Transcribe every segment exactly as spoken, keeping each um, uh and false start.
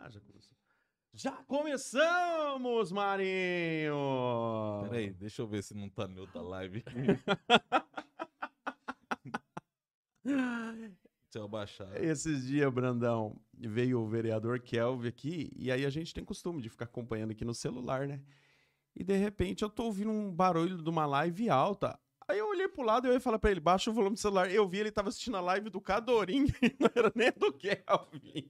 Ah, já começou. Já começamos, Marinho! Peraí, deixa eu ver se não tá neutra a live. Deixa eu baixar. Esses dias, Brandão, veio o vereador Kelvin aqui, e aí a gente tem costume de ficar acompanhando aqui no celular, né? E de repente eu tô ouvindo um barulho de uma live alta. Aí eu olhei pro lado e eu ia falar pra ele, baixa o volume do celular. Eu vi ele tava assistindo a live do Cadorim, e não era nem do Kelvin.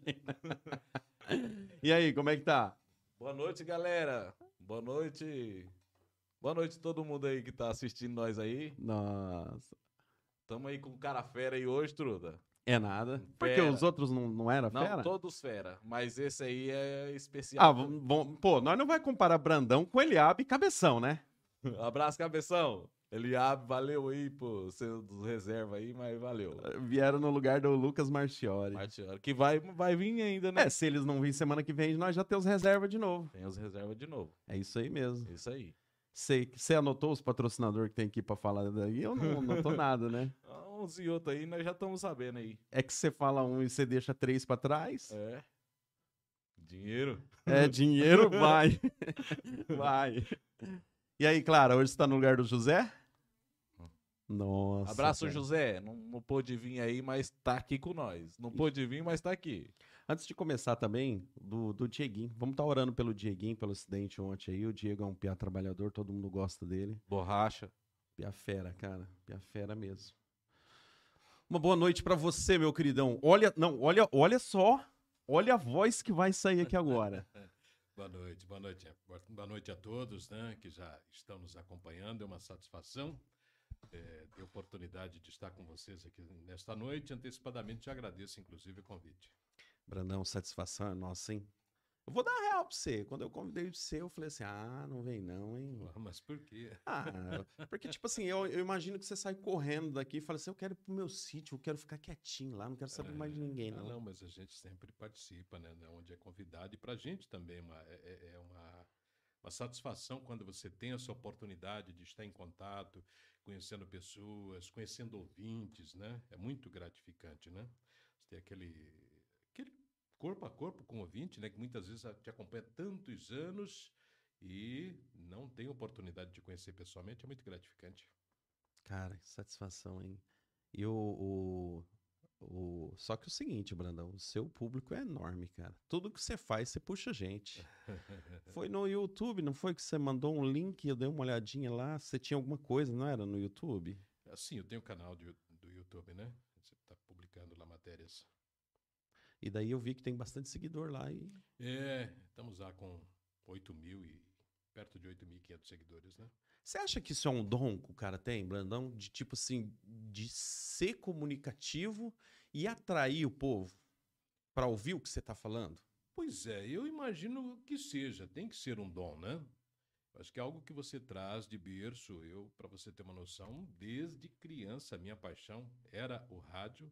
E aí, como é que tá? Boa noite, galera. Boa noite. Boa noite todo mundo aí que tá assistindo nós aí. Nossa. Tamo aí com o cara fera aí hoje, truda. É nada. Porque Fera. os outros não, não eram Não, fera? todos fera, mas esse aí é Ah, especial. vamos, vamos- pô, nós não vai comparar Brandão com Eliabe e Cabeção, né? Abraço, cabeção. Eliabe, valeu aí, pô, seu dos reserva aí, mas valeu. Vieram no lugar do Lucas Marchiori. Martiano, que vai, vai vir ainda, né? É, se eles não virem semana que vem, nós já temos reserva de novo. Tem os reservas de novo. É isso aí mesmo. Isso aí. Você anotou os patrocinadores que tem aqui pra falar daí? Eu não anotou nada, né? Uns e outros aí, nós já estamos sabendo aí. É que você fala um e você deixa três pra trás. É. Dinheiro. É, dinheiro vai. Vai. E aí, Clara, hoje você tá no lugar do José? Nossa. Abraço, cara. José. Não, não pôde vir aí, mas tá aqui com nós. Não pôde vir, mas tá aqui. Antes de começar também, do, do Dieguinho. Vamos estar orando pelo Dieguinho, pelo acidente ontem aí. O Diego é um piá trabalhador, todo mundo gosta dele. Borracha. Piá fera, cara. Piá fera mesmo. Uma boa noite pra você, meu queridão. Olha, não, olha, olha só. Olha a voz que vai sair aqui agora. Boa noite, boa noite. Boa noite a todos, né, que já estão nos acompanhando. É uma satisfação é, ter a oportunidade de estar com vocês aqui nesta noite. Antecipadamente, te agradeço, inclusive, o convite. Brandão, satisfação é nossa, hein? Eu vou dar a real pra você. Quando eu convidei você, eu falei assim, ah, não vem não, hein? Ah, mas por quê? Ah, porque, tipo assim, eu, eu imagino que você sai correndo daqui e fala assim, eu quero ir pro meu sítio, eu quero ficar quietinho lá, não quero saber mais de ninguém, Ah, não. não, mas a gente sempre participa, né, onde é convidado. E para a gente também uma, é, é uma, uma satisfação quando você tem essa oportunidade de estar em contato, conhecendo pessoas, conhecendo ouvintes, né? É muito gratificante, né? Você tem aquele, aquele corpo a corpo com o ouvinte, né? Que muitas vezes te acompanha tantos anos e não tem oportunidade de conhecer pessoalmente, é muito gratificante. Cara, que satisfação, hein? E o, o, o... Só que o seguinte, Brandão, o seu público é enorme, cara. Tudo que você faz, você puxa gente. Foi no YouTube, não foi que você mandou um link, eu dei uma olhadinha lá, você tinha alguma coisa, não era no YouTube? Assim, eu tenho um canal de, do YouTube, né? Você está publicando lá matérias. E daí eu vi que tem bastante seguidor lá e... É, estamos lá com oito mil e perto de oito mil e quinhentos seguidores, né? Você acha que isso é um dom que o cara tem, Brandão? De tipo assim, de ser comunicativo e atrair o povo para ouvir o que você tá falando? Pois é, eu imagino que seja, tem que ser um dom, né? Acho que é algo que você traz de berço. Eu, para você ter uma noção, desde criança, a minha paixão era o rádio.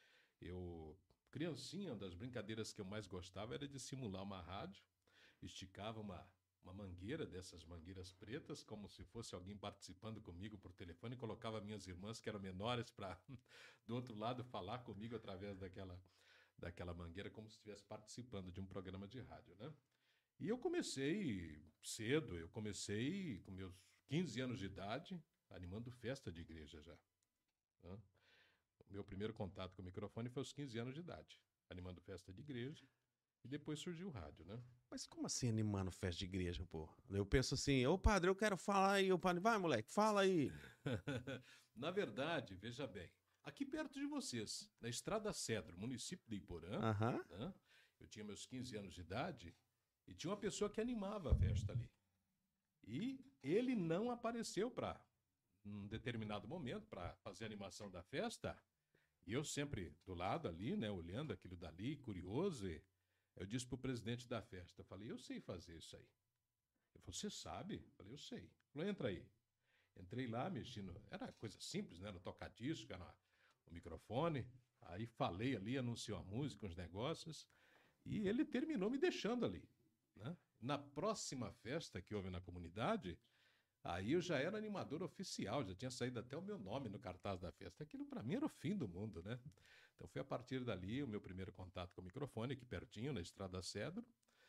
Eu, criancinha, uma das brincadeiras que eu mais gostava era de simular uma rádio, esticava uma, uma mangueira, dessas mangueiras pretas, como se fosse alguém participando comigo por telefone, e colocava minhas irmãs, que eram menores, para do outro lado falar comigo através daquela, daquela mangueira, como se estivesse participando de um programa de rádio, né? E eu comecei cedo, eu comecei com meus quinze anos de idade, animando festa de igreja já. Né? O meu primeiro contato com o microfone foi aos quinze anos de idade, animando festa de igreja, e depois surgiu o rádio, né? Mas como assim animando festa de igreja, pô? Eu penso assim, ô padre, eu quero falar aí, ô padre, vai moleque, fala aí. Na verdade, veja bem, aqui perto de vocês, na Estrada Cedro, município de Iporã, Aham. né? Eu tinha meus quinze anos de idade, e tinha uma pessoa que animava a festa ali. E ele não apareceu para um determinado momento para fazer a animação da festa. E eu sempre do lado ali, né, olhando aquilo dali, curioso. E eu disse para o presidente da festa, eu falei, eu sei fazer isso aí. Ele falou, você sabe? Eu falei, eu sei. Ele falou, entra aí. Entrei lá, mexendo, era coisa simples, né, no toca-disco, era o microfone. Aí falei ali, anunciou a música, os negócios. E ele terminou me deixando ali. Né? Na próxima festa que houve na comunidade, Aí eu já era animador oficial, já tinha saído até o meu nome no cartaz da festa. Aquilo para mim era o fim do mundo, né? Então foi a partir dali o meu primeiro contato com o microfone, aqui pertinho, na Estrada Cedro.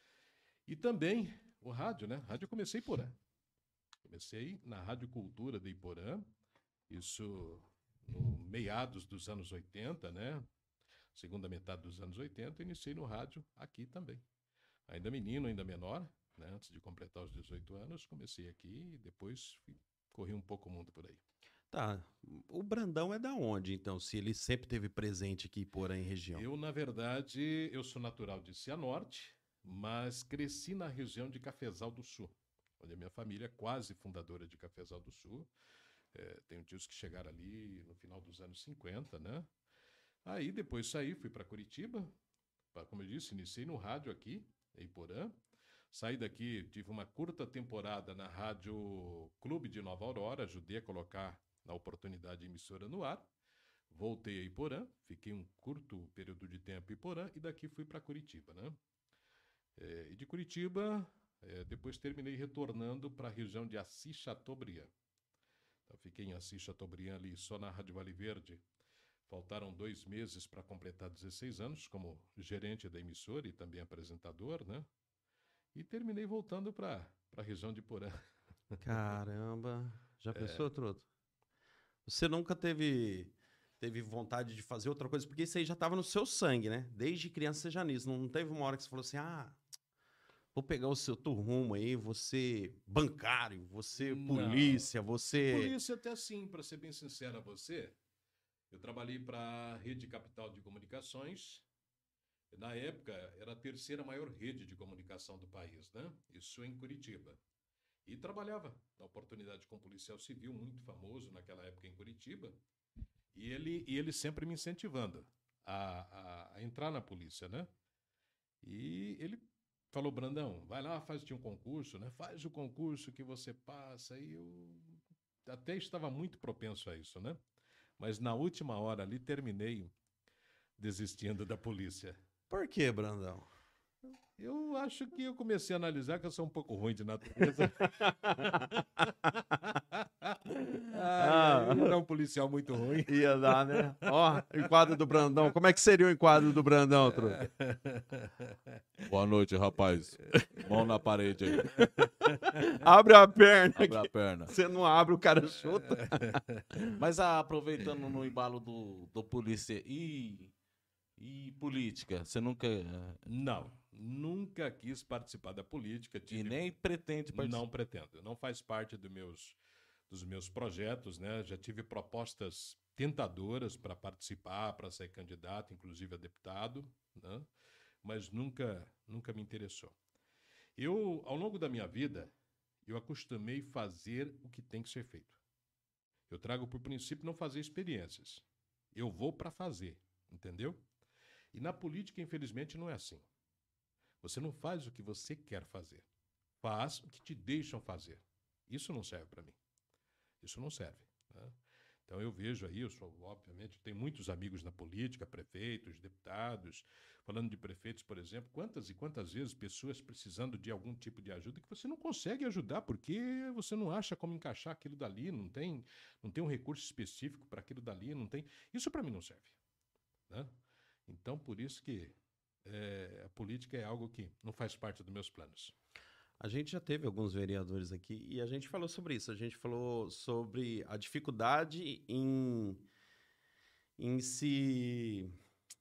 E também o rádio, né? Rádio eu comecei em Iporã. Comecei na Rádio Cultura de Iporã, isso no meados dos anos oitenta, né? Segunda metade dos anos oitenta, iniciei no rádio aqui também. Ainda menino, ainda menor, né? Antes de completar os dezoito anos, comecei aqui e depois fui, corri um pouco o mundo por aí. Tá. O Brandão é da onde, então? Se ele sempre teve presente aqui em Porã, em região. Eu, na verdade, eu sou natural de Cianorte, mas cresci na região de Cafezal do Sul, onde a minha família é quase fundadora de Cafezal do Sul. É, tenho tios que chegaram ali no final dos anos cinquenta, né? Aí depois saí, fui para Curitiba, pra, como eu disse, iniciei no rádio aqui, em Iporã. Saí daqui, tive uma curta temporada na Rádio Clube de Nova Aurora, ajudei a colocar na oportunidade emissora no ar. Voltei a Iporã, fiquei um curto período de tempo em Iporã e daqui fui para Curitiba, né? É, e de Curitiba, é, depois terminei retornando para a região de Assis Chateaubriand. Então, fiquei em Assis Chateaubriand ali só na Rádio Vale Verde. Faltaram dois meses para completar dezesseis anos como gerente da emissora e também apresentador, né? E terminei voltando para a região de Porã. Caramba. Já pensou, Troto? Você nunca teve, teve vontade de fazer outra coisa? Porque isso aí já estava no seu sangue, né? Desde criança você já nisso. Não teve uma hora que você falou assim, ah, vou pegar o seu rumo aí, você bancário, você polícia, você... Polícia até sim, para ser bem sincero a você. Eu trabalhei para a Rede Capital de Comunicações. Na época, era a terceira maior rede de comunicação do país, né? Isso em Curitiba. E trabalhava na oportunidade com um policial civil muito famoso naquela época em Curitiba. E ele, e ele sempre me incentivando a, a, a entrar na polícia, né? E ele falou, Brandão, vai lá, faz-te um concurso, né? Faz o concurso que você passa. E eu até estava muito propenso a isso, né? Mas na última hora ali terminei desistindo da polícia. Por que, Brandão? Eu acho que eu comecei a analisar que eu sou um pouco ruim de natureza. ah, ah, era um policial muito ruim. Ia dar, né? Ó, enquadro do Brandão. Como é que seria o enquadro do Brandão, Tru? Boa noite, rapaz. Mão na parede aí. Abre a perna. Abre a perna. Você não abre, o cara chuta. Mas ah, aproveitando no embalo do, do polícia e, e política, você nunca... Não, nunca quis participar da política. E tive- nem pretende participar? Não pretendo. Não faz parte do meus, dos meus projetos, né? Já tive propostas tentadoras para participar, para ser candidato, inclusive a deputado, né? Mas nunca, nunca me interessou. Eu, ao longo da minha vida, eu acostumei fazer o que tem que ser feito. Eu trago por princípio não fazer experiências. Eu vou para fazer, entendeu? E na política, infelizmente, não é assim. Você não faz o que você quer fazer. Faz o que te deixam fazer. Isso não serve para mim. Isso não serve, né? Então eu vejo aí, eu sou, obviamente, tenho muitos amigos na política, prefeitos, deputados. Falando de prefeitos, por exemplo, quantas e quantas vezes pessoas precisando de algum tipo de ajuda que você não consegue ajudar porque você não acha como encaixar aquilo dali, não tem, não tem um recurso específico para aquilo dali, não tem. Isso para mim não serve, né? Então, por isso que é, a política é algo que não faz parte dos meus planos. A gente já teve alguns vereadores aqui e a gente falou sobre isso. A gente falou sobre a dificuldade em, em se...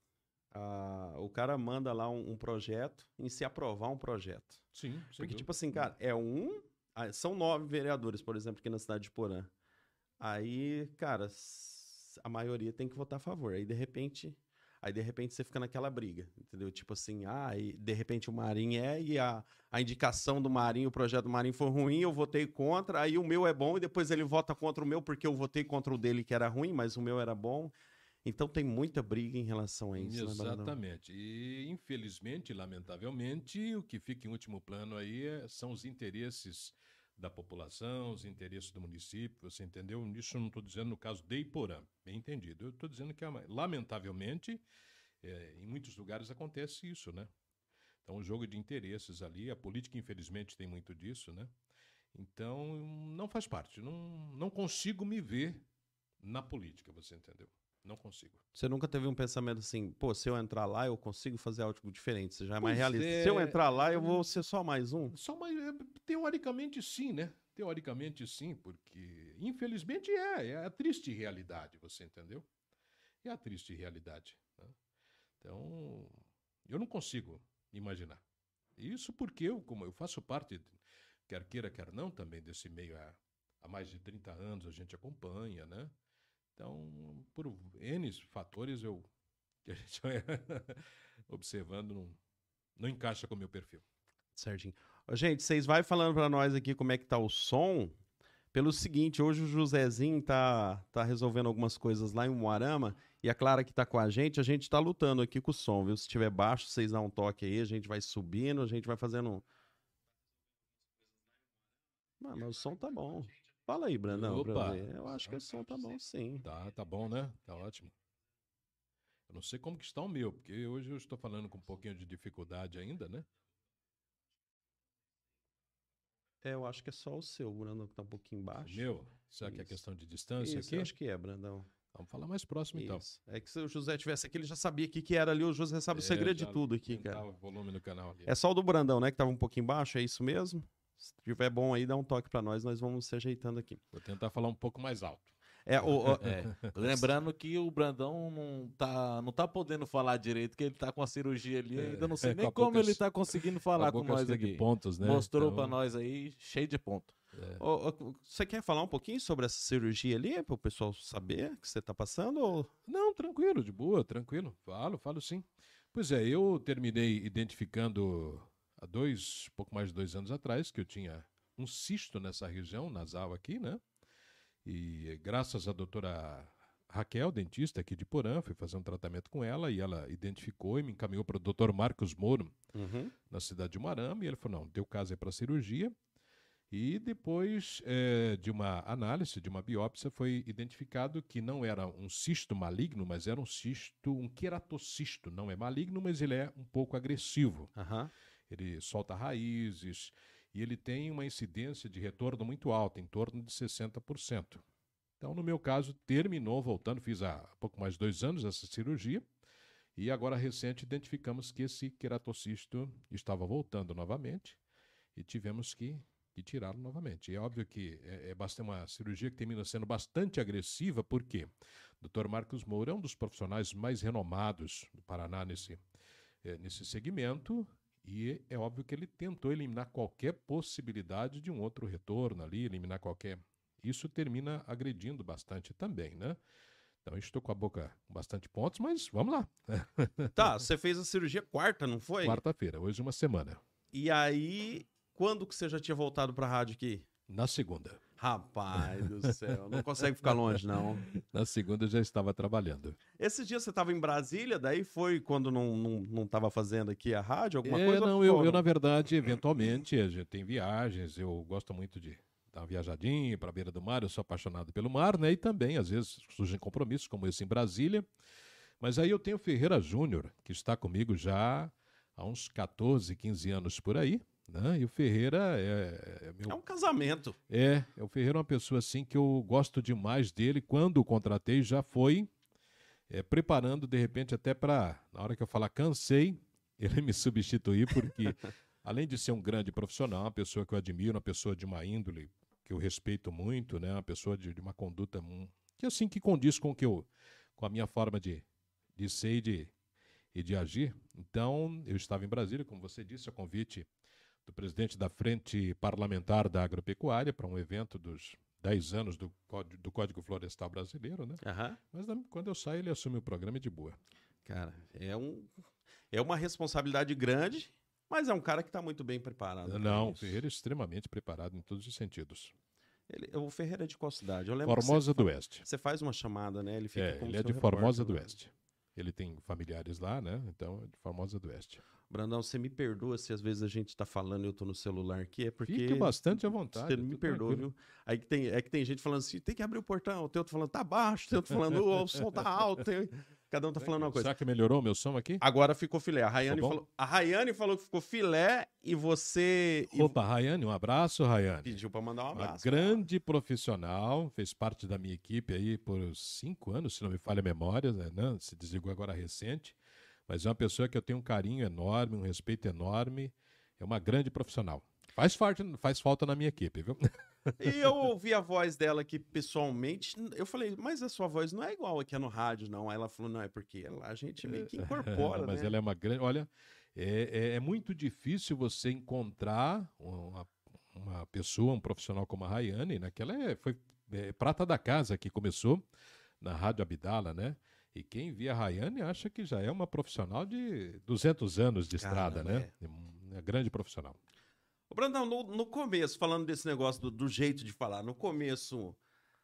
a- o cara manda lá um, um projeto, em se aprovar um projeto. Sim, Porque, tipo assim, cara, é um... ah, são nove vereadores, por exemplo, aqui na cidade de Porã. Aí, cara, s- a maioria tem que votar a favor. Aí, de repente... Aí, de repente, você fica naquela briga, entendeu? Tipo assim, ah, e de repente o Marinho é, e a, a indicação do Marinho, o projeto do Marinho foi ruim, eu votei contra, aí o meu é bom, e depois ele vota contra o meu, porque eu votei contra o dele que era ruim, mas o meu era bom. Então tem muita briga em relação a isso, né, Brandão? Exatamente. E, infelizmente, lamentavelmente, o que fica em último plano aí é- são os interesses da população, os interesses do município, você entendeu? Isso eu não estou dizendo no caso de Iporã, bem entendido. Eu estou dizendo que, lamentavelmente, é, em muitos lugares acontece isso, né? Então, o jogo de interesses ali, a política, infelizmente, tem muito disso, né? Então, não faz parte. Não, não consigo me ver na política, você entendeu? Não consigo. Você nunca teve um pensamento assim, pô, se eu entrar lá, eu consigo fazer algo diferente. Você já é mais Pois realista. é. Se eu entrar lá, eu vou ser só mais um. Só mais, é, teoricamente sim, né? Teoricamente sim, porque infelizmente é, é a triste realidade, você entendeu? É a triste realidade, né? Então, eu não consigo imaginar. Isso porque eu, como eu faço parte, quer queira, quer não, também desse meio há, há mais de trinta anos, a gente acompanha, né? Então, por N fatores, eu, que a gente vai observando, não, não encaixa com o meu perfil. Certinho. Ô, gente, vocês vai falando pra nós aqui como é que tá o som. Pelo seguinte, hoje o Josézinho tá, tá resolvendo algumas coisas lá em Umuarama e a Clara que tá com a gente, a gente tá lutando aqui com o som, viu? Se tiver baixo, vocês dão um toque aí, a gente vai subindo, a gente vai fazendo... Ah, mas o som tá bom. Fala aí, Brandão, pra eu Opa. ver. Eu acho que o som tá bom, sim. Tá, tá bom, né? Tá ótimo. Eu não sei como que está o meu, porque hoje eu estou falando com um pouquinho de dificuldade ainda, né? É, eu acho que é só o seu, Brandão, que tá um pouquinho O baixo. meu? Será que é Isso. questão de distância Isso, aqui? eu acho que é, Brandão. Vamos falar mais próximo, então. Isso. É que se o José tivesse aqui, ele já sabia o que, que era ali. O José sabe o É, segredo de já tudo aqui, aumentar cara. o volume no canal ali. É só o do Brandão, né? Que tava um pouquinho baixo, é isso mesmo? Se tiver bom aí, dá um toque pra nós, nós vamos se ajeitando aqui. Vou tentar falar um pouco mais alto. É, o, o- É, lembrando que o Brandão não tá, não tá podendo falar direito, que ele tá com a cirurgia ali, É, ainda não sei com nem a como boca ele che- tá conseguindo A falar com boca nós cheia de aqui. pontos, né? Mostrou Então, pra nós aí, cheio de ponto. o- o- você quer falar um pouquinho sobre essa cirurgia ali, para o pessoal saber que você tá passando? Ou... Não, tranquilo, de boa, tranquilo. Falo, falo sim. Pois é, eu terminei identificando há dois, pouco mais de dois anos atrás, que eu tinha um cisto nessa região nasal aqui, né? E graças à doutora Raquel, dentista aqui de Porã, fui fazer um tratamento com ela e ela identificou e me encaminhou para o doutor Marcos Moro, Uhum. na cidade de Umuarama, e ele falou, não, deu caso é para cirurgia. E depois eh, de uma análise, de uma biópsia, foi identificado que não era um cisto maligno, mas era um cisto, um queratocisto. Não é maligno, mas ele é um pouco agressivo. Aham. Ele solta raízes e ele tem uma incidência de retorno muito alta, em torno de sessenta por cento. Então, no meu caso, terminou voltando, fiz há pouco mais de dois anos essa cirurgia, e agora recente identificamos que esse queratocisto estava voltando novamente e tivemos que, que tirá-lo novamente. E é óbvio que é, é bastante uma cirurgia que termina sendo bastante agressiva, porque o doutor Marcos Moura é um dos profissionais mais renomados do Paraná nesse, eh, nesse segmento, e é óbvio que ele tentou eliminar qualquer possibilidade de um outro retorno ali, eliminar qualquer... Isso termina agredindo bastante também, né? Então, eu estou com a boca com bastante pontos, mas vamos lá. Tá, você fez a cirurgia quarta, não foi? Quarta-feira, hoje uma semana. E aí, quando que você já tinha voltado pra rádio aqui? Na segunda. Rapaz do céu, não consegue ficar longe, não. Na segunda eu já estava trabalhando. Esses dias você estava em Brasília, daí foi quando não, não, não tava fazendo aqui a rádio, alguma é, coisa? não, ou eu, ficou- eu, na verdade, eventualmente, a gente tem viagens, eu gosto muito de dar uma viajadinha para a beira do mar, eu sou apaixonado pelo mar, né? E também, às vezes, surgem compromissos, como esse em Brasília. Mas aí eu tenho o Ferreira Júnior, que está comigo já há uns quatorze, quinze anos por aí, né? E o Ferreira é, é meu É um casamento. É, é, o Ferreira é uma pessoa assim que eu gosto demais dele. Quando o contratei, já foi é, preparando, de repente, até para, na hora que eu falar cansei, ele me substituir, porque além de ser um grande profissional, uma pessoa que eu admiro, uma pessoa de uma índole que eu respeito muito, né? Uma pessoa de, de uma conduta mu- que assim que condiz com o que eu, com a minha forma de, de ser e de, e de agir. Então, eu estava em Brasília, como você disse, a convite do presidente da Frente Parlamentar da Agropecuária para um evento dos dez anos do Código, do Código Florestal Brasileiro, né? Aham. Mas na- quando eu saio, ele assume o programa e de boa. Cara, é, um, é uma responsabilidade grande, mas é um cara que tá muito bem preparado. pra Não, o isso. Ferreira é extremamente preparado em todos os sentidos. Ele- o Ferreira é de qual cidade? Eu lembro que Formosa você, do fa- Oeste. Você faz uma chamada, né? Ele fica É, como ele é seu de Formosa repórter, do né? Oeste. Ele tem familiares lá, né? Então, é de Formosa do Oeste. Brandão, você me perdoa se às vezes a gente tá falando e eu tô no celular aqui, é porque... Fique bastante à vontade. Você me tudo perdoa, tranquilo. viu? Aí que tem, é que tem gente falando assim, tem que abrir o portão, tem outro falando, tá baixo, tem outro falando, "Ô, o som tá alto. Tem... Cada um tá falando uma coisa. Será que melhorou o meu som aqui? Agora ficou filé. A Rayane, bom? falou, a Rayane falou que ficou filé e você e Opa, Rayane, um abraço, Rayane. pediu pra mandar um Uma abraço. grande profissional, fez parte da minha equipe aí por cinco anos, se não me falha a memória, né? Não, se desligou agora recente, mas é uma pessoa que eu tenho um carinho enorme, um respeito enorme, é uma grande profissional. Faz, falta, faz falta na minha equipe, viu? E eu ouvi a voz dela aqui pessoalmente, eu falei, mas a sua voz não é igual aqui no rádio, não. Aí ela falou, não, é porque lá a gente meio que incorpora, Mas né? ela é uma grande. Olha, é, é, é muito difícil você encontrar uma, uma pessoa, um profissional como a Rayane, né? Que ela é, foi é, prata da casa que começou na Rádio Abdala, né? E quem via a Rayane acha que já é uma profissional de duzentos anos de estrada, Caramba, né? É uma grande profissional. Ô, Brandão, no, no começo, falando desse negócio do, do jeito de falar, no começo,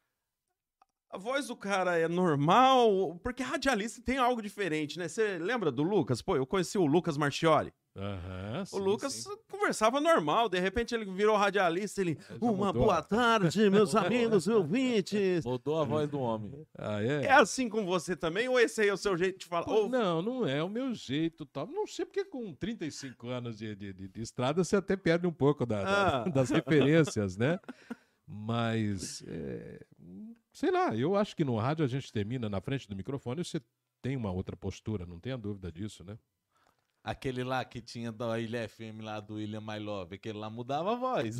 a voz do cara é normal? Porque radialista tem algo diferente, né? Você lembra do Lucas? Pô, eu conheci o Lucas Marchiori. Aham, O sim, Lucas sim. conversava normal, de repente ele virou radialista, ele... Já Uma mudou. boa tarde, meus amigos ouvintes. Mudou a voz do homem. Ah, é? É assim com você também? Ou esse aí é o seu jeito de falar? Pô, Ou- Não, não é o meu jeito, tal. Não sei porque com trinta e cinco anos de, de, de- de estrada você até perde um pouco da- da- Ah. das referências, né? Mas, é, sei lá, eu acho que no rádio a gente termina na frente do microfone e você tem uma outra postura, não tenha dúvida disso, né? Aquele lá que tinha da Ilha F M lá do William My Love, aquele lá mudava a voz.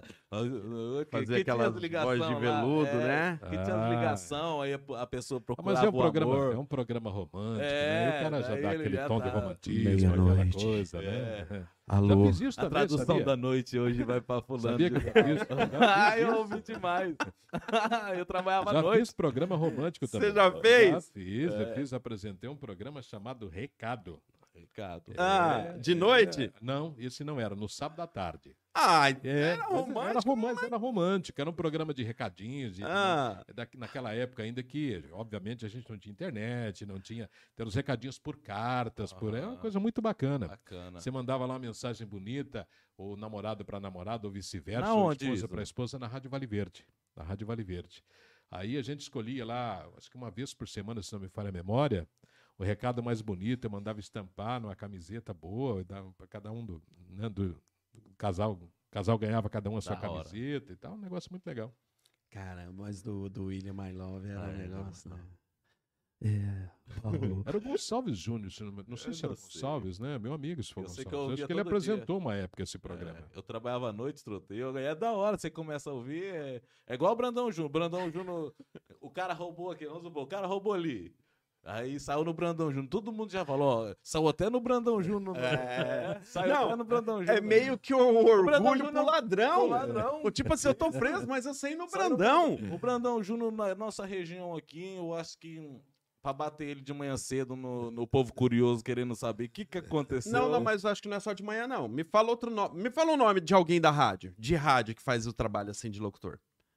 Fazer que aquela tinha as ligação voz de lá, veludo, é, né? Que tinha Ah. as ligação, aí a, a pessoa Ah, procurava mas é um o programa, amor. é um programa romântico, É, né? E o cara já daí dá ele aquele já tom de tá- romantismo, aquela Meia-noite. coisa, né? Já Alô? fiz isso A também, tradução sabia? da noite hoje vai pra fulano. Sabia que eu já fiz, já fiz Ah, eu isso? ouvi demais. eu trabalhava à Já noite. fiz programa romântico Você também. já fez? Já fiz, É. já fiz, apresentei um programa chamado Recado. Ricardo. Ah, É, de é, noite? não, esse não era, no sábado à tarde. Ah, É, era mas romântico. Era romântico, era romântico, era um programa de recadinhos. De, Ah. da- naquela época ainda que, obviamente, a gente não tinha internet, não tinha... Ter os recadinhos por cartas, por, é uma Ah. coisa muito bacana. Bacana. Você mandava lá uma mensagem bonita, ou namorado para namorado, ou vice-versa, Na ou onde esposa isso? para esposa, na Rádio Vale Verde. Na Rádio Vale Verde. Aí a gente escolhia lá, acho que uma vez por semana, se não me falha a memória, o recado mais bonito, eu mandava estampar numa camiseta boa, dava para cada um do, né, do, do casal. O casal ganhava cada um a sua Da hora. camiseta e tal, um negócio muito legal. Cara, mas do, do William My Love era Ah, um é, negócio, não. né? É, Paulo. Era o Gonçalves Júnior, se não, não sei Eu se era o não sei. Gonçalves, né? Meu amigo, se for Eu sei Gonçalves. que eu Acho ouvia que ele todo dia. apresentou uma época esse programa. É, eu trabalhava à noite, truta, e eu, é da hora, você começa a ouvir, é, é igual o Brandão Júnior. Brandão Júnior, o cara roubou aqui, vamos supor, o cara roubou ali. Aí saiu no Brandão Júnior, todo mundo já falou, ó, saiu até no Brandão Júnior. É. Saiu Não, até no Brandão Júnior. É meio que o Brandão orgulho Júnior- pro ladrão. pro ladrão. O tipo assim, eu tô preso, mas eu saí no Saiu no Brandão. O Brandão Júnior, na nossa região aqui, eu acho que hum, pra bater ele de manhã cedo no, no povo curioso, querendo saber o que que aconteceu. Não, não, mas eu acho que não é só de manhã, não. Me fala outro nome. Me fala o nome de alguém da rádio, de rádio, que faz o trabalho assim de locutor.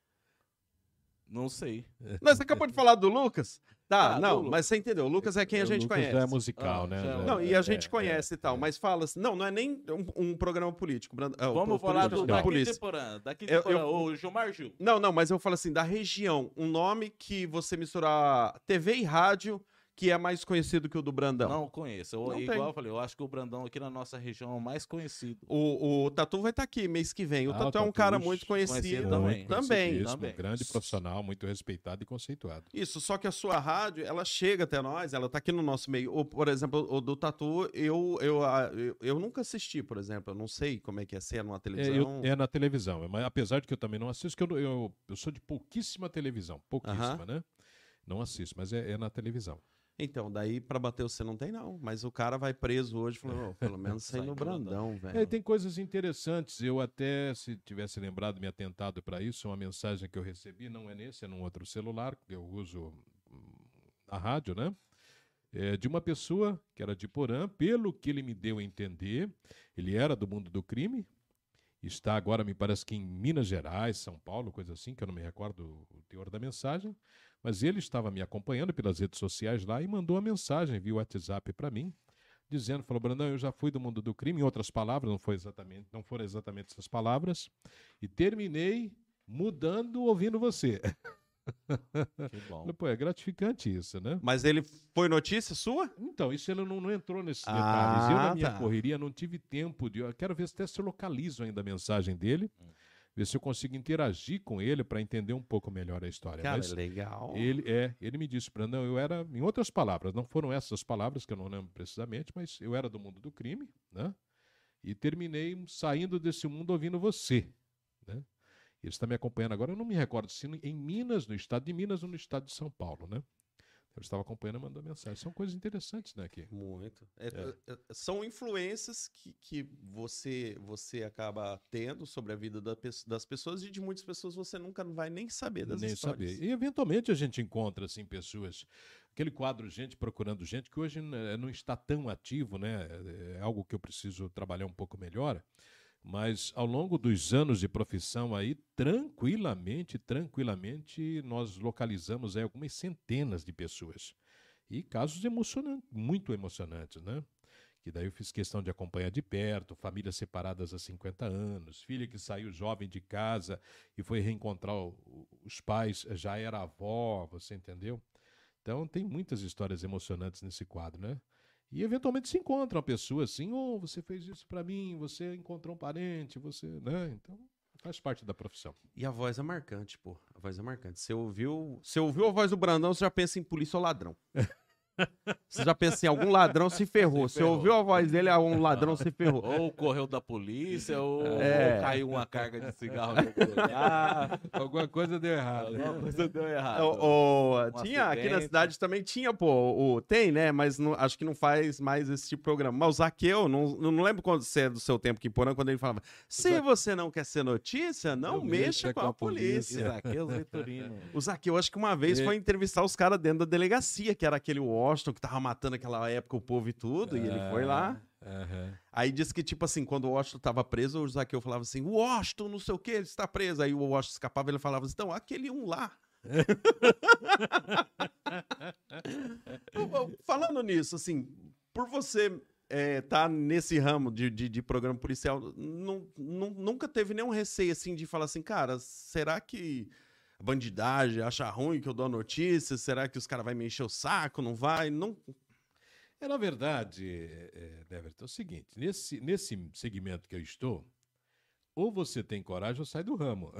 Não sei. Não, você acabou de falar do Lucas? Tá, Ah, do não, Lucas. mas você entendeu. O Lucas é quem a O gente Lucas conhece. já é musical, Ah, né? já é- Já- Não, e a é, gente é, conhece e tal, é. mas fala assim, não, não é nem um, um programa político. Brand- ah, o- Vamos o falar político do da daqui polícia. de Porã, daqui de Eu- Porã, eu- o Gilmar Gil. Não, não, mas eu falo assim, da região, um nome que você misturar T V e rádio, que é mais conhecido que o do Brandão. Não conheço. Eu, Não igual tem. eu falei, eu acho que o Brandão aqui na nossa região é o mais conhecido. O, o Tatu vai estar aqui mês que vem. O Ah, Tatu o é um Tatu, cara ixi, muito conhecido, conhecido também. também. também. Conhecidíssimo, também. grande profissional, muito respeitado e conceituado. Isso, só que a sua rádio, ela chega até nós, ela tá aqui no nosso meio. Ou, por exemplo, o do Tatu, eu, eu, ah, eu, eu nunca assisti, por exemplo. Eu não sei como é que é ser numa É, televisão. eu- é na televisão, mas apesar de que eu também não assisto, que eu, eu, eu sou de pouquíssima televisão, pouquíssima, né? Não assisto, mas é, é na televisão. Então, daí pra bater você não tem, não. Mas o cara vai preso hoje, falou, "Ô, pelo menos sai Sai no no Brandão." Brandão, velho. É, tem coisas interessantes. Eu até, se tivesse lembrado, me atentado para isso, uma mensagem que eu recebi, não é nesse, é num outro celular, que eu uso hum, na rádio, né? É, de uma pessoa que era de Porã, pelo que ele me deu a entender, ele era do mundo do crime, está agora, me parece que em Minas Gerais, São Paulo, coisa assim, que eu não me recordo o teor da mensagem, mas ele estava me acompanhando pelas redes sociais lá e mandou uma mensagem via WhatsApp para mim, dizendo, falou, Brandão, eu já fui do mundo do crime, em outras palavras, não, foi exatamente, não foram exatamente essas palavras, e terminei mudando ouvindo você. Que bom. Falei, pô, é gratificante isso, né? Mas ele foi notícia sua? Então, isso ele não, não entrou nesses Ah, detalhes. Eu, na minha tá. correria, não tive tempo de... Eu quero ver se até se eu localizo ainda a mensagem dele, ver se eu consigo interagir com ele para entender um pouco melhor a história. Cara, Mas legal. ele, é, ele me disse, Brandão, eu era, em outras palavras, não foram essas palavras que eu não lembro precisamente, mas eu era do mundo do crime, né? E terminei saindo desse mundo ouvindo você, né? Ele está me acompanhando agora, eu não me recordo se em Minas, no estado de Minas ou no estado de São Paulo, né? Eu estava acompanhando e mandou mensagem. São coisas interessantes, né, aqui. Muito. É, é, são influências que, que você, você acaba tendo sobre a vida da, das pessoas e de muitas pessoas você nunca vai nem saber das nem histórias. saber. E, eventualmente, a gente encontra, assim, pessoas... Aquele quadro Gente Procurando Gente, que hoje né, não está tão ativo, né? É algo que eu preciso trabalhar um pouco melhor. Mas, ao longo dos anos de profissão aí, tranquilamente, tranquilamente, nós localizamos aí algumas centenas de pessoas. E casos emocionantes, muito emocionantes, né? Que daí eu fiz questão de acompanhar de perto, famílias separadas há cinquenta anos, filha que saiu jovem de casa e foi reencontrar o, os pais, já era avó, você entendeu? Então, tem muitas histórias emocionantes nesse quadro, né? E, eventualmente, se encontra uma pessoa assim, oh, você fez isso pra mim, você encontrou um parente, você, né? Então, faz parte da profissão. E a voz é marcante, pô. A voz é marcante. Você ouviu, você ouviu a voz do Brandão, você já pensa em polícia ou ladrão. Você já pensa em algum ladrão se ferrou. Se Você ferrou. ouviu a voz dele, um ladrão se ferrou. Ou correu da polícia, ou, É. ou caiu uma carga de cigarro no outro lugar. Alguma coisa deu errado. Alguma coisa deu errado. O- o- Um tinha aqui na acidente. cidade também tinha, pô, o, tem, né? Mas não- acho que não faz mais esse tipo de programa. Mas o Zaqueu, não, não lembro quando você é do seu tempo que Porã, quando ele falava: se você não quer ser notícia, não Não mexa mexa com a, polícia. Isaqueus Vitorino. O Zaqueu, acho que uma vez É. foi entrevistar os caras dentro da delegacia, que era aquele Washington que tava matando naquela época o povo e tudo, e ele foi lá. Aham. Aí disse que, tipo assim, quando o Washington tava preso, o Zaqueu falava assim: Washington, não sei o que, ele está preso. Aí o Washington escapava e ele falava assim: então, aquele um lá. Falando nisso, assim, por você estar nesse ramo de, de, de programa policial, não, não, nunca teve nenhum receio, assim, de falar assim, cara, será que a bandidagem acha ruim que eu dou a notícia? Será que os caras vão me encher o saco? Não vai? Não... É, na verdade, é, é, Everton, é o seguinte, nesse, nesse segmento que eu estou, ou você tem coragem ou sai do ramo.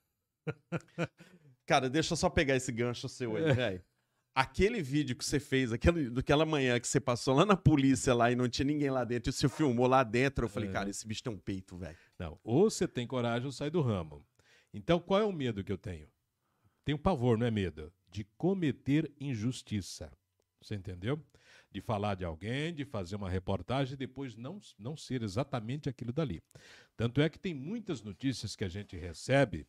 Cara, deixa eu só pegar esse gancho seu aí, velho. Aquele vídeo que você fez, aquele, daquela manhã que você passou lá na polícia lá e não tinha ninguém lá dentro, e você filmou lá dentro, eu falei, É. cara, esse bicho tem um peito, velho. Não, ou você tem coragem ou sai do ramo. Então, qual é o medo que eu tenho? Tenho pavor, não é medo? De cometer injustiça. Você entendeu? De falar de alguém, de fazer uma reportagem e depois não, não ser exatamente aquilo dali. Tanto é que tem muitas notícias que a gente recebe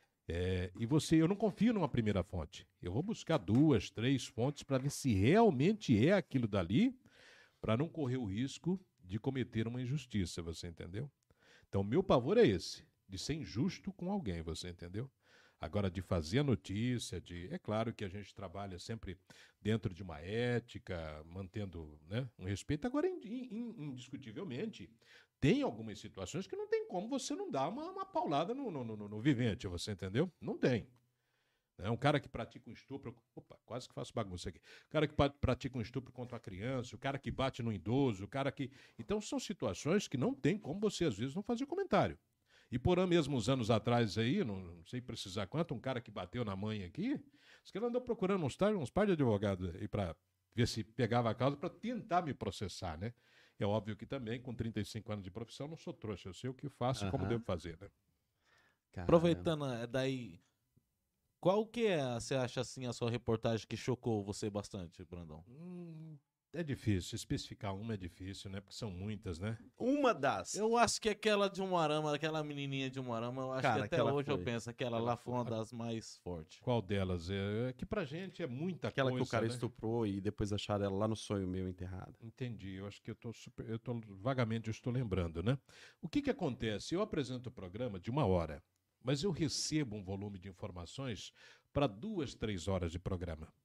é, e você, eu não confio numa primeira fonte. Eu vou buscar duas, três fontes para ver se realmente é aquilo dali, para não correr o risco de cometer uma injustiça, você entendeu? Então, o meu pavor é esse, de ser injusto com alguém, você entendeu? Agora, de fazer a notícia, de... é claro que a gente trabalha sempre dentro de uma ética, mantendo, né, um respeito. Agora, in- in- indiscutivelmente, tem algumas situações que não tem como você não dar uma, uma paulada no, no, no, no vivente, você entendeu? Não tem. É um cara que pratica um estupro... Opa, quase que faço bagunça aqui. O cara que pa- pratica um estupro contra uma criança, o cara que bate no idoso, o cara que... Então, são situações que não tem como você, às vezes, não fazer comentário. E Porã, mesmo uns anos atrás aí, não, não sei precisar quanto, um cara que bateu na mãe aqui, diz que ele andou procurando uns, tar, uns par de advogados aí para ver se pegava a causa para tentar me processar, né? É óbvio que também, com trinta e cinco anos de profissão, não sou trouxa, eu sei o que faço e como Aham. devo fazer, né? Aproveitando, é daí, qual que é, você acha assim, a sua reportagem que chocou você bastante, Brandão? Hum, é difícil, especificar uma é difícil, né? Porque são muitas, né? Uma das. Eu acho que aquela de Umuarama, aquela menininha de Umuarama, eu acho Cara, que até aquela hoje eu foi. penso, aquela Aquela lá foi uma das mais fortes. Qual delas? É, é que pra gente é muita Aquela coisa, que o cara né? estuprou e depois acharam ela lá no sonho meu enterrada. Entendi, eu acho que eu tô super, eu tô vagamente eu estou lembrando, né? O que que acontece? Eu apresento o programa de uma hora, mas eu recebo um volume de informações para duas, três horas de programa.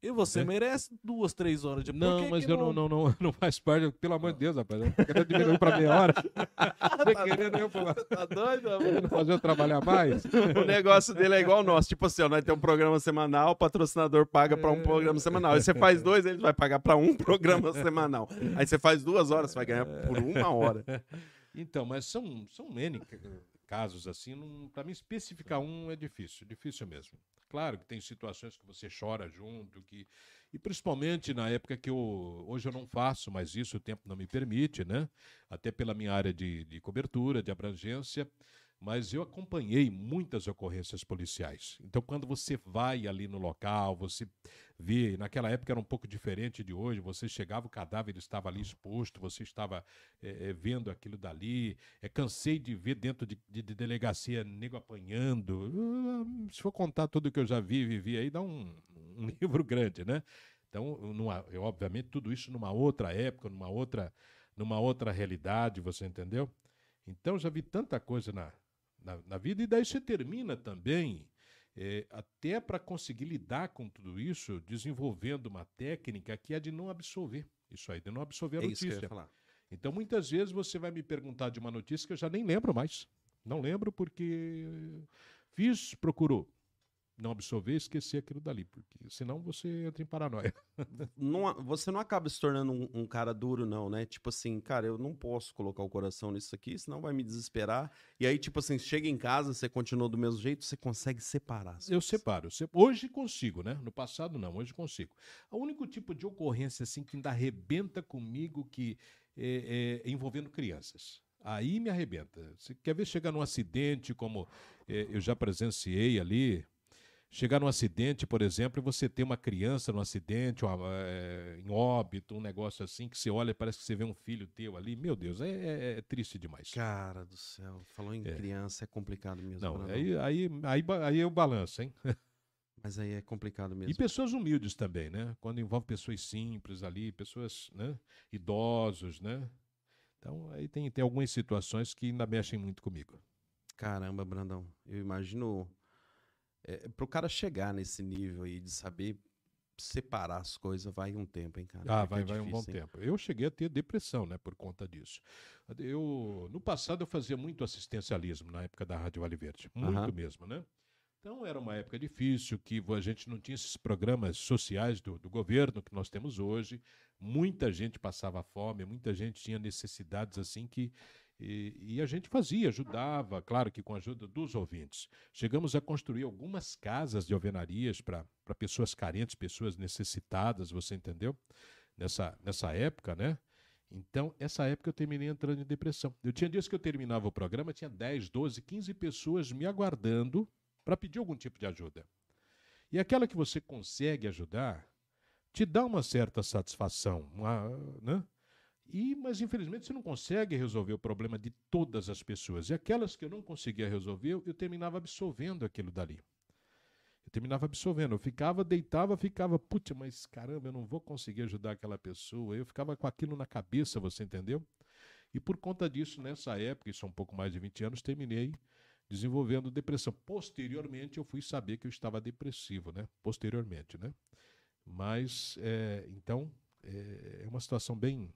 E você É. merece duas, três horas de... Por Não, que mas que eu não, não, não, não faz parte, pelo amor de Deus, rapaz. Eu tô querendo diminuir pra meia hora. Você querendo eu falar, Tá doido, amor? querendo fazer eu trabalhar mais? O negócio dele é igual o nosso. Tipo assim, ó, nós temos um programa semanal, o patrocinador paga pra um programa semanal. Aí você faz dois, ele vai pagar pra um programa semanal. Aí você faz duas horas, você vai ganhar por uma hora. Então, mas são, são N casos assim. Não, pra mim, especificar um é difícil, difícil mesmo. Claro que tem situações que você chora junto, que... E principalmente na época que eu... Hoje eu não faço mais isso, o tempo não me permite, né? Até pela minha área de, de cobertura, de abrangência. Mas eu acompanhei muitas ocorrências policiais. Então, quando você vai ali no local, você vê... Naquela época era um pouco diferente de hoje. Você chegava, o cadáver estava ali exposto, você estava é, é, vendo aquilo dali. É, cansei de ver dentro de, de, de delegacia nego apanhando. Uh, se for contar tudo que eu já vi e vivi aí, dá um, um livro grande, né? Então, numa, eu, obviamente, tudo isso numa outra época, numa outra, numa outra realidade, você entendeu? Então, já vi tanta coisa na... Na, na vida, e daí você termina também, é, até para conseguir lidar com tudo isso, desenvolvendo uma técnica que é de não absorver isso aí, de não absorver a É isso que eu notícia. ia falar. Então, muitas vezes você vai me perguntar de uma notícia que eu já nem lembro mais. Não lembro porque fiz, procurou. Não absorver e esquecer aquilo dali, porque senão você entra em paranoia. Não, você não acaba se tornando um, um cara duro, não, né? Tipo assim, cara, eu não posso colocar o coração nisso aqui, senão vai me desesperar. E aí, tipo assim, chega em casa, você continua do mesmo jeito, você consegue separar. as Eu coisas. separo. Se- Hoje consigo, né? No passado não, hoje consigo. O único tipo de ocorrência assim que ainda arrebenta comigo que é, é, envolvendo crianças. Aí me arrebenta. Você quer ver chegar num acidente, como é, eu já presenciei ali, chegar num acidente, por exemplo, e você ter uma criança num acidente, uma, é, em óbito, um negócio assim, que você olha e parece que você vê um filho teu ali. Meu Deus, é, é- é triste demais. Cara do céu, falou em É. criança, é complicado mesmo. Não, Brandão. aí, aí, aí, ba- aí eu balanço, hein? Mas aí é complicado mesmo. E pessoas humildes também, né? Quando envolve pessoas simples ali, pessoas, né? Idosos, né? Então, aí tem, tem algumas situações que ainda mexem muito comigo. Caramba, Brandão, eu imagino. É, pro cara chegar nesse nível aí de saber separar as coisas, vai um tempo, hein, cara? Ah, Porque vai, é vai um bom difícil, hein? tempo. Eu cheguei a ter depressão, né, por conta disso. Eu, no passado eu fazia muito assistencialismo na época da Rádio Vale Verde, muito Aham. mesmo, né? Então era uma época difícil, que a gente não tinha esses programas sociais do, do governo que nós temos hoje. Muita gente passava fome, muita gente tinha necessidades assim que e, e a gente fazia, ajudava, claro que com a ajuda dos ouvintes. Chegamos a construir algumas casas de alvenarias para pessoas carentes, pessoas necessitadas, você entendeu? Nessa, nessa época, né? Então, essa época eu terminei entrando em depressão. Eu tinha dias que eu terminava o programa, tinha dez, doze, quinze pessoas me aguardando para pedir algum tipo de ajuda. E aquela que você consegue ajudar te dá uma certa satisfação, uma, né? E, mas, infelizmente, você não consegue resolver o problema de todas as pessoas. E aquelas que eu não conseguia resolver, eu, eu terminava absorvendo aquilo dali. Eu terminava absorvendo. Eu ficava, deitava, ficava, putz, mas caramba, eu não vou conseguir ajudar aquela pessoa. Eu ficava com aquilo na cabeça, você entendeu? E por conta disso, nessa época, isso há um pouco mais de vinte anos, terminei desenvolvendo depressão. Posteriormente, eu fui saber que eu estava depressivo, né? Posteriormente, né? Mas, é, então, é, é uma situação bem,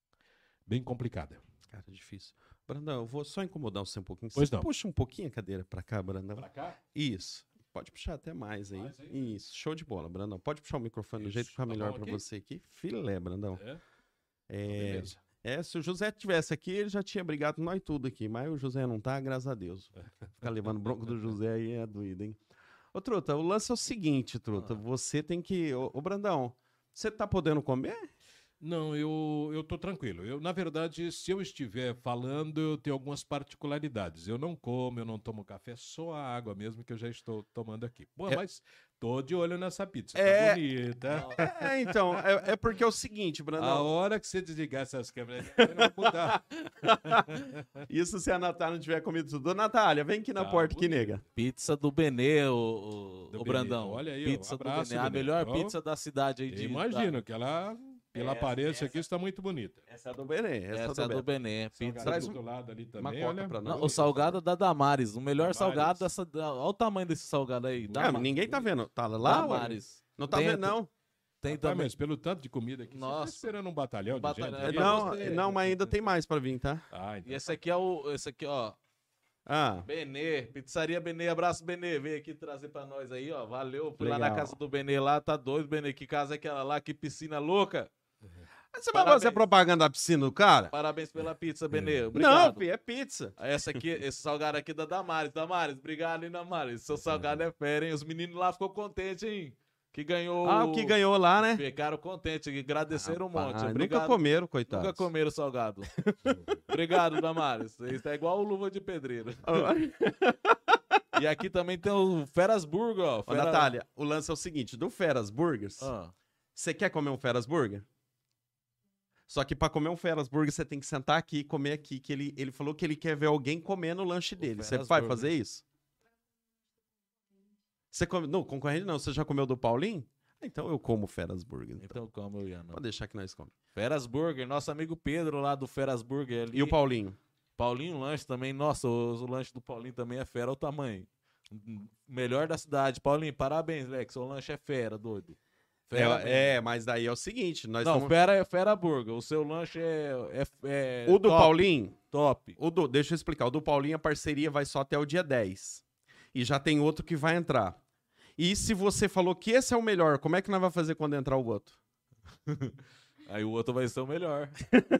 bem complicada. Cara, é difícil. Brandão, eu vou só incomodar você um pouquinho. Pois Você não. puxa um pouquinho a cadeira pra cá, Brandão. Pra cá? Isso. Pode puxar até mais aí. Mais ainda? Isso. Show de bola, Brandão. Pode puxar o microfone do jeito que Isso. ficar Tá melhor bom pra aqui? você aqui. Filé, Brandão. É? É, Beleza. é, se o José tivesse aqui, ele já tinha brigado com nós tudo aqui. Mas o José não tá, graças a Deus. Ficar levando bronco do José aí é doido, hein? Ô, Truta, o lance é o seguinte, Truta. Ah. Você tem que... Ô, ô, Brandão, você tá podendo comer? Não, eu eu tô tranquilo. Eu, na verdade, se eu estiver falando, eu tenho algumas particularidades. Eu não como, eu não tomo café, só a água mesmo que eu já estou tomando aqui. Bom, É- mas tô de olho nessa pizza, É- tá bonita. É, então, é, é porque é o seguinte, A Brandão. hora que você desligar essas câmeras, eu vou mudar. Isso se a Natália não tiver comido tudo. Ô, Natália, vem aqui na Tá porta aqui, bonito. nega. Pizza do Benê, o, o, Do o Benê. Brandão. Olha aí, ó, pizza um abraço, do Benê. A Benê. melhor Ó, pizza da cidade aí. Eu de, imagino que ela, pela Essa- aparência essa- aqui, está muito bonita. Essa é do Benê. Da, Essa, essa é do do Benê. Benê. Pizza Traz do um- outro lado ali uma também, coca olha. pra nós. Não, o salgado é da Damares. O melhor Damares. salgado dessa. Olha o tamanho desse salgado aí. Ah, Dama- ninguém tá vendo. Tá lá? ué? Damares. Não tá Dentro. vendo, não. Tem Rapaz, também. mas pelo tanto de comida aqui, Nossa. você tá esperando um batalhão, Um batalhão, de é gente. pra Não, você. não, mas ainda tem mais pra vir, tá? Ah, então. E esse aqui é o. Esse aqui, ó. Ah, Benê, Pizzaria Benê, abraço Benê, veio aqui trazer pra nós aí, ó, valeu, fui lá Legal. na casa do Benê lá, tá doido, Benê, que casa é aquela lá, que piscina louca, você vai Parabéns. fazer propaganda da piscina do cara? parabéns pela pizza, Benê, Não, obrigado. filho, é pizza. Essa aqui, esse salgado aqui da Damares, Damares, obrigado, hein, Damares, seu salgado é fera, hein, os meninos lá ficou contentes, hein, que ganhou... Ah, o que ganhou lá, né? Ficaram contentes, agradeceram um monte, Ah, obrigado. nunca comeram, coitado. Nunca comeram salgado. Obrigado, Damares, isso é igual o luva de pedreiro. E aqui também tem o Feras Burger, ó. Ô, Fera- Natália, o lance é o seguinte, do Feras Burgers, Ah, você quer comer um Feras Burger? Só que pra comer um Feras Burger, você tem que sentar aqui e comer aqui, que ele, ele falou que ele quer ver alguém comendo o lanche dele. Você Feras vai Burger. fazer isso? Você come... Não, concorrente não. Você já comeu do Paulinho? Então eu como Feras Burger. Então. então como eu ia, não. Pode deixar que nós comemos. Feras Burger, nosso amigo Pedro lá do Feras Burger ali. E o Paulinho? Paulinho Lanche também, nossa, o, o lanche do Paulinho também é fera, olha o tamanho. Melhor da cidade. Paulinho, parabéns, Lex, o lanche é fera, doido. Fera mesmo. É, é, mas daí é o seguinte, nós Não, tamo- fera é Fera Burger, o seu lanche é, é, é O do top, Paulinho, top. o do... deixa eu explicar, o do Paulinho a parceria vai só até o dia dez. E já tem outro que vai entrar. E se você falou que esse é o melhor, como é que nós vamos fazer quando entrar o outro? Aí o outro vai ser o melhor.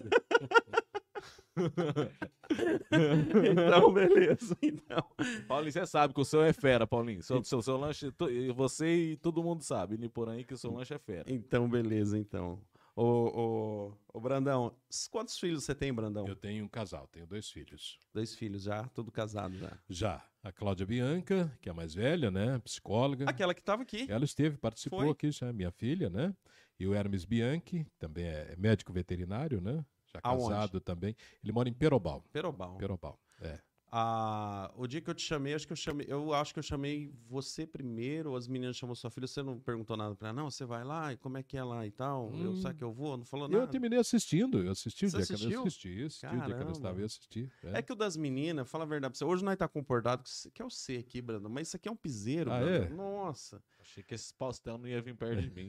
Então, beleza. Então. Paulinho, você sabe que o seu é fera, Paulinho. Seu, seu, seu lanche, tu- e você e todo mundo sabe, Niporã, que o seu lanche é fera. Então, beleza, então. Ô, ô, ô, Brandão, s- quantos filhos você tem, Brandão? Eu tenho um casal, tenho dois filhos. Dois filhos já, tudo casado já. Já, a Cláudia Bianca, que é a mais velha, né? Psicóloga. Aquela que tava aqui. Ela esteve, participou Foi. aqui já, minha filha, né? E o Hermes Bianchi, também é médico veterinário, né? Já Aonde? casado também. Ele mora em Perobal. Perobal. Perobal, é. Ah, o dia que eu te chamei, acho que eu chamei, eu acho que eu chamei você primeiro, as meninas chamou sua filha, você não perguntou nada pra ela, não, você vai lá, e como é que é lá e tal, eu Hum. sei que eu vou, não falou E eu nada. terminei assistindo, eu assisti o Você dia que assistiu? ela assisti, assisti o dia que ela Caramba. estava, eu assisti. É. É que o das meninas, fala a verdade pra você, hoje nós tá comportado, que c- que é o C aqui, Brandão, mas isso aqui é um piseiro, Ah, Brandão. é? Nossa. Achei que esses pastel não iam vir perto de mim.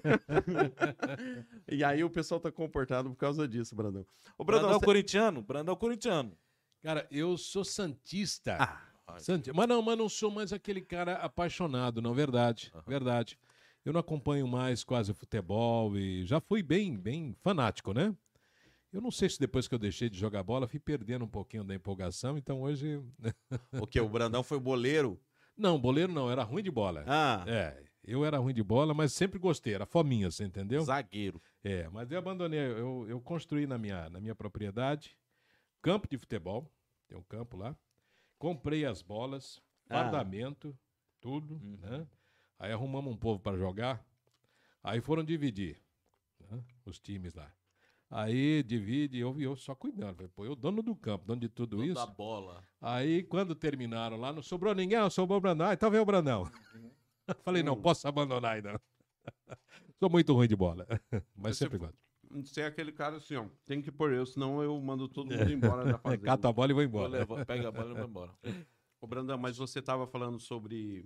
E aí o pessoal tá comportado por causa disso, Brandão. Ô, Brandão Brandão, você... corintiano, Brandão corintiano. Cara, eu sou santista. Ah, Santi- Mas não, mas não sou mais aquele cara apaixonado, não, verdade, Aham. verdade. Eu não acompanho mais quase futebol e já fui bem, bem fanático, né? Eu não sei se depois que eu deixei de jogar bola, fui perdendo um pouquinho da empolgação, então hoje... o que? O Brandão foi boleiro? Não, boleiro não, era ruim de bola. Ah, É, eu era ruim de bola, mas sempre gostei, era fominha, você entendeu? Zagueiro. É, mas eu abandonei, eu, eu construí na minha, na minha propriedade campo de futebol, tem um campo lá, comprei as bolas, Ah. fardamento, tudo, Uhum. né? Aí arrumamos um povo para jogar, aí foram dividir, né, os times lá. Aí divide, eu, eu só cuidando, falei, pô, eu dono do campo, dono de tudo Dono isso. da bola. Aí quando terminaram lá, não sobrou ninguém, ah, sobrou o Brandão, ah, então veio o Brandão. Falei, não Hum. posso abandonar ainda. Sou muito ruim de bola, mas Você sempre fo- gosto. você é aquele cara assim, ó, tem que pôr eu, senão eu mando todo mundo embora da É, fazenda. cato a bola e vou Vou embora. levar- pega a bola e vai embora. Ô, Brandão, mas você tava falando sobre.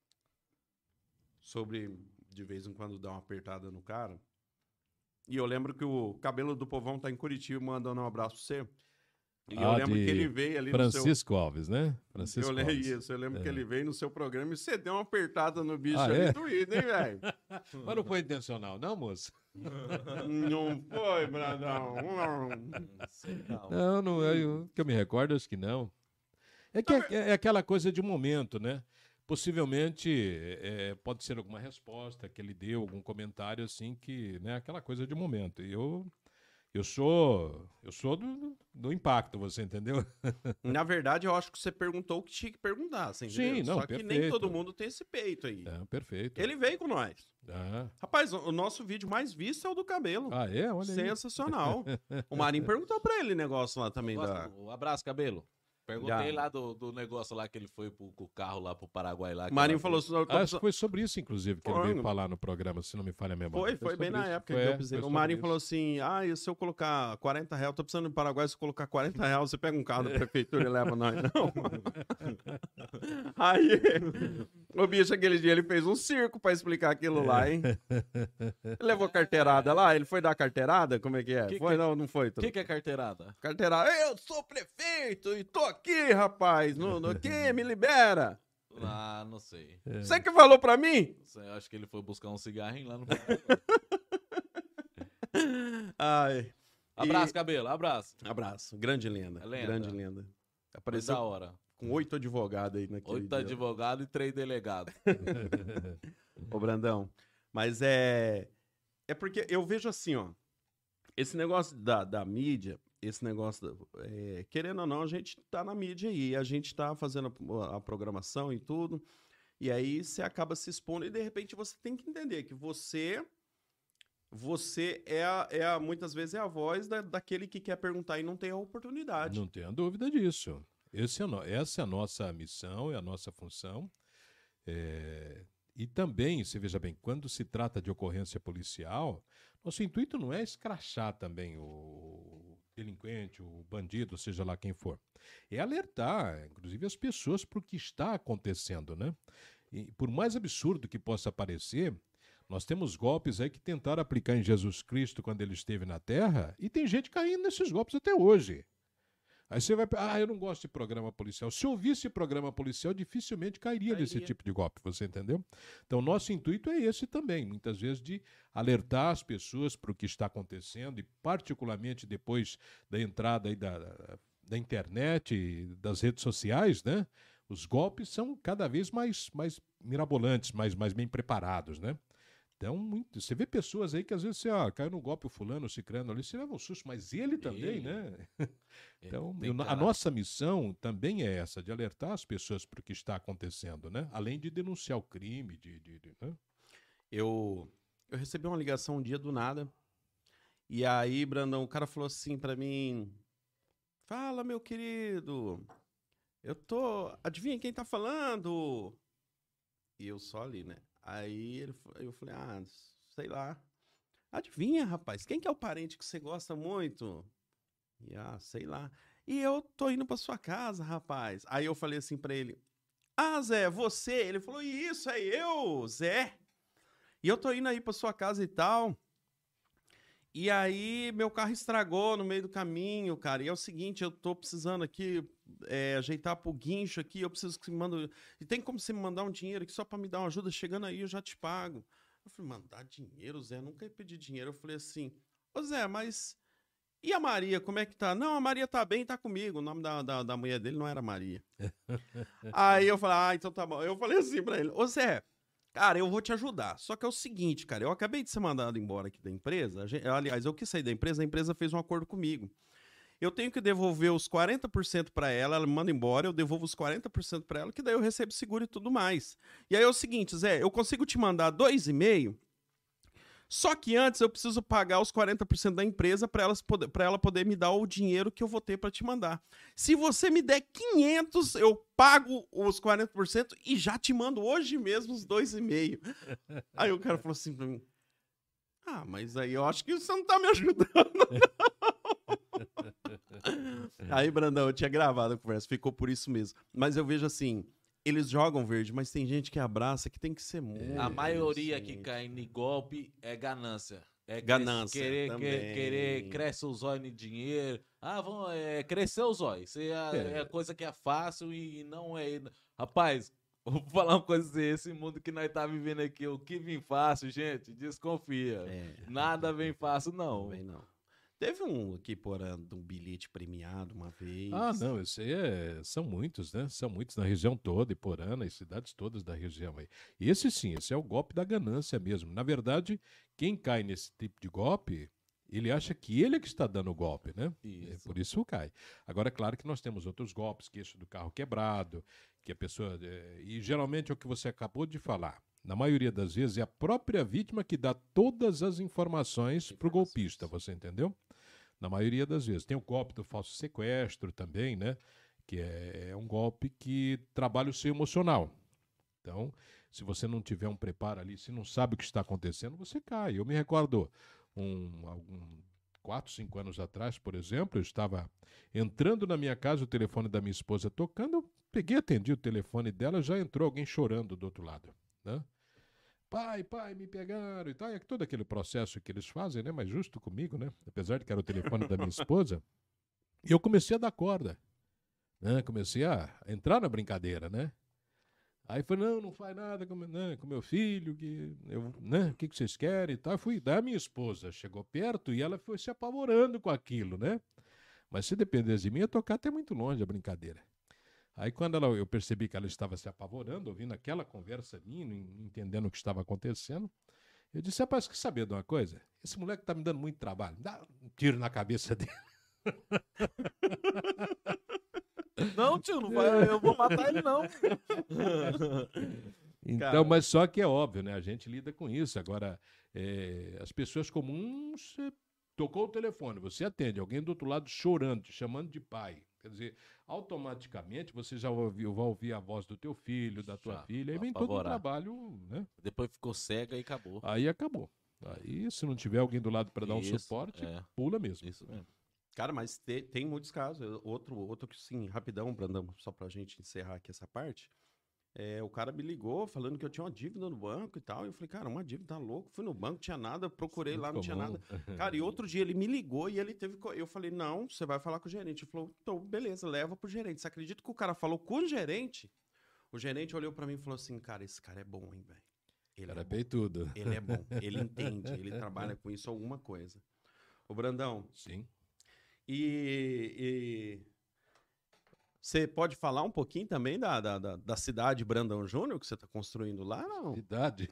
Sobre de vez em quando dar uma apertada no cara. E eu lembro que o Cabelo do Povão tá em Curitiba mandando um abraço pra você. E eu Ah, lembro de que ele veio ali Francisco Alves, né? no seu. Francisco Eu lembro Alves. isso, eu lembro que É. ele veio no seu programa e você deu uma apertada no bicho Ah, ali é? doído, hein, velho? Mas não foi intencional, não, moço? Não foi, Brandão. Não. Não, não é, eu- que eu me recordo, acho que não. É que é, é aquela coisa de momento, né? Possivelmente é, pode ser alguma resposta que ele deu, algum comentário assim que, né? Aquela coisa de momento. E eu, eu sou, eu sou do, do impacto, você entendeu? Na verdade, eu acho que você perguntou o que tinha que perguntar, você Sim, entendeu? não, Só que nem perfeito. todo mundo tem esse peito aí. É, perfeito. Ele veio com nós. Ah, Rapaz, o o nosso vídeo mais visto é o do cabelo. ah, é? Olha aí. Sensacional. O Marinho perguntou pra ele negócio lá também da. Gosta- Um abraço, cabelo. Perguntei Já. lá do, do negócio lá que ele foi pro, com o carro lá pro Paraguai lá. O que Marinho ela falou fez. assim, Ah, acho que foi sobre isso, inclusive, que ele Foi. veio falar no programa, se não me falha a memória. Foi, foi bem sobre na isso. época Foi, que é, eu pisei. foi O sobre Marinho isso. falou assim: ah, e se eu colocar quarenta reais, tô precisando ir no Paraguai, se eu colocar quarenta reais, você pega um carro da prefeitura e leva nós. Não. Aí O bicho, aquele dia, ele fez um circo pra explicar aquilo lá, hein? Ele levou carteirada lá? Ele foi dar carteirada? Como é que é? Que foi que- não? Não foi? O que, que é carteirada? Carteirada. Eu sou prefeito e tô aqui, rapaz. No, no quê? Me libera. Ah, não sei. Você que falou pra mim? Não sei, eu acho que ele foi buscar um cigarrinho lá no. Ai. Abraço, cabelo, abraço. Abraço. Grande lenda. É lenda. Grande lenda. Foi Apareceu da hora. com oito advogados aí naquele Oito dia. advogados e três delegados. Ô, Brandão. Mas é... É porque eu vejo assim, ó. Esse negócio da, da mídia, esse negócio... da- é, querendo ou não, a gente tá na mídia aí. A gente tá fazendo a, a programação e tudo. E aí você acaba se expondo e, de repente, você tem que entender que você... Você é, a, é a- muitas vezes é a voz da, daquele que quer perguntar e não tem a oportunidade. Não tenha dúvida disso. Esse é no- Essa é a nossa missão, é a nossa função. É, E também, você veja bem, quando se trata de ocorrência policial, nosso intuito não é escrachar também o delinquente, o bandido, seja lá quem for. É alertar, inclusive, as pessoas para o que está acontecendo, né? E por mais absurdo que possa parecer, nós temos golpes aí que tentaram aplicar em Jesus Cristo quando ele esteve na Terra, e tem gente caindo nesses golpes até hoje. Aí você vai, ah, eu não gosto de programa policial. Se eu ouvisse programa policial, dificilmente cairia, Cairia. nesse tipo de golpe, você entendeu? Então, nosso intuito é esse também, muitas vezes de alertar as pessoas para o que está acontecendo, e particularmente depois da entrada aí da, da internet e das redes sociais, né? Os golpes são cada vez mais, mais mirabolantes, mais, mais bem preparados, né? Então, muito, você vê pessoas aí que às vezes você ah, caiu no golpe o fulano, o cicrano ali, você leva um susto, mas ele também, Ele- né? Então, Tem eu- a cara- nossa missão também é essa, de alertar as pessoas para o que está acontecendo, né? Além de denunciar o crime, de, de- de- né? Eu, eu recebi uma ligação um dia do nada. E aí, Brandão, o cara falou assim pra mim: Fala, meu querido. Eu tô. Adivinha quem tá falando? E eu só ali, né? Aí ele, fa- eu falei: Ah, sei lá. Adivinha, rapaz, quem que é o parente que você gosta muito? E ah, sei lá. E eu tô indo pra sua casa, rapaz. Aí eu falei assim pra ele: Ah, Zé, você? Ele falou: Isso, é eu, Zé. E eu tô indo aí pra sua casa e tal. E aí, meu carro estragou no meio do caminho, cara. E é o seguinte, eu tô precisando aqui é, ajeitar pro guincho aqui. Eu preciso que você me manda. E tem como você me mandar um dinheiro aqui só pra me dar uma ajuda? Chegando aí, eu já te pago. Eu falei, mandar dinheiro, Zé? Eu nunca ia pedir dinheiro. Eu falei assim, ô Zé, mas. E a Maria, como é que tá? Não, a Maria tá bem, tá comigo. O nome da, da, da mulher dele não era Maria. Aí eu falei, ah, então tá bom. Eu falei assim pra ele, ô Zé. Cara, eu vou te ajudar. Só que é o seguinte, cara, eu acabei de ser mandado embora aqui da empresa. a gente- aliás, eu quis sair da empresa, a empresa fez um acordo comigo. Eu tenho que devolver os quarenta por cento pra ela, ela me manda embora, eu devolvo os quarenta por cento pra ela, que daí eu recebo seguro e tudo mais. E aí é o seguinte, Zé, eu consigo te mandar dois e meio, só que antes eu preciso pagar os quarenta por cento da empresa pra elas poder, pra ela poder me dar o dinheiro que eu vou ter pra te mandar. Se você me der quinhentos, eu pago os quarenta por cento e já te mando hoje mesmo os dois e meio. Aí o cara falou assim pra mim, ah, mas aí eu acho que você não tá me ajudando, não. Aí, Brandão, eu tinha gravado a conversa, ficou por isso mesmo. Mas eu vejo assim, eles jogam verde, mas tem gente que abraça que tem que ser muito. A maioria que inocente. cai em golpe é ganância. É Ganância Querer, também. querer, querer cresce os olhos em dinheiro. Ah, vamos, é, crescer os olhos. Isso é, a- É. é a coisa que é fácil e não é. Rapaz, vou falar uma coisa assim, esse mundo que nós tá vivendo aqui, o que vem fácil, gente, desconfia. É, Nada vem fácil, não. não vem não. Teve um aqui, por um bilhete premiado uma vez. Ah, não, isso aí é, são muitos, né? São muitos na região toda, Iporã, as cidades todas da região aí. E esse sim, esse é o golpe da ganância mesmo. Na verdade, quem cai nesse tipo de golpe, ele acha que ele é que está dando o golpe, né? É Isso. por isso cai. Agora, é claro que nós temos outros golpes, que esse do carro quebrado, que a pessoa... é, e geralmente é o que você acabou de falar. Na maioria das vezes é a própria vítima que dá todas as informações para o golpista, você entendeu? Na maioria das vezes. Tem o golpe do falso sequestro também, né? Que é, é um golpe que trabalha o seu emocional. Então, se você não tiver um preparo ali, se não sabe o que está acontecendo, você cai. Eu me recordo um, algum quatro, cinco anos atrás, por exemplo, eu estava entrando na minha casa, o telefone da minha esposa tocando, eu peguei, atendi o telefone dela, já entrou alguém chorando do outro lado, né? Pai, pai, me pegaram e tal. É todo aquele processo que eles fazem, né? Mas justo comigo, né? Apesar de que era o telefone da minha esposa. E eu comecei a dar corda, né? Comecei a entrar na brincadeira, né? Aí falei, não, não faz nada com, né, com meu filho, que eu, né, o que, que vocês querem e tal. Eu fui dar a minha esposa, chegou perto e ela foi se apavorando com aquilo, né? Mas se dependesse de mim, ia tocar até muito longe a brincadeira. Aí quando ela, eu percebi que ela estava se apavorando, ouvindo aquela conversa minha, entendendo o que estava acontecendo, eu disse, rapaz, quer saber de uma coisa? Esse moleque tá me dando muito trabalho, dá um tiro na cabeça dele. Não, tio, não vai, eu vou matar ele, não. Então, Cara. mas só que é óbvio, né? A gente lida com isso. Agora, é, as pessoas comuns, você tocou o telefone, você atende, alguém do outro lado chorando, te chamando de pai. Quer dizer, automaticamente você já ouviu, vai ouvir a voz do teu filho, da tua Já, filha, aí vem todo o apavorar. trabalho, né? Depois ficou cega e acabou. Aí acabou. Aí, se não tiver alguém do lado para dar um Isso, suporte, é. pula mesmo. Isso mesmo. Cara, mas te- tem muitos casos. Eu- Outro, outro que sim, rapidão, Brandão, só pra gente encerrar aqui essa parte. É, o cara me ligou falando que eu tinha uma dívida no banco e tal. E eu falei, cara, uma dívida, tá louco? Fui no banco, tinha nada, procurei lá, não tinha Comum. nada. Cara, e outro dia ele me ligou e ele teve. co- Eu falei, não, você vai falar com o gerente. Ele falou, então, beleza, leva pro gerente. Você acredita que o cara falou com o gerente? O gerente olhou pra mim e falou assim, cara, esse cara é bom, hein, velho? Ele Era é bom. bem tudo. Ele é bom, ele entende, ele trabalha com isso alguma coisa. Ô, Brandão, Sim. e, e você pode falar um pouquinho também da, da, da, da cidade Brandão Júnior que você está construindo lá? Não. Idade.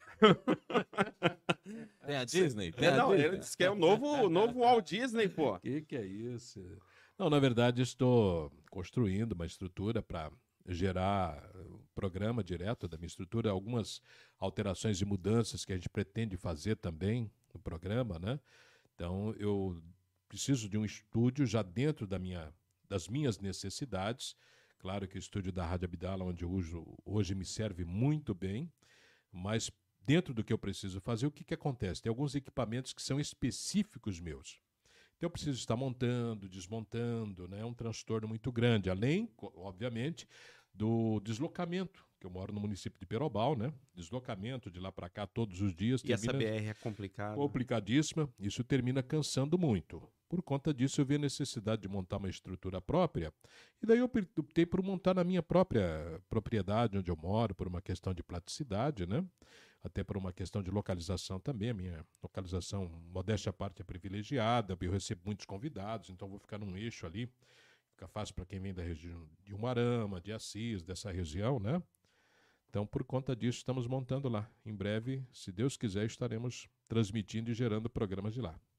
Tem a Disney? Tem É, a não, Disney? ele disse que é o novo, o novo Walt Disney, pô. O que, que é isso? Não, na verdade, estou construindo uma estrutura para gerar um programa direto da minha estrutura, algumas alterações e mudanças que a gente pretende fazer também no programa, né? Então, eu preciso de um estúdio já dentro da minha, das minhas necessidades. Claro que o estúdio da Rádio Abdala, onde eu uso, hoje me serve muito bem, mas dentro do que eu preciso fazer, o que, que acontece? Tem alguns equipamentos que são específicos meus. Então eu preciso estar montando, desmontando, né? É um transtorno muito grande, além, co- obviamente, do deslocamento, que eu moro no município de Perobal, né? Deslocamento de lá para cá todos os dias. E essa termina B R é complicada. complicadíssima, isso termina cansando muito. Por conta disso, eu vi a necessidade de montar uma estrutura própria, e daí eu pe- optei por montar na minha própria propriedade, onde eu moro, por uma questão de praticidade, né? Até por uma questão de localização também. A minha localização, modéstia à parte, é privilegiada, eu recebo muitos convidados, então vou ficar num eixo ali, fica fácil para quem vem da região de Umuarama, de Assis, dessa região, né? Então, por conta disso, estamos montando lá. Em breve, se Deus quiser, estaremos transmitindo e gerando programas de lá.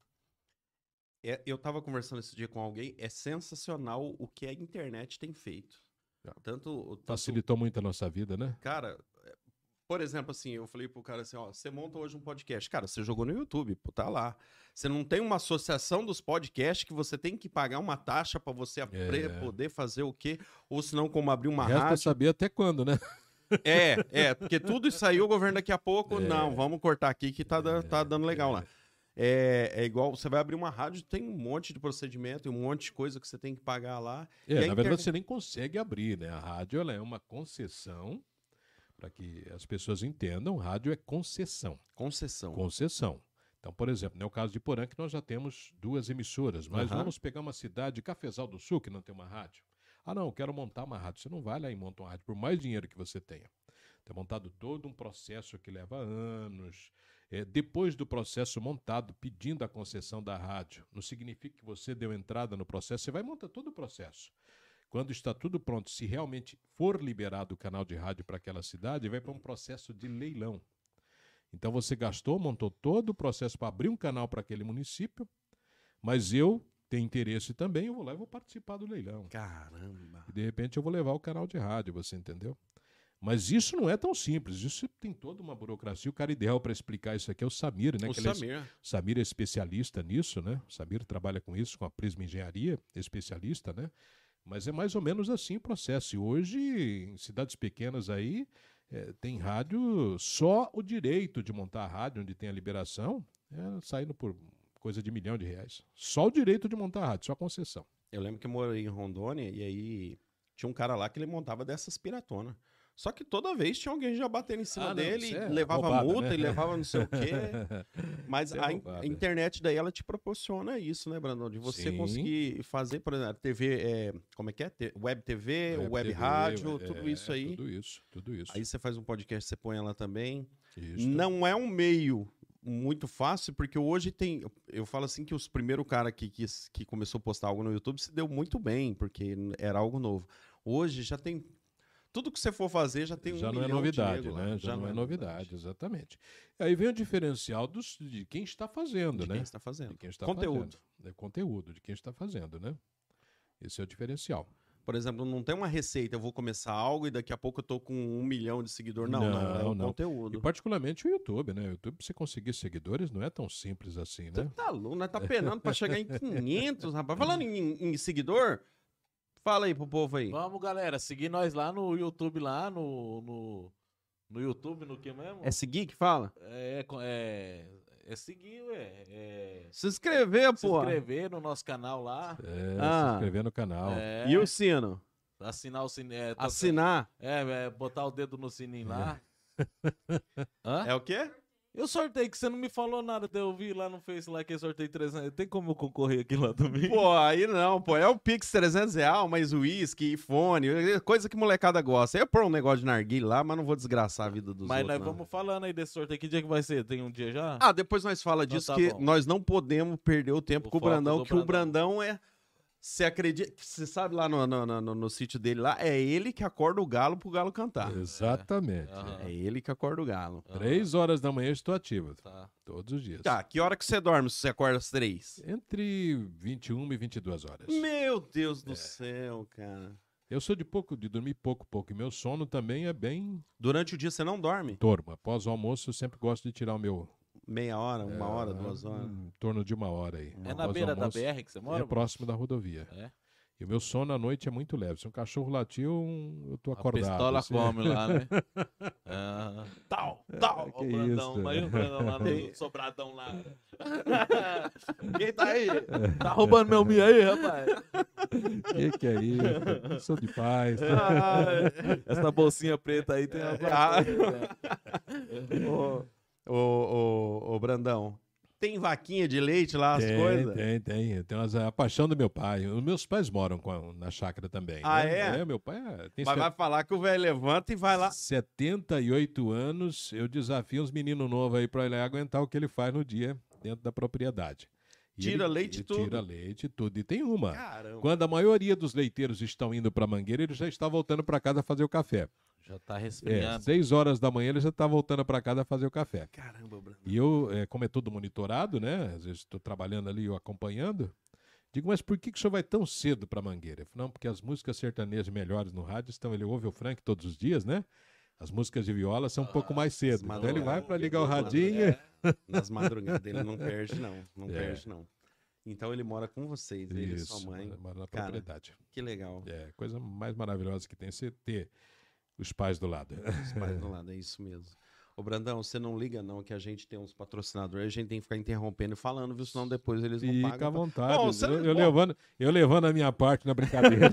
É, eu estava conversando esse dia com alguém, é sensacional o que a internet tem feito. Ah. Tanto, tanto Facilitou muito a nossa vida, né? Cara, é, por exemplo, assim, eu falei pro cara assim, ó, você monta hoje um podcast. Cara, você jogou no YouTube, pô, tá lá. Você não tem uma associação dos podcasts que você tem que pagar uma taxa pra você apre- É. poder fazer o quê? Ou senão como abrir uma Resta rádio. saber até quando, né? É, é, porque tudo isso aí o governo daqui a pouco, É. não, vamos cortar aqui que tá, da- tá dando legal lá. É, é igual, você vai abrir uma rádio, tem um monte de procedimento e um monte de coisa que você tem que pagar lá. É, E a na verdade, internet- você nem consegue abrir, né? A rádio ela é uma concessão, para que as pessoas entendam, rádio é concessão. Concessão. Concessão. Então, por exemplo, no caso de Porã, que nós já temos duas emissoras, mas Aham. vamos pegar uma cidade, Cafezal do Sul, que não tem uma rádio. Ah, não, eu quero montar uma rádio. Você não vai lá e monta uma rádio, por mais dinheiro que você tenha. Tem montado todo um processo que leva anos. É, depois do processo montado, pedindo a concessão da rádio, não significa que você deu entrada no processo, você vai montar todo o processo. Quando está tudo pronto, se realmente for liberado o canal de rádio para aquela cidade, vai para um processo de leilão. Então você gastou, montou todo o processo para abrir um canal para aquele município, mas eu tenho interesse também, eu vou lá e vou participar do leilão. Caramba. E de repente eu vou levar o canal de rádio, você entendeu? Mas isso não é tão simples, isso tem toda uma burocracia. O cara ideal para explicar isso aqui é o Samir, né? O que ele é Samir. Samir é especialista nisso, né? O Samir trabalha com isso, com a Prisma Engenharia, especialista, né? Mas é mais ou menos assim o processo. E hoje, em cidades pequenas aí, eh, tem rádio, só o direito de montar a rádio, onde tem a liberação, é, saindo por coisa de milhão de reais. Só o direito de montar a rádio, só a concessão. Eu lembro que eu morei em Rondônia e aí tinha um cara lá que ele montava dessas piratonas. Só que toda vez tinha alguém já batendo em cima Ah, não, dele, isso é levava roubada, multa né? e levava não sei o quê. Mas Isso é a, in- roubada. a internet daí ela te proporciona isso, né, Brandão? De você Sim. conseguir fazer, por exemplo, T V, é, como é que é? Te- Web T V, web, Web T V, rádio, é, tudo isso aí. Tudo isso, tudo isso. Aí você faz um podcast, você põe ela também. Isso. Não é um meio muito fácil, porque hoje tem. Eu falo assim que os primeiros caras que, que, que começou a postar algo no YouTube se deu muito bem, porque era algo novo. Hoje já tem. Tudo que você for fazer já tem um Já não é milhão de novidade, nego lá. né? Já, não, é novidade, exatamente. E aí vem o diferencial dos, de quem está fazendo, De né? quem está fazendo. De quem está Conteúdo. fazendo. É conteúdo, de quem está fazendo, né? Esse é o diferencial. Por exemplo, não tem uma receita, eu vou começar algo e daqui a pouco eu tô com um milhão de seguidores. Não, não, é Não, o não. conteúdo. E particularmente o YouTube, né? O YouTube, pra você conseguir seguidores, não é tão simples assim, Você né? tá louco, nós tá penando pra chegar em quinhentos, rapaz. Falando em, em seguidor, fala aí pro povo aí. Vamos, galera, seguir nós lá no YouTube, lá no... no... No YouTube, no que mesmo? É seguir que fala? É, é, é seguir, ué. É Se inscrever, se pô. inscrever no nosso canal lá. É, Ah. se inscrever no canal. É, E o sino? assinar o sininho. É, toca- Assinar. é, é, botar o dedo no sininho lá. Hã? É o quê? Eu sorteio, que você não me falou nada, eu vi lá no Face lá que eu sorteio trezentos. Tem como eu concorrer aqui lá também? Pô, aí não, pô. É o Pix trezentos reais, mais uísque, fone, coisa que molecada gosta. Eu pôr um negócio de narguilha lá, mas não vou desgraçar a vida dos Mas outros. nós não. vamos falando aí desse sorteio. Que dia que vai ser? Tem um dia já? Ah, depois nós fala Então disso tá que bom. nós não podemos perder o tempo O com o foco Brandão, do que o Brandão. Brandão é... Você acredita... Você sabe lá no, no, no, no- no sítio dele lá, é ele que acorda o galo pro galo cantar. Exatamente. Aham. É ele que acorda o galo. Aham. Três horas da manhã eu estou ativo. Tá. Todos os dias. Tá, que hora que você dorme se você acorda às três? Entre vinte e uma e vinte e duas horas. Meu Deus do céu, cara. Eu sou de pouco, de dormir pouco, pouco. E meu sono também é bem Durante o dia você não dorme? tormo. Após o almoço, eu sempre gosto de tirar o meu... Meia hora, uma hora, duas horas? Em torno de uma hora aí. É na Após o beira da almoço, B R que você mora? É próximo da rodovia. É. E o meu sono à noite é muito leve. Se um cachorro latir, um- eu tô A acordado. pistola assim. come lá, né? Ah, tal, tal. que O Brandão, isso. mas o Brandão lá no sobradão lá. Quem tá aí? Tá roubando meu milho aí, rapaz? Que que é isso? Eu sou de paz. Ah, Essa bolsinha preta aí tem alguma Ah. coisa, né? ô, ô, ô, ô, Brandão, tem vaquinha de leite lá, as Tem, coisas? tem, tem. Tem umas- a paixão do meu pai. Os meus pais moram com a- na chácara também. Ah, né? é? É, meu pai é, tem Mas vai falar que o velho levanta e vai lá. setenta e oito anos. Eu desafio uns meninos novos aí pra ele aguentar o que ele faz no dia dentro da propriedade. E Tira ele- leite e ele tudo. Tira leite e tudo. E tem uma. Caramba. Quando a maioria dos leiteiros estão indo para Mangueira, ele já está voltando para casa fazer o café. Já tá É, resfriando. seis horas da manhã ele já está voltando para casa fazer o café. Caramba, Brandão. E eu, é, como é tudo monitorado, né? Às vezes estou trabalhando ali, eu acompanhando. Digo, mas por que, que o senhor vai tão cedo para Mangueira? Eu falo, não, porque as músicas sertanejas melhores no rádio estão. Ele ouve o Frank todos os dias, né? As músicas de viola são um pouco mais cedo. Então ele vai para ligar o radinho. É, nas madrugadas ele não perde, não. Não É. perde, não. Então ele mora com vocês, ele e Isso, sua mãe. mora na Cara, propriedade. Que legal. É, coisa mais maravilhosa que tem é você ter os pais do lado. Os pais do lado, é isso mesmo. Ô, Brandão, você não liga não que a gente tem uns patrocinadores, a gente tem que ficar interrompendo e falando, viu? Senão depois eles não Fica à pagam. pra- vontade. Bom, você eu, não- eu bom. levando, eu levando a minha parte na brincadeira.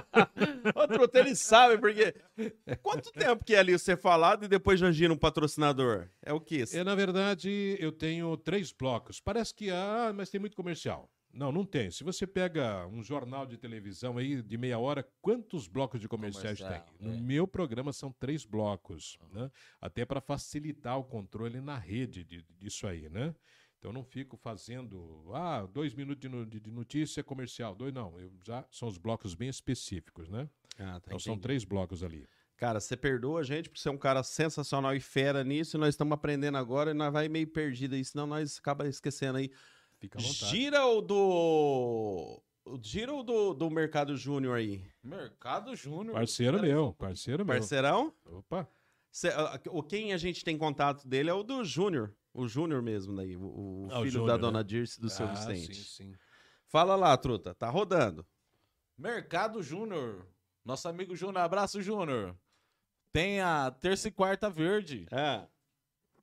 Ô, Truta, eles sabem, porque... Quanto tempo que é ali você falado e depois já gira um patrocinador? É o quê? É, na verdade, eu tenho três blocos. Parece que, ah, mas tem muito comercial. Não, não tem. Se você pega um jornal de televisão aí de meia hora, quantos blocos de comerciais Comercial, tem? No é. meu programa são três blocos, né? Até para facilitar o controle na rede de- disso aí, né? Então eu não fico fazendo, ah, dois minutos de, no- de- de notícia comercial, dois não. Eu já são os blocos bem específicos, né? Ah, tá, Então são entendi. três blocos ali. Cara, você perdoa a gente por ser um cara sensacional e fera nisso, e nós estamos aprendendo agora e nós vai meio perdido aí, senão nós acaba esquecendo aí. Fica à vontade. Gira o do... o- Gira o do, do Mercado Júnior aí. Mercado Júnior. Parceiro Pera aí, meu, parceiro meu. Parceirão? Opa. Cê, ah, o quem a gente tem contato dele é o do Júnior. O Júnior mesmo daí, o, o Ah, o filho Júnior, da né? dona Dirce e do seu Ah, Vicente. sim, sim. Fala lá, truta, tá rodando. Mercado Júnior. Nosso amigo Júnior. Abraço, Júnior. Tem a terça e quarta verde. É.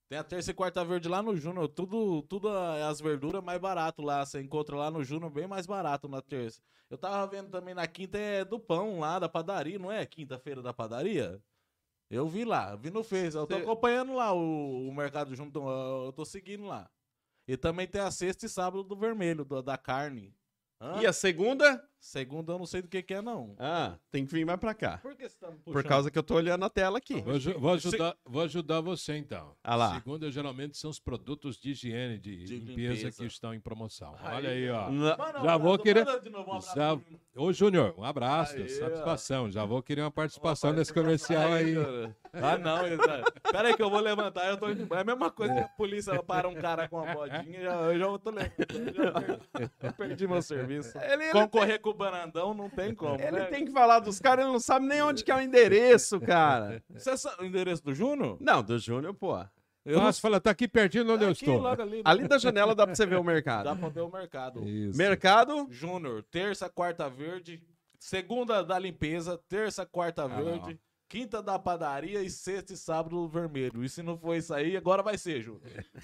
Tem a terça e quarta verde lá no Júnior. Tudo, tudo a- as verduras mais barato lá. Você encontra lá no Júnior bem mais barato na terça. Eu tava vendo também na quinta é do pão lá, da padaria. Não é quinta-feira da padaria? Eu vi lá, vi no Face. Eu tô Cê- acompanhando lá o, o Mercado Júnior. Eu eu tô seguindo lá. E também tem a sexta e sábado do vermelho, do- da carne. Hã? E a segunda? Segunda eu não sei do que que é, não. Ah, tem que vir mais pra cá. Por que você tá me puxando? Por causa que eu tô olhando a tela aqui. Vou, aju- vou ajudar, vou ajudar você, então. Ah lá. Segunda, geralmente, são os produtos de higiene, de, De limpeza, limpeza. que estão em promoção. Aí, Olha aí, ó. Na- Manda um Já vou abraço, querer- manda de novo um abraço Já- pro Júnior. Ô, Júnior, um abraço, Aí, ó. satisfação. Já vou querer uma participação Uma nesse comercial aí. cara. Ah, não. Isa. Pera aí que eu vou levantar. Eu tô indo... É a mesma coisa que a polícia para um cara com uma bodinha. Já, eu já tô levantando. Já perdi, eu perdi meu serviço. Ele, ele, Concorrer com o Barandão não tem como, ele né? tem que falar dos caras, ele não sabe nem onde que é o endereço, cara. Você sabe o endereço do Júnior? Não, do Júnior, pô. Eu Nossa, fala, tá aqui pertinho de onde eu Aqui, estou. logo ali. Ali da janela dá pra você ver o mercado. Dá pra ver o mercado. Isso. Mercado, Júnior, terça, quarta verde, segunda da limpeza, terça, quarta Ah, verde, não. quinta da padaria e sexta e sábado vermelho. E se não for isso aí, agora vai ser, Júnior.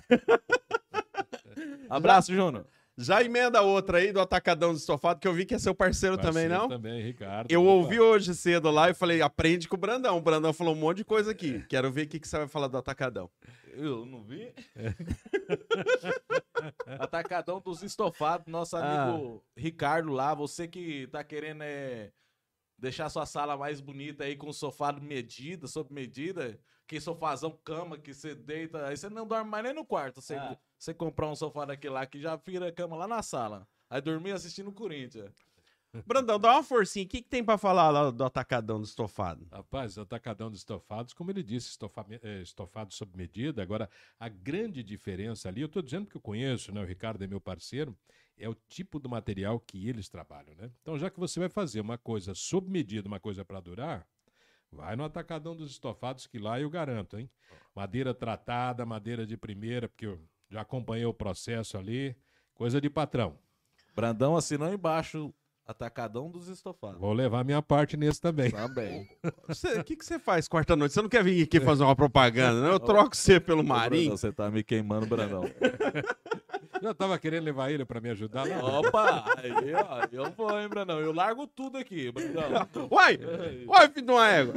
Abraço, Júnior. já emenda outra aí do Atacadão do Estofado, que eu vi que é seu parceiro, também, Parceiro não? Também, Ricardo. Eu Opa. ouvi hoje cedo lá e falei, aprende com o Brandão. O Brandão falou um monte de coisa aqui. Quero ver o que, que você vai falar do Atacadão. Eu não vi. Atacadão dos Estofados, nosso Ah. amigo Ricardo lá. Você que tá querendo é, deixar sua sala mais bonita aí com sofá de medida, sob medida. Que sofazão, cama, que você deita. Aí você não dorme mais nem no quarto. Você, Ah. você comprar um sofá daquele lá que já vira a cama lá na sala. Aí dormir assistindo o Corinthians. Brandão, dá uma forcinha. O que, que tem pra falar lá do Atacadão do Estofado? Rapaz, o Atacadão de estofados, como ele disse, estofa, eh, estofado sob medida. Agora, a grande diferença ali, eu estou dizendo que eu conheço, né? O Ricardo é meu parceiro, é o tipo do material que eles trabalham, né? Então, já que você vai fazer uma coisa sob medida, uma coisa para durar, vai no Atacadão dos Estofados, que lá eu garanto, hein? Madeira tratada, madeira de primeira, porque eu já acompanhei o processo ali, coisa de patrão. Brandão assinou embaixo. Atacadão dos Estofados. Vou levar minha parte nesse também. Também. Você- O que, que você faz quarta-noite? Você não quer vir aqui fazer uma propaganda, né? Eu troco você pelo Marinho. Brandão, você tá me queimando, Brandão. Eu tava querendo levar ele para me ajudar lá. Opa! Aí, ó, eu vou, hein, Brandão? Eu largo tudo aqui, Brandão. Uai! Uai, filho de uma égua!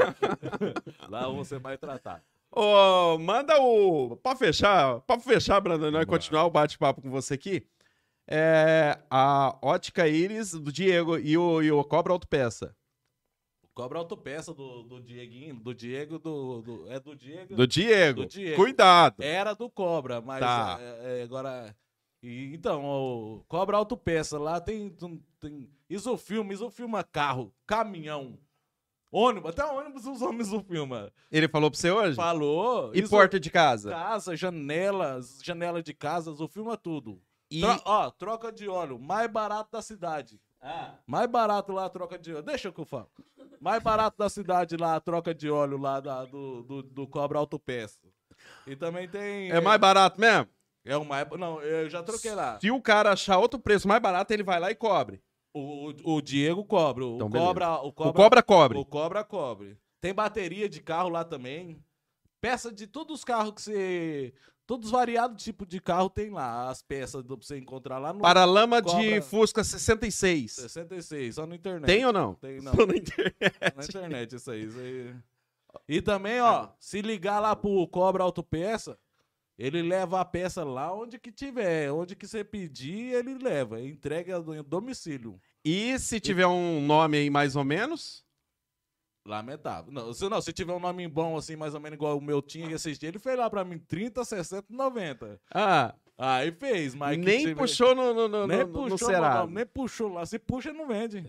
Lá você vai tratar. Ô, manda o... Pra fechar, pra fechar, Brandão, nós Bora. continuar o bate-papo com você aqui. É a Ótica Íris do Diego e o, e o Cobra Autopeça. Cobra autopeça do, do Dieguinho, do Diego, do, do- É do Diego? Do Diego. Do Diego. Cuidado. Era do Cobra, mas Tá. é, é, agora... e, então, o Cobra autopeça, lá tem, tem, tem isofilma, isofilma carro, caminhão, ônibus, até ônibus os homens isofilma. Ele falou pra você hoje? Falou. E iso- porta de casa? Casa, janelas, janela de casa, isofilma tudo. E... Tro- ó, troca de óleo, mais barato da cidade. Mais barato lá a troca de óleo. Deixa que eu falo. Mais barato da cidade lá a troca de óleo lá da- do, do, do Cobra Autopeça. E também tem... É mais barato mesmo? É o mais... Não, eu já troquei lá. Se o cara achar outro preço mais barato, ele vai lá e cobre. O, o, o Diego cobra. O, Então, beleza. cobra, o, cobra, O cobra cobre. O Cobra cobre. Tem bateria de carro lá também. Peça de todos os carros que você... Todos os variados tipos de carro tem lá. As peças pra você encontrar lá no... Paralama de Cobra- Fusca sessenta e seis. sessenta e seis, só na internet. Tem ou não? Tem, não. Só na internet. Na internet, isso aí, isso aí. E também, ó, se ligar lá pro Cobra Autopeça, ele leva a peça lá onde que tiver. Onde que você pedir, ele leva. Entrega no domicílio. E se tiver um nome aí mais ou menos? Lamentável. Não, se, não, se tiver um nome bom, assim, mais ou menos igual o meu tinha que assistir, ele fez lá pra mim trinta, sessenta, noventa. Ah, Aí fez, mas que nem tiver- puxou no, no, no, Nem no, no puxou, Cerado. não, nem puxou lá. Se puxa, não vende.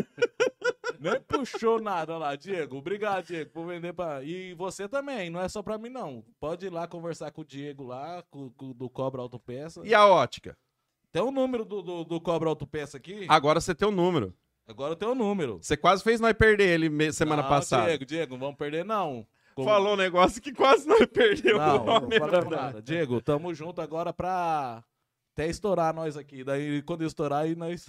Nem puxou nada lá, Diego. Obrigado, Diego, por vender pra... E você também, não é só pra mim, não. Pode ir lá conversar com o Diego lá, com, com- do Cobra Autopeça. E a ótica? Tem o número do, do, do Cobra Autopeça aqui. Agora você tem o número. Agora tem o número. Você quase fez nós perder ele me- semana Não, passada. Diego, Diego, não vamos perder, não. Como- Falou um negócio que quase nós perdeu Não, o nome. não falamos nada. Diego, tamo junto agora pra até estourar nós aqui. Daí, quando estourar, aí nós...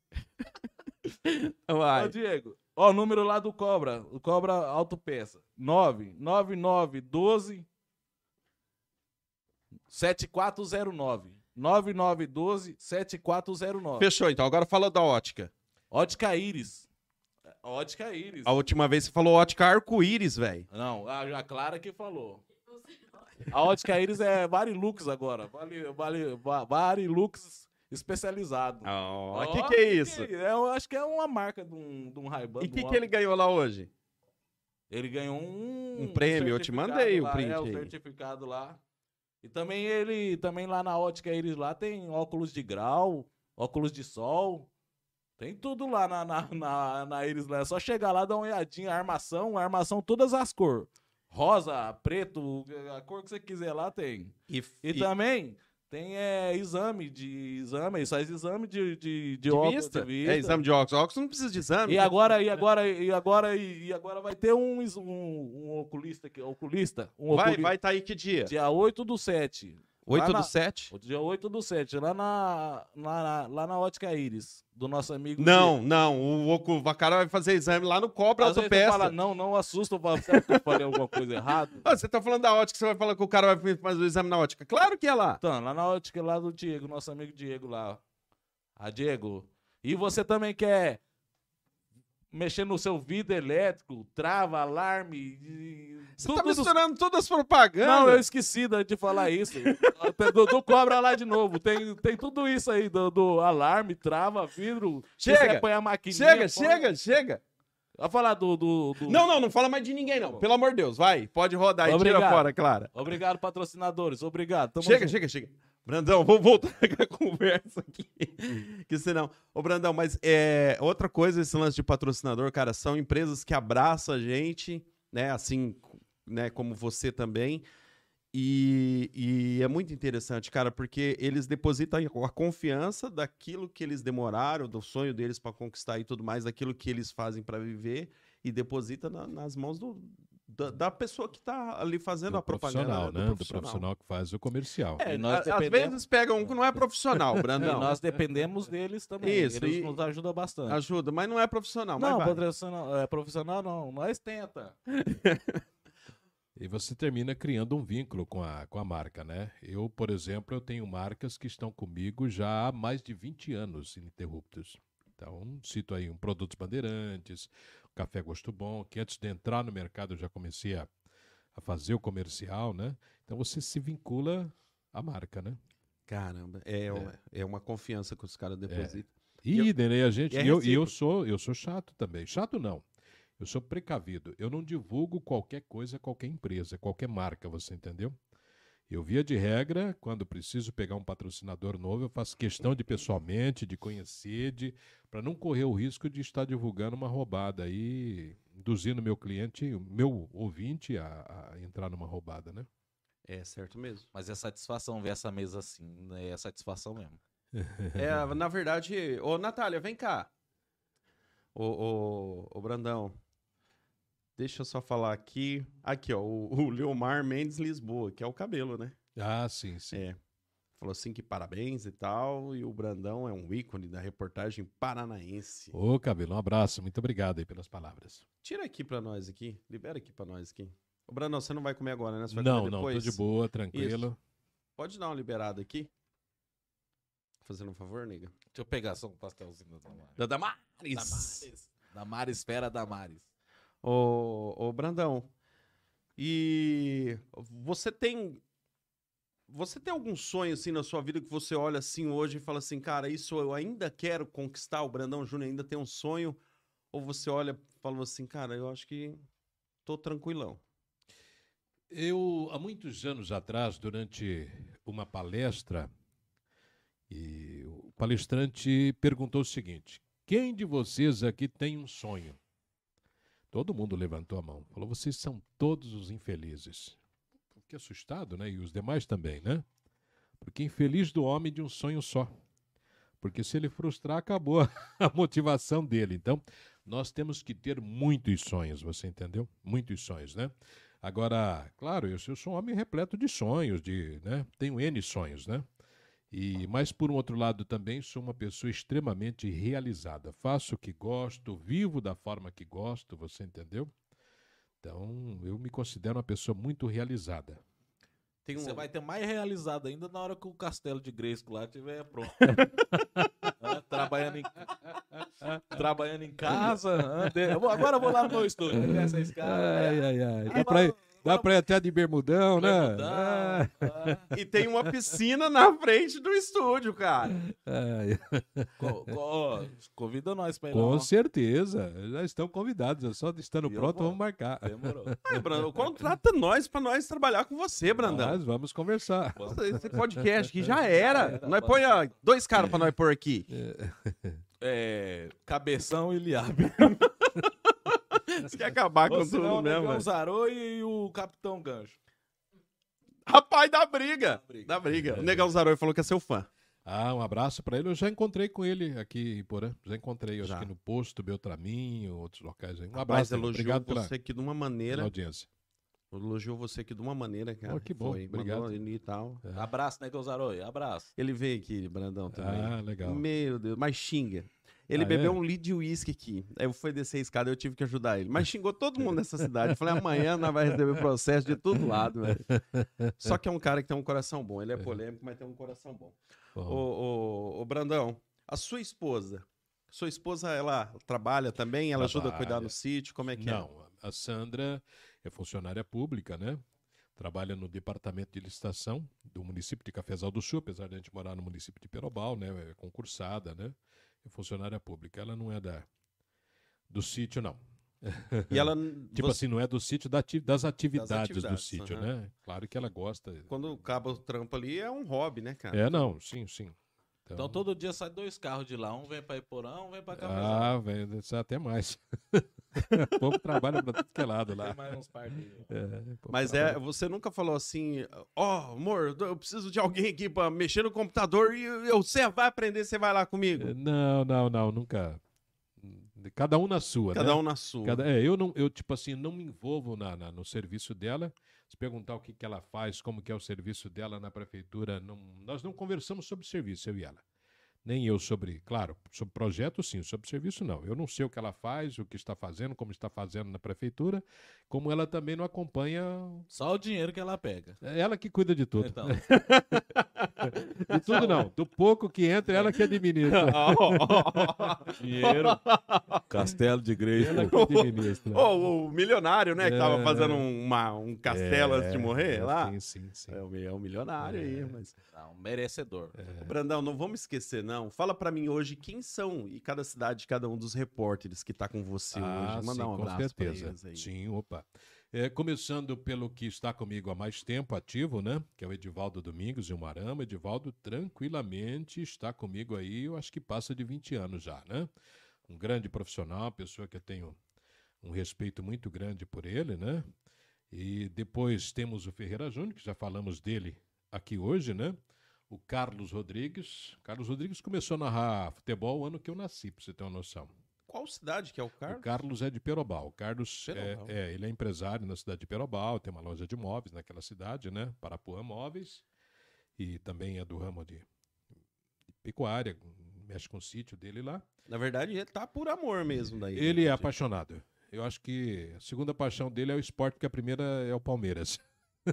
Ô, Vai. Diego, ó, o número lá do Cobra, o Cobra Autopeça, nove nove nove doze sete quatro zero nove. nove nove um dois, sete quatro zero nove. Fechou, então. Agora fala da ótica. Ótica Íris. Ótica Íris. A última vez você falou ótica arco-íris, velho. Não, a, a Clara que falou. A Ótica Íris é Varilux agora. Vale, vale, va- Varilux especializado. O Ó, que, que é isso? que- é, eu acho que é uma marca de um, de um Ray-Ban. E o de que, um que ele ganhou lá hoje? Ele ganhou um... Um prêmio, eu te certificado mandei o lá, print É, o aí. certificado lá. E também ele, também lá na Ótica Íris lá tem óculos de grau, óculos de sol. Tem tudo lá na, na, na, na Íris lá. É só chegar lá, dar uma olhadinha, armação, armação, todas as cores. Rosa, preto, a cor que você quiser lá tem. E, E, e- também tem é, exame de exame, ele faz exame de, de, de, de óculos vista? de vista. É exame de óculos. Óculos não precisa de exame. E agora, e agora, e agora, e agora vai ter um, is- um, um oculista aqui, oculista, um Vai, oculi- vai tá aí que dia? dia oito do sete. oito lá do na- sete? O dia oito do sete, lá na, lá na, lá na Ótica Íris, do nosso amigo. Não, não. O, ocu- o cara vai fazer exame lá no Cobra Às vezes você Autopeça. fala, não, não assusta, eu falo, será que eu falei alguma coisa errada? Ah, você tá falando da ótica, você vai falar que o cara vai fazer o exame na ótica. Claro que é lá. Então, lá na ótica lá do Diego, nosso amigo Diego lá. Ah, Diego. E você também quer mexer no seu vidro elétrico, trava, alarme. e- Você tudo tá do- misturando todas as propagandas. Não, eu esqueci de de falar isso. Até do, do Cobra lá de novo. Tem, tem tudo isso aí, do, do alarme, trava, vidro. se Chega, você põe a maquininha, Chega, põe- chega, chega. Vai falar do... do, do- Não, não, não fala mais de ninguém, não. Pelo amor de Deus, vai. Pode rodar e tira Obrigado. fora, Clara. Obrigado, patrocinadores. Obrigado. Tamo Chega, junto. chega, chega. Brandão, vamos voltar com a conversa aqui. Que senão. Ô, Brandão, mas é, outra coisa, esse lance de patrocinador, cara, são empresas que abraçam a gente, né? Assim, né, como você também. E, e é muito interessante, cara, porque eles depositam a confiança daquilo que eles demoraram, do sonho deles para conquistar e tudo mais, daquilo que eles fazem para viver, e deposita na- nas mãos do, da, da pessoa que tá ali fazendo Do a propaganda. profissional, né? né? Do profissional que faz o comercial. É, E nós a- às dependemos- vezes pega um que não é profissional, E Brandão. nós dependemos deles também. Isso, Eles e- nos ajudam bastante. Ajuda, mas não é profissional. mas Não, vai. patrocinal, é, profissional não. Nós tenta. E você termina criando um vínculo com a, com a marca, né? Eu, por exemplo, eu tenho marcas que estão comigo já há mais de vinte anos ininterruptos. Então, cito aí um Produtos Bandeirantes, Café Gosto Bom, que antes de entrar no mercado eu já comecei a, a fazer o comercial, né? Então, você se vincula à marca, né? Caramba, é, uma- é uma confiança que os caras depositam. E, E eu- né, a gente, e é e eu, e eu recíproco. sou, eu sou chato também. Chato não. Eu sou precavido. Eu não divulgo qualquer coisa, qualquer empresa, qualquer marca, você entendeu? Eu, via de regra, quando preciso pegar um patrocinador novo, eu faço questão de pessoalmente, de conhecer, de para não correr o risco de estar divulgando uma roubada aí, induzindo meu cliente, o meu ouvinte a, a entrar numa roubada, né? É certo mesmo. Mas é satisfação ver essa mesa assim. Né? É satisfação mesmo. É, na verdade, ô Natália, vem cá. Ô, ô, ô Brandão, deixa eu só falar aqui. Aqui, ó, o, o Leomar Mendes Lisboa, que é o cabelo, né? Ah, sim, sim. É. Falou assim que parabéns e tal. E o Brandão é um ícone da reportagem paranaense. Ô, Cabelo, um abraço. Muito obrigado aí pelas palavras. Tira aqui pra nós aqui. Libera aqui pra nós aqui. Ô, Brandão, você não vai comer agora, né? Você vai Não, comer não, tô depois? de boa, tranquilo. Pode dar uma liberada aqui? Fazendo um favor, nega. Deixa eu pegar só um pastelzinho da Damares. Da Damares. Damares. Damares, fera Damares. Ô, ô, Brandão, e você tem você tem algum sonho assim na sua vida que você olha assim hoje e fala assim, cara, isso eu ainda quero conquistar, o Brandão Júnior ainda tem um sonho? Ou você olha e fala assim, cara, eu acho que tô tranquilão. Eu, há muitos anos atrás, durante uma palestra, e o palestrante perguntou o seguinte: quem de vocês aqui tem um sonho? Todo mundo levantou a mão. Falou, vocês são todos os infelizes. Fiquei assustado, né? E os demais também, né? Porque infeliz do homem de um sonho só. Porque se ele frustrar, acabou a motivação dele. Então, nós temos que ter muitos sonhos, você entendeu? Muitos sonhos, né? Agora, claro, eu, eu sou um homem repleto de sonhos, de, né? Tenho N sonhos, né? E, mas, por um outro lado, também sou uma pessoa extremamente realizada. Faço o que gosto, vivo da forma que gosto, você entendeu? Então, eu me considero uma pessoa muito realizada. Tem um... Você vai ter mais realizado ainda na hora que o castelo de Grayskull lá estiver pronto. Ah, trabalhando, em... trabalhando em casa. Ah, de... eu vou... Agora eu vou lá no meu estúdio. Essa escada. Ai, ai, ai. Dá Aí, pra ir, agora- dá pra ir até de bermudão, né? Bermudão, Ah, ah. E tem uma piscina na frente do estúdio, cara. ai. Co- co- ó, Convida nós pra ir lá. Com ó. certeza. Já estão convidados. É só estando E eu pronto, vou. vamos marcar. Demorou. Aí, Brandão, contrata nós pra nós trabalhar com você, Brandão. Nós vamos conversar. Nossa, esse podcast aqui já era. era, Nós mano. põe ó, dois caras pra nós pôr aqui. É, Cabeção e Liab. Você quer acabar com Ou senão tudo o mesmo, Negão velho. Zarou e o Capitão Gancho. Rapaz, da briga. briga. Da briga. O Negão Zaroi falou que é seu fã. Ah, um abraço pra ele. Eu já encontrei com ele aqui em Porã. Já encontrei, Já. acho que no posto Beltraminho, outros locais aí. Um Rapaz, abraço. Negão. elogiou Obrigado pela, você aqui de uma pela maneira. audiência. Elogiou você aqui de uma maneira, cara. Oh, que bom, Foi, obrigado. mandou ali e tal. Abraço, Negão Zarou. Abraço. Ele veio aqui, Brandão, também. Ah, legal. Meu Deus, mas xinga. Ele Ah, bebeu é? um litro de uísque aqui. Aí eu fui descer a escada, eu tive que ajudar ele. Mas xingou todo mundo nessa cidade. Eu falei, amanhã nós vai receber processo de todo lado, velho. Só que é um cara que tem um coração bom. Ele é polêmico, mas tem um coração bom. Bom, Ô, ô, ô, Brandão, a sua esposa. Sua esposa, ela trabalha também? Ela ajuda a cuidar Trabalha. no sítio? Como é que Não, a Sandra é funcionária pública, né? Trabalha no departamento de licitação do município de Cafezal do Sul, apesar de a gente morar no município de Perobal, né? É concursada, né? É funcionária pública. Ela não é da do sítio, não. é? E ela... Tipo você- assim, não é do sítio, da ati- das atividades, do atividades, sítio, aham. né? Claro que ela gosta. Quando acaba o trampo ali, é um hobby, né, cara? É, não, sim, sim. Então todo dia sai dois carros de lá. Um vem pra Iporã, um vem pra Cafezal. Ah, velho, isso é até mais. O povo trabalha pra tudo que é lado lá. Tem mais uns par de... É, o povo Mas trabalha. é, você nunca falou assim, ó, amor, eu preciso de alguém aqui pra mexer no computador e eu, eu- você vai aprender, você vai lá comigo. É, Não, não, não, nunca. Cada um na sua, Cada né? um na sua. Cada- é, eu não, eu tipo assim, não me envolvo na, na- no serviço dela. Se perguntar o que, que ela faz, como que é o serviço dela na prefeitura, não, nós não conversamos sobre serviço, eu e ela. Nem eu sobre, claro, sobre projeto sim, sobre serviço não. Eu não sei o que ela faz, o que está fazendo, como está fazendo na prefeitura, como ela também não acompanha. Só o dinheiro que ela pega. É ela que cuida de tudo. Então, De tudo não. Do pouco que entra, ela que administra. dinheiro, castelo de Ela Grayskull. que administra. Ô, o milionário, né, que tava É. fazendo um, uma- um castelo antes de morrer é, lá. Sim, sim, sim. É o, é o milionário aí, mas... Não, merecedor. Ô, Brandão, não vamos esquecer, não. Fala pra mim hoje quem são e cada cidade, cada um dos repórteres que tá com você Ah, hoje. Mandar sim, um com abraço pra certeza. eles aí. Sim, opa. É, começando pelo que está comigo há mais tempo ativo, né? Que é o Edivaldo Domingos e o Marama. Edivaldo tranquilamente está comigo aí, eu acho que passa de vinte anos já, né? Um grande profissional, pessoa que eu tenho um respeito muito grande por ele, né? E depois temos o Ferreira Júnior, que já falamos dele aqui hoje, né? O Carlos Rodrigues. Carlos Rodrigues começou a narrar futebol o ano que eu nasci, pra você ter uma noção. Qual cidade que é o O Carlos? Carlos é de Perobal. O Carlos é, Perobal. é, ele é empresário na cidade de Perobal, tem uma loja de móveis naquela cidade, né? Parapuã Móveis. E também é do ramo de, de pecuária, mexe com o sítio dele lá. Na verdade, ele tá por amor mesmo daí. Ele é né? apaixonado. Eu acho que a segunda paixão dele é o esporte, porque a primeira é o Palmeiras.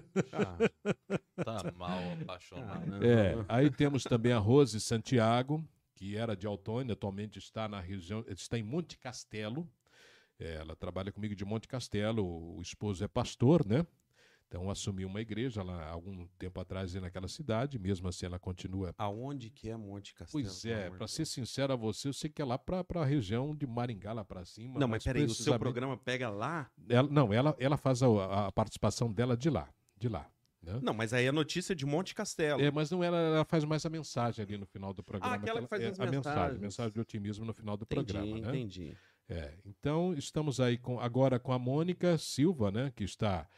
Ah, Tá mal apaixonado. ah, É, aí temos também a Rose Santiago, que era de Autônia, atualmente está na região, está em Monte Castelo. É, ela trabalha comigo de Monte Castelo, o, o esposo é pastor, né? Então assumiu uma igreja lá há algum tempo atrás aí naquela cidade, mesmo assim ela continua. Aonde que é Monte Castelo? Pois pelo é, amor para de ser Deus? sincero a você, eu sei que é lá para a região de Maringá, lá para cima. Não, mas peraí, o seu precisamente- programa pega lá? Ela, não, ela, ela faz a, a participação dela de lá, de lá. Né? Não, mas aí a notícia é de Monte Castelo. É, mas não ela, ela faz mais a mensagem ali no final do programa. aquela que faz é, as a mensagem, mensagens. mensagem de otimismo no final do entendi, programa, né? entendi. É, então estamos aí com, agora com a Mônica Silva, né, que está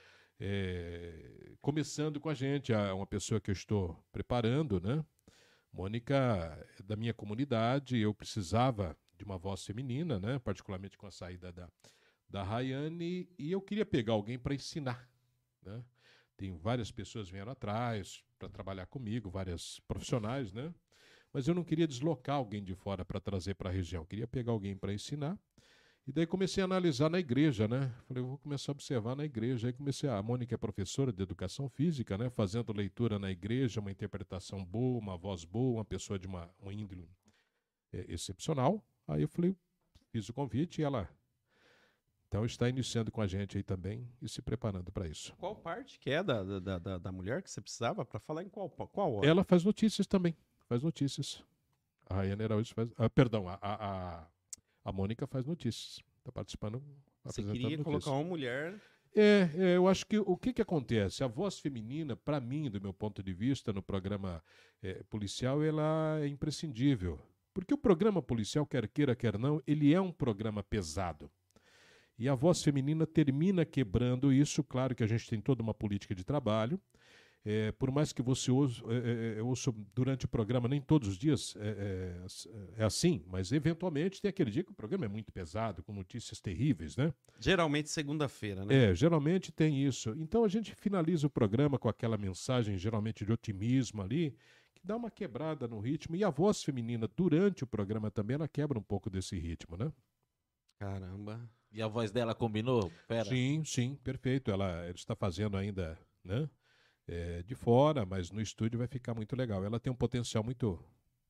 é, começando com a gente, é uma pessoa que eu estou preparando, né? Mônica é da minha comunidade, eu precisava de uma voz feminina, né, particularmente com a saída da, da Rayane, e eu queria pegar alguém para ensinar, né? Tem várias pessoas que vieram atrás para trabalhar comigo, várias profissionais, né? Mas eu não queria deslocar alguém de fora para trazer para a região. Eu queria pegar alguém para ensinar. E daí comecei a analisar na igreja, né? Falei, eu vou começar a observar na igreja. Aí comecei, a, a Mônica é professora de educação física, né? Fazendo leitura na igreja, uma interpretação boa, uma voz boa, uma pessoa de uma, uma índole é, excepcional. Aí eu falei, fiz o convite e ela então está iniciando com a gente aí também e se preparando para isso. Qual parte que é da, da, da, da mulher que você precisava para falar em qual, qual hora? Ela faz notícias também, faz notícias. A Rayane Araújo faz, ah, perdão, a, a, a A Mônica faz notícias, está participando. Você queria notícias. colocar uma mulher... É, é, eu acho que o que, que acontece? A voz feminina, para mim, do meu ponto de vista, no programa é, policial, ela é imprescindível. Porque o programa policial, quer queira, quer não, ele é um programa pesado. E a voz feminina termina quebrando isso. Claro que a gente tem toda uma política de trabalho. É, por mais que você ouça, é, é, ouça durante o programa, nem todos os dias é, é, é assim, mas eventualmente tem aquele dia que o programa é muito pesado, com notícias terríveis, né? Geralmente segunda-feira, né? É, geralmente tem isso. Então a gente finaliza o programa com aquela mensagem, geralmente de otimismo ali, que dá uma quebrada no ritmo. E a voz feminina, durante o programa também, ela quebra um pouco desse ritmo, né? Caramba. E a voz dela combinou? Pera. Sim, sim, perfeito. Ela, ela está fazendo ainda, né? É, de fora, mas no estúdio vai ficar muito legal. Ela tem um potencial muito...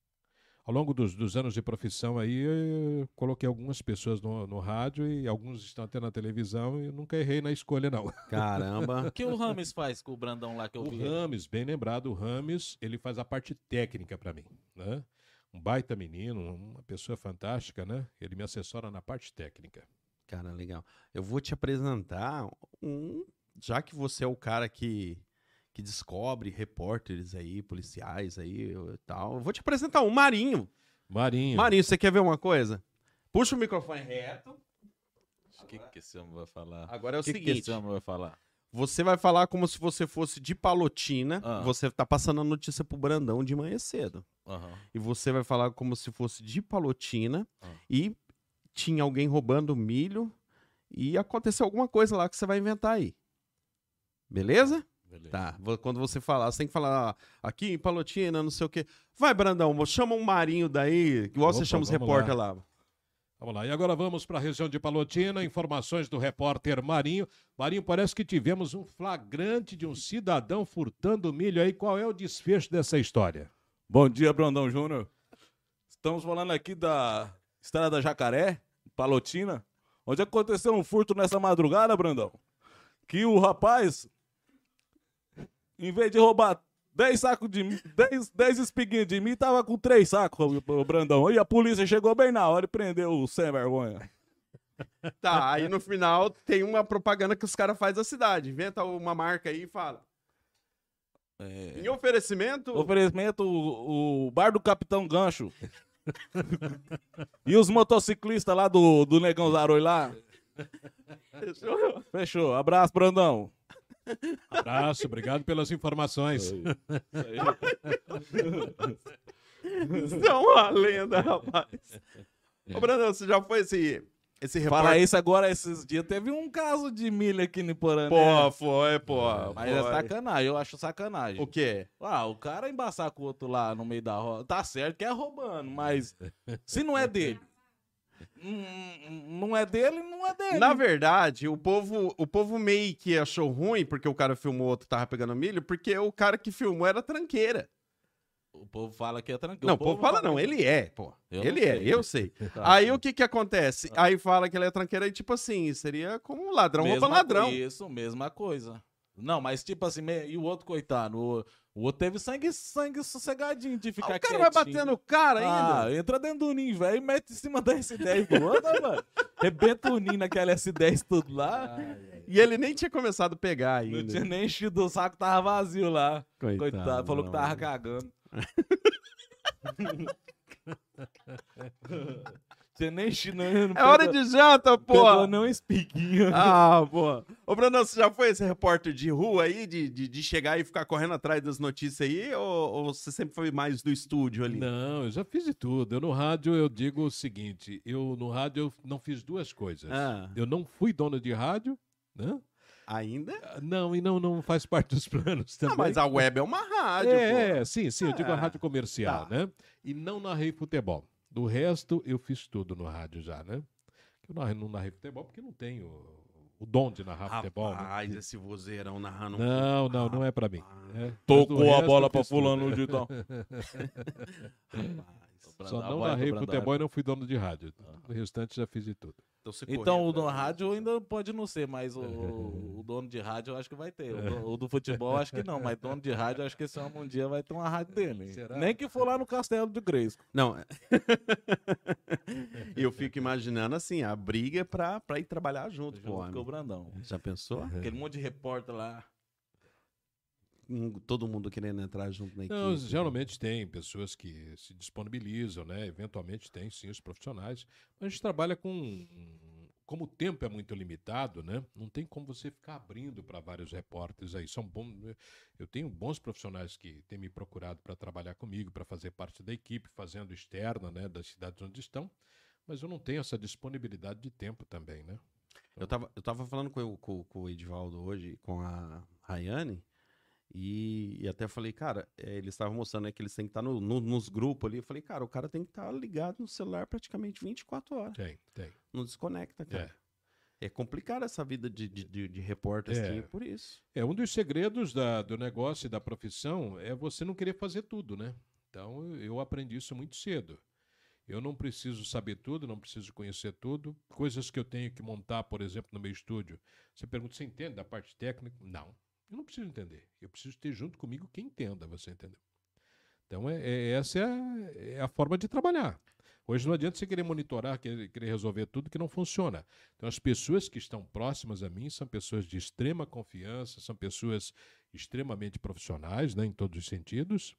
Ao longo dos, dos anos de profissão aí, eu coloquei algumas pessoas no, no rádio e alguns estão até na televisão e eu nunca errei na escolha, não. Caramba. O que o Rames faz com o Brandão lá que eu O vi? Rames, bem lembrado, o Rames, ele faz a parte técnica para mim, né? Um baita menino, uma pessoa fantástica, né? Ele me assessora na parte técnica. Cara, legal. Eu vou te apresentar um... Já que você é o cara que... que descobre repórteres aí, policiais aí e tal. Eu vou te apresentar um, Marinho. Marinho. Marinho, você quer ver uma coisa? Puxa o microfone reto. O que, que esse homem vai falar? Agora é o O que, que seguinte, esse homem vai falar? você vai falar como se você fosse de Palotina, Ah. você tá passando a notícia pro Brandão de manhã cedo. Aham. E você vai falar como se fosse de Palotina Ah. e tinha alguém roubando milho e aconteceu alguma coisa lá que você vai inventar aí. Beleza? Beleza. Tá, vo- quando você falar, você tem que falar ah, aqui em Palotina, não sei o quê. Vai, Brandão, chama um Marinho daí, igual você Opa, chama os vamos repórter lá. Vamos lá, e agora vamos para a região de Palotina, informações do repórter Marinho. Marinho, parece que tivemos um flagrante de um cidadão furtando milho aí. Qual é o desfecho dessa história? Bom dia, Brandão Júnior. Estamos falando aqui da Estrada da Jacaré, Palotina, onde aconteceu um furto nessa madrugada, Brandão. Que o rapaz, em vez de roubar dez sacos de milho, dez espiguinhos de milho, tava com três sacos, o Brandão. E a polícia chegou bem na hora e prendeu o sem vergonha. Tá, aí no final tem uma propaganda que os caras fazem da cidade. Inventa uma marca aí e fala. É... Em oferecimento. Oferecimento, o, o bar do Capitão Gancho. E os motociclistas lá do, do Negão Zaroi lá. Fechou? Fechou. Abraço, Brandão. Abraço, obrigado pelas informações. Isso é uma lenda, rapaz. Ô, Brandão, você já foi esse, esse repórter? Fala isso agora, esses dias teve um caso de milho aqui no Iporã, né? Pô, foi, pô. Mas é foi. sacanagem, eu acho sacanagem. O quê? Ah, o cara embaçar com o outro lá no meio da roda, tá certo que é roubando, mas se não é dele, não é dele, não é dele. Na verdade, o povo, o povo meio que achou ruim porque o cara filmou, o outro tava pegando milho, porque o cara que filmou era tranqueira. O povo fala que é tranquilo. Não, o povo fala não, que- ele é, pô. Eu Ele não é, sei. eu sei. Tá. Aí o que que acontece? Aí fala que ele é tranqueira e tipo assim, seria como um ladrão rouba Mesma ladrão. co- Isso, mesma coisa. Não, mas tipo assim, me- e o outro, coitado, o, o outro teve sangue, sangue sossegadinho de Ah, ficar o cara vai quietinho. bater no cara ainda. Ah, entra dentro do ninho, velho, e mete em cima da S dez do outro, mano. Rebenta o ninho naquela S dez tudo lá. E ele nem tinha começado a pegar Não ainda. tinha nem enchido o saco, tava vazio lá. Coitado, Coitado, falou que tava não. cagando. Tinha nem enchido, não, não É hora pegou- de janta, pô. pegou nem um espiguinho. Ah, pô. Ô, Brandão, você já foi esse repórter de rua aí, de, de, de chegar e ficar correndo atrás das notícias aí, ou, ou você sempre foi mais do estúdio ali? Não, eu já fiz de tudo. Eu no rádio eu digo o seguinte, eu no rádio eu não fiz duas coisas. Ah. Eu não fui dono de rádio, né? Ainda? Ah, Não, e não, não faz parte dos planos também. Ah, mas a web é uma rádio, é, pô. é, sim, sim, eu digo a Ah, rádio comercial, tá. né? E não narrei futebol. Do resto, eu fiz tudo no rádio já, né? Eu não, não narrei futebol porque não tenho o dom de narrar futebol. Rapaz, Né? esse vozeirão narrando... Não, não, não é pra mim. É, Tocou a bola pra fulano de tal. Só não narrei futebol e não fui dono de rádio. O restante já fiz de tudo. Então, você Então o correu do atrás rádio disso. ainda pode não ser, mas o, o dono de rádio eu acho que vai ter. O do, o do futebol acho que não, mas dono de rádio eu acho que esse homem um dia vai ter uma rádio dele. Será? Nem que for lá no Castelo do Gresco. Não, eu fico imaginando assim, a briga pra, pra ir trabalhar junto, Junto pô. com o Brandão. Já pensou? Aquele monte de repórter lá. Hum, Todo mundo querendo entrar junto na equipe. Não, geralmente tem pessoas que se disponibilizam, né? Eventualmente tem, sim, os profissionais. Mas a gente trabalha com... Como o tempo é muito limitado, né? Não tem como você ficar abrindo para vários repórteres aí. São bons, eu tenho bons profissionais que têm me procurado para trabalhar comigo, para fazer parte da equipe, fazendo externa, né, das cidades onde estão, mas eu não tenho essa disponibilidade de tempo também, né? Eu tava, eu tava falando com, o- com, com o Edivaldo hoje, com a Rayane, e, e até falei, cara, é, eles estavam mostrando, né, que eles têm que estar no, no- nos grupos ali. Eu falei, cara, o cara tem que estar ligado no celular praticamente vinte e quatro horas. Tem, tem. Não desconecta, cara. É, complicado essa vida de, de, de, de repórter É. assim, por isso. É, um dos segredos da, do negócio e da profissão é você não querer fazer tudo, né? Então, eu- eu aprendi isso muito cedo. Eu não preciso saber tudo, não preciso conhecer tudo. Coisas que eu tenho que montar, por exemplo, no meu estúdio. Você pergunta, você entende da parte técnica? Não, eu não preciso entender. Eu preciso ter junto comigo quem entenda, você entendeu? Então, é, é- essa é a, é a forma de trabalhar. Hoje não adianta você querer monitorar, querer, querer resolver tudo que não funciona. Então, as pessoas que estão próximas a mim são pessoas de extrema confiança, são pessoas extremamente profissionais, né, em todos os sentidos.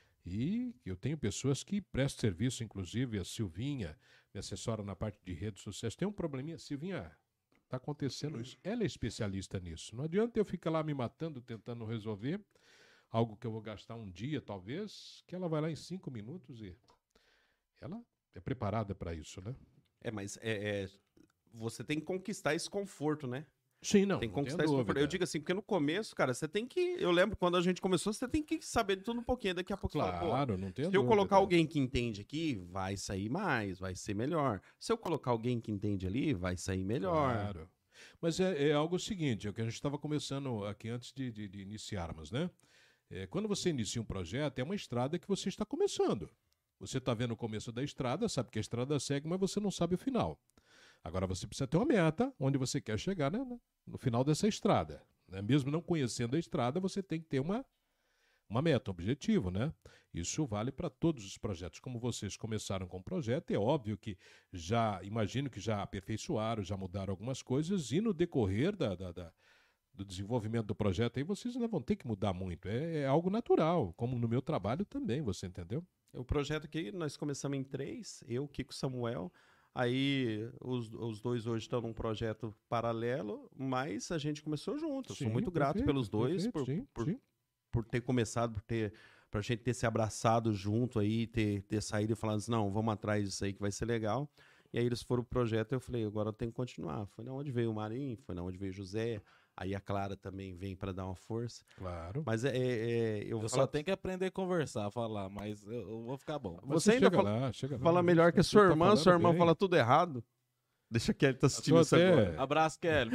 E eu tenho pessoas que prestam serviço, inclusive a Silvinha, me assessora na parte de redes sociais. Tem um probleminha, Silvinha, está acontecendo isso. Ela é especialista nisso. Não adianta eu ficar lá me matando, tentando resolver algo que eu vou gastar um dia, talvez, que ela vai lá em cinco minutos e ela é preparada para isso, né? É, mas é, é, você tem que conquistar esse conforto, né? Sim, não. tem que não conquistar tenho esse conforto. dúvida. Eu digo assim, porque no começo, cara, você tem que. Eu lembro quando a gente começou, você tem que saber de tudo um pouquinho. Daqui a pouco você fala, pô, Claro, não tenho se eu dúvida. colocar alguém que entende aqui, vai sair mais, vai ser melhor. Se eu colocar alguém que entende ali, vai sair melhor. Claro. Mas é, é algo seguinte, é o que a gente estava começando aqui antes de, de- de iniciarmos, né? É, quando você inicia um projeto, é uma estrada que você está começando. Você está vendo o começo da estrada, sabe que a estrada segue, mas você não sabe o final. Agora você precisa ter uma meta onde você quer chegar, né, né, no final dessa estrada. Né? Mesmo não conhecendo a estrada, você tem que ter uma, uma meta, um objetivo, né? Isso vale para todos os projetos. Como vocês começaram com o projeto, é óbvio que já, imagino que já aperfeiçoaram, já mudaram algumas coisas, e no decorrer da, da- da- do desenvolvimento do projeto aí, vocês ainda vão ter que mudar muito. É, é algo natural, como no meu trabalho também, você entendeu? O projeto aqui, nós começamos em três, eu, Kiko e Samuel. Aí os, os dois hoje estão num projeto paralelo, mas a gente começou junto. Eu sou Sim, muito grato perfeito, pelos dois perfeito, por, sim, por, sim. por ter começado, por ter, pra gente ter se abraçado junto aí, ter, ter saído e falado assim, não, vamos atrás disso aí que vai ser legal. E aí eles foram pro projeto e eu falei, agora eu tenho que continuar. Foi na onde veio o Marinho, foi na onde veio o José, aí a Clara também vem para dar uma força. Claro. Mas é, é- é- eu, Eu vou só falar, tenho que aprender a conversar, falar, mas eu, eu vou ficar bom. Mas você ainda chega fala- lá, chega lá, fala isso, melhor que a você sua tá irmã, falando sua irmã bem. fala tudo errado. Deixa que ele tá assistindo tô isso até- agora. Abraço, Kelly.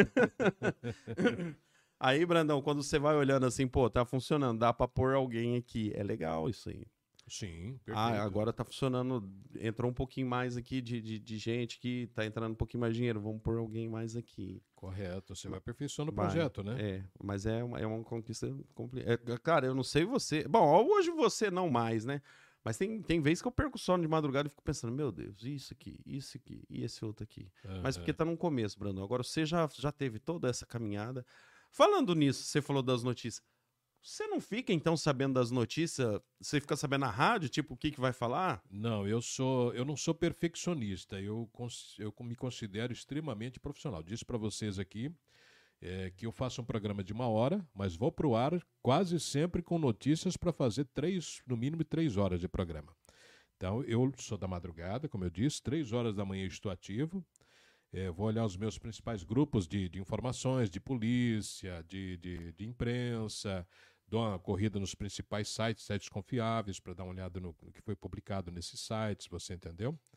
Aí, Brandão, quando você vai olhando assim, pô, tá funcionando, dá pra pôr alguém aqui. É legal isso aí. Sim, perfeito. Ah, agora tá funcionando, entrou um pouquinho mais aqui de, de, de gente que tá entrando um pouquinho mais de dinheiro, vamos pôr alguém mais aqui. Correto, você vai aperfeiçoando o Vai, projeto, né? É, mas é uma, é uma conquista complicada. Cara, eu não sei você. Bom, hoje você não mais, né? Mas tem, tem vezes que eu perco sono de madrugada e fico pensando, meu Deus, isso aqui, isso aqui, e esse outro aqui. Mas porque Aham. tá no começo, Brandão. Agora você já, já teve toda essa caminhada. Falando nisso, você falou das notícias. Você não fica, então, sabendo das notícias? Você fica sabendo na rádio, tipo, o que, que vai falar? Não, eu sou, eu não sou perfeccionista. Eu, cons- eu me considero extremamente profissional. Disse para vocês aqui é, que eu faço um programa de uma hora, mas vou pro ar quase sempre com notícias para fazer três, no mínimo três horas de programa. Então, eu sou da madrugada, como eu disse, três horas da manhã estou ativo. É, vou olhar os meus principais grupos de, de informações, de polícia, de, de, de imprensa, dou uma corrida nos principais sites, sites confiáveis, para dar uma olhada no, no que foi publicado nesses sites, você entendeu?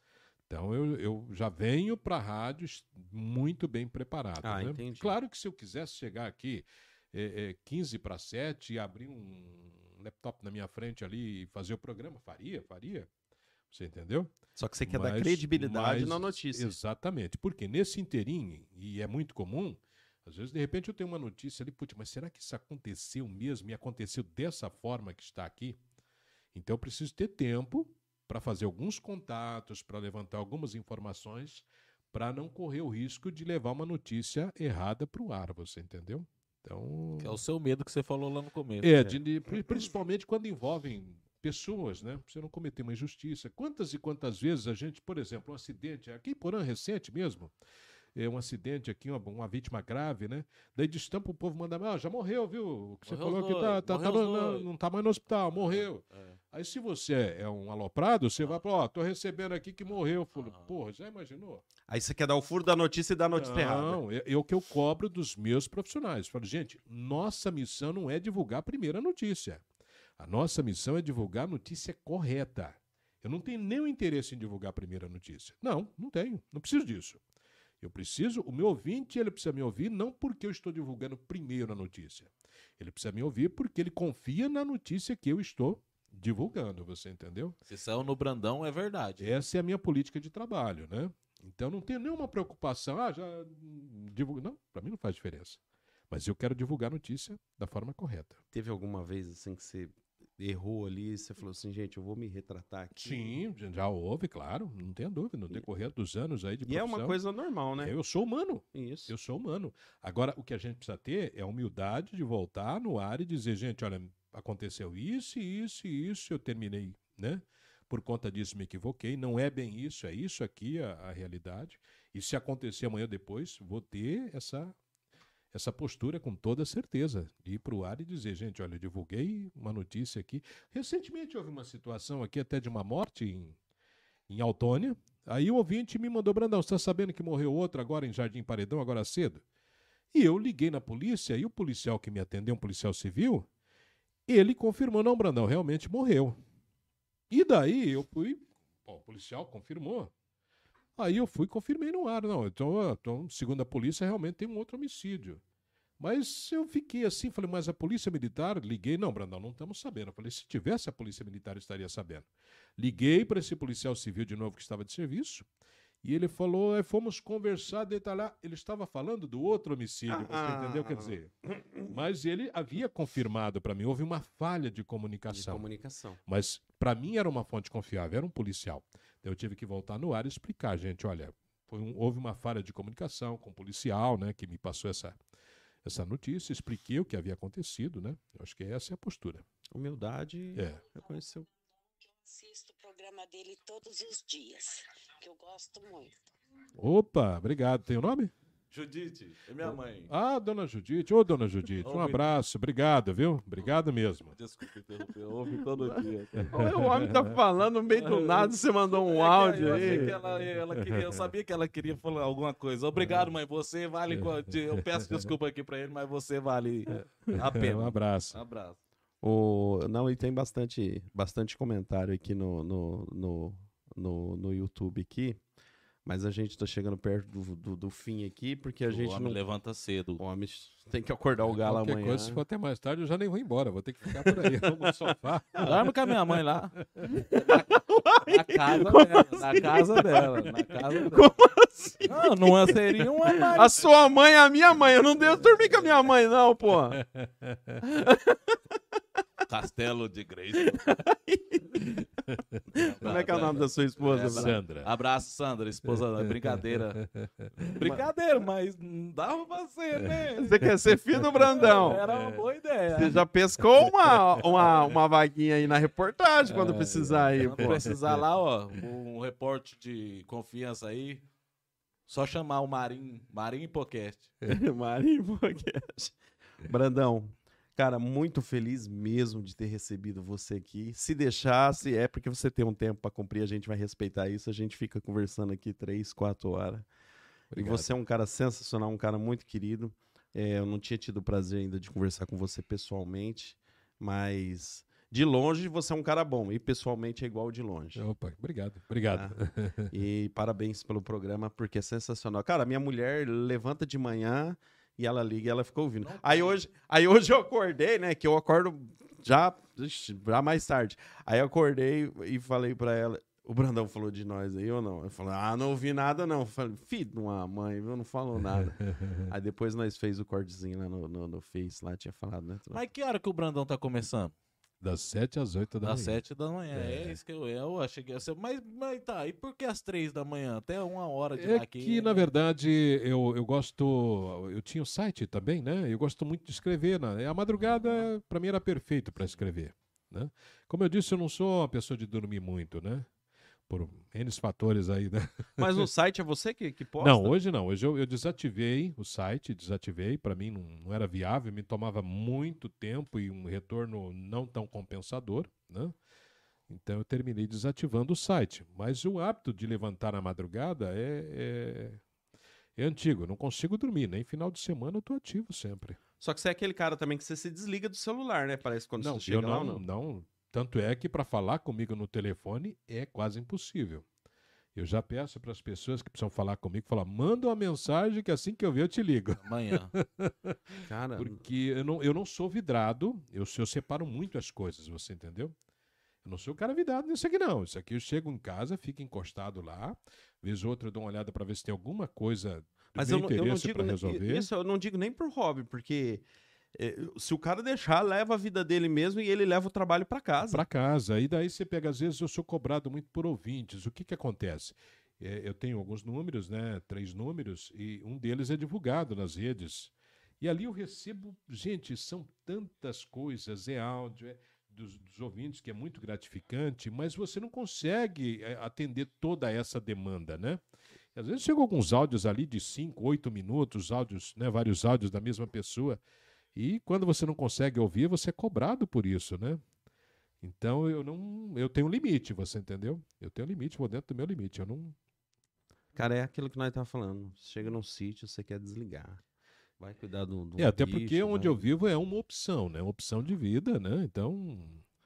Então eu, eu já venho para a rádio muito bem preparado. Ah, né? entendi. Claro que se eu quisesse chegar aqui é, é, quinze para sete e abrir um laptop na minha frente ali e fazer o programa, faria, faria. Você entendeu? Só que você quer dar Mas- credibilidade mas- na notícia. Exatamente. Porque nesse inteirinho, e é muito comum, às vezes de repente eu tenho uma notícia ali, putz, mas será que isso aconteceu mesmo e aconteceu dessa forma que está aqui? Então eu preciso ter tempo para fazer alguns contatos, para levantar algumas informações, para não correr o risco de levar uma notícia errada para o ar, você entendeu? Então, Que é o seu medo que você falou lá no começo. é, de- de- pri- principalmente quando envolvem pessoas, né? Pra você não cometer uma injustiça. Quantas e quantas vezes a gente, por exemplo, um acidente, aqui em Porã, recente mesmo, é um acidente aqui, uma, uma vítima grave, né? Daí destampa o povo, manda, ah, já morreu, viu? O que você Morreu falou os que tá, dois, tá, tá morreu no- os não, dois. não tá mais no hospital, morreu. É. Aí se você é um aloprado, você vai para, ó, tô recebendo aqui que morreu. Falo, Aham. porra, já imaginou? Aí você quer dar o furo da notícia e dar a notícia errada. Não, é, é o que eu cobro dos meus profissionais. Falo, gente, nossa missão não é divulgar a primeira notícia. A nossa missão é divulgar a notícia correta. Eu não tenho nenhum interesse em divulgar a primeira notícia. Não, não tenho. Não preciso disso. Eu preciso, o meu ouvinte, ele precisa me ouvir não porque eu estou divulgando primeiro a notícia. Ele precisa me ouvir porque ele confia na notícia que eu estou divulgando, você entendeu? Se saiu no Brandão, é verdade. Essa é a minha política de trabalho, né? Então não tenho nenhuma preocupação, ah, já hum, divulgo. Não, para mim não faz diferença. Mas eu quero divulgar a notícia da forma correta. Teve alguma vez assim que você errou ali e você falou assim, gente, eu vou me retratar aqui? Sim, já houve, claro, não tenha dúvida, no decorrer dos anos aí de E é profissão. uma coisa normal, né? Eu sou humano, Isso. eu sou humano. Agora, o que a gente precisa ter é a humildade de voltar no ar e dizer, gente, olha, aconteceu isso, isso e isso, eu terminei, né? Por conta disso me equivoquei, não é bem isso, é isso aqui a, a realidade. E se acontecer amanhã ou depois, vou ter essa, essa postura com toda certeza, de ir para o ar e dizer, gente, olha, eu divulguei uma notícia aqui. Recentemente houve uma situação aqui até de uma morte em, em Autônia. Aí o ouvinte me mandou, Brandão, você está sabendo que morreu outro agora em Jardim Paredão, agora cedo? E eu liguei na polícia e o policial que me atendeu, um policial civil, ele confirmou, não, Brandão, realmente morreu. E daí eu fui, bom, o policial confirmou. Aí eu fui e confirmei no ar, não, então, então, segundo a polícia, realmente tem um outro homicídio. Mas eu fiquei assim, falei, mas a polícia militar, liguei, não, Brandão, não estamos sabendo. Eu falei, se tivesse a polícia militar, eu estaria sabendo. Liguei para esse policial civil de novo que estava de serviço, e ele falou, é, fomos conversar, detalhar. Ele estava falando do outro homicídio, você Ah. entendeu? Quer dizer, mas ele havia confirmado para mim, houve uma falha de De comunicação. comunicação. Mas para mim era uma fonte confiável, era um policial. Então eu tive que voltar no ar e explicar, gente, olha, foi um- houve uma falha de comunicação com o policial, né, que me passou essa, essa notícia, expliquei o que havia acontecido, né? Eu acho que essa é a postura. Humildade, É. reconheceu. Eu assisto o programa dele todos os dias, que eu gosto muito. Opa, obrigado. Tem o nome? Judite, é minha mãe. Ah, dona Judite. Ô, dona Judite, um Ouve. abraço. Obrigado, viu? Obrigado mesmo. Desculpa interromper, eu ouvi todo dia. O homem tá falando no meio do nada, você mandou um É que áudio eu achei aí. que ela, ela queria, eu sabia que ela queria falar alguma coisa. Obrigado, mãe. Você vale. co- de- Eu peço desculpa aqui pra ele, mas você vale a Um pena. abraço. Um abraço. O... Não, e tem bastante, bastante comentário aqui no, no, no, no, no YouTube aqui, mas a gente tá chegando perto do, do, do fim aqui, porque a o gente homem não... levanta cedo. O homem tem que acordar o galo Qualquer amanhã. coisa, se for até mais tarde, eu já nem vou embora. Vou ter que ficar por aí no sofá. Dorme com a minha mãe lá. Na casa dela. Na casa dela. Na casa dela. Como assim? Não, não é- seria uma mais. A sua mãe é a minha mãe. Eu não devo dormir com a minha mãe, não, pô. Castelo de Grace. Como é que é o nome da sua esposa? É, Bruno? Sandra. Abraço, Sandra, esposa. Brincadeira. Brincadeira, mas não dava pra ser, né? Você quer ser filho do Brandão? Era uma boa ideia. Você já pescou uma, uma, uma vaguinha aí na reportagem quando precisar aí, Quando pô. precisar lá, ó, um repórter de confiança aí, só chamar o Marinho, Marinho Podcast. Marinho Podcast. Brandão, cara, muito feliz mesmo de ter recebido você aqui. Se deixasse, é porque você tem um tempo para cumprir, a gente vai respeitar isso. A gente fica conversando aqui três, quatro horas. Obrigado. E você é um cara sensacional, um cara muito querido. É, eu não tinha tido o prazer ainda de conversar com você pessoalmente, mas De longe, você é um cara bom. E pessoalmente é igual de longe. Opa, obrigado. Obrigado. Ah, e parabéns pelo programa, porque é sensacional. Cara, minha mulher levanta de manhã e ela liga e ela fica ouvindo. Aí hoje, aí hoje eu acordei, né? Que eu acordo já, já mais tarde. Aí eu acordei e falei pra ela... O Brandão falou de nós aí ou não? Eu falei, ah, não ouvi nada não. Eu falei, filho de uma mãe, viu? Não falou nada. Aí depois nós fez o cortezinho lá no, no, no Face, lá tinha falado, né? Mas que hora que o Brandão tá começando? Das sete às oito da Das manhã. sete da manhã. É. É. isso que eu, eu achei que ia ser. Mas, mas tá, e por que às três da manhã? Até uma hora de É lá aqui. que, na verdade, eu, eu gosto... Eu tinha o site também, né? Eu gosto muito de escrever. Né? A madrugada, para mim, era perfeito para escrever. Né? Como eu disse, eu não sou uma pessoa de dormir muito, né? Por N fatores aí, né? Mas no site é você que, que posta? Não, hoje não. Hoje eu, eu desativei o site, desativei. Para mim não, não era viável, me tomava muito tempo e um retorno não tão compensador, né? Então eu terminei desativando o site. Mas o hábito de levantar na madrugada é, é, é antigo. Eu não consigo dormir, nem final de semana eu estou ativo sempre. Só que você é aquele cara também que você se desliga do celular, né? Parece quando Não, você chega eu lá não, ou não? não. Tanto é que para falar comigo no telefone é quase impossível. Eu já peço para as pessoas que precisam falar comigo, falar, manda uma mensagem que assim que eu ver eu te ligo. Amanhã. Cara, Porque eu não, eu não sou vidrado, eu, eu separo muito as coisas, você entendeu? Eu não sou o cara vidrado nisso aqui não. Isso aqui eu chego em casa, fico encostado lá, vez ou outra eu dou uma olhada para ver se tem alguma coisa do mas meu eu não, eu não interesse digo para nem- resolver. isso, eu não digo nem por hobby, porque é, se o cara deixar, leva a vida dele mesmo e ele leva o trabalho pra casa. Para casa. E daí você pega, às vezes eu sou cobrado muito por ouvintes. O que que acontece? É, eu tenho alguns números, né? Três números, e um deles é divulgado nas redes. E ali eu recebo, gente, são tantas coisas, é áudio, é dos, dos ouvintes, que é muito gratificante, mas você não consegue é, atender toda essa demanda, né? E às vezes chegam alguns áudios ali de cinco, oito minutos, áudios, né? Vários áudios da mesma pessoa. E quando você não consegue ouvir, você é cobrado por isso, né? Então eu não, eu tenho um limite, você entendeu? Eu tenho um limite, vou dentro do meu limite. Eu não. Cara, é aquilo que nós estávamos falando. Chega num sítio, você quer desligar. Vai cuidar do, do É, até bicho, porque onde vai- eu vivo é uma opção, né? Uma opção de vida, né? Então,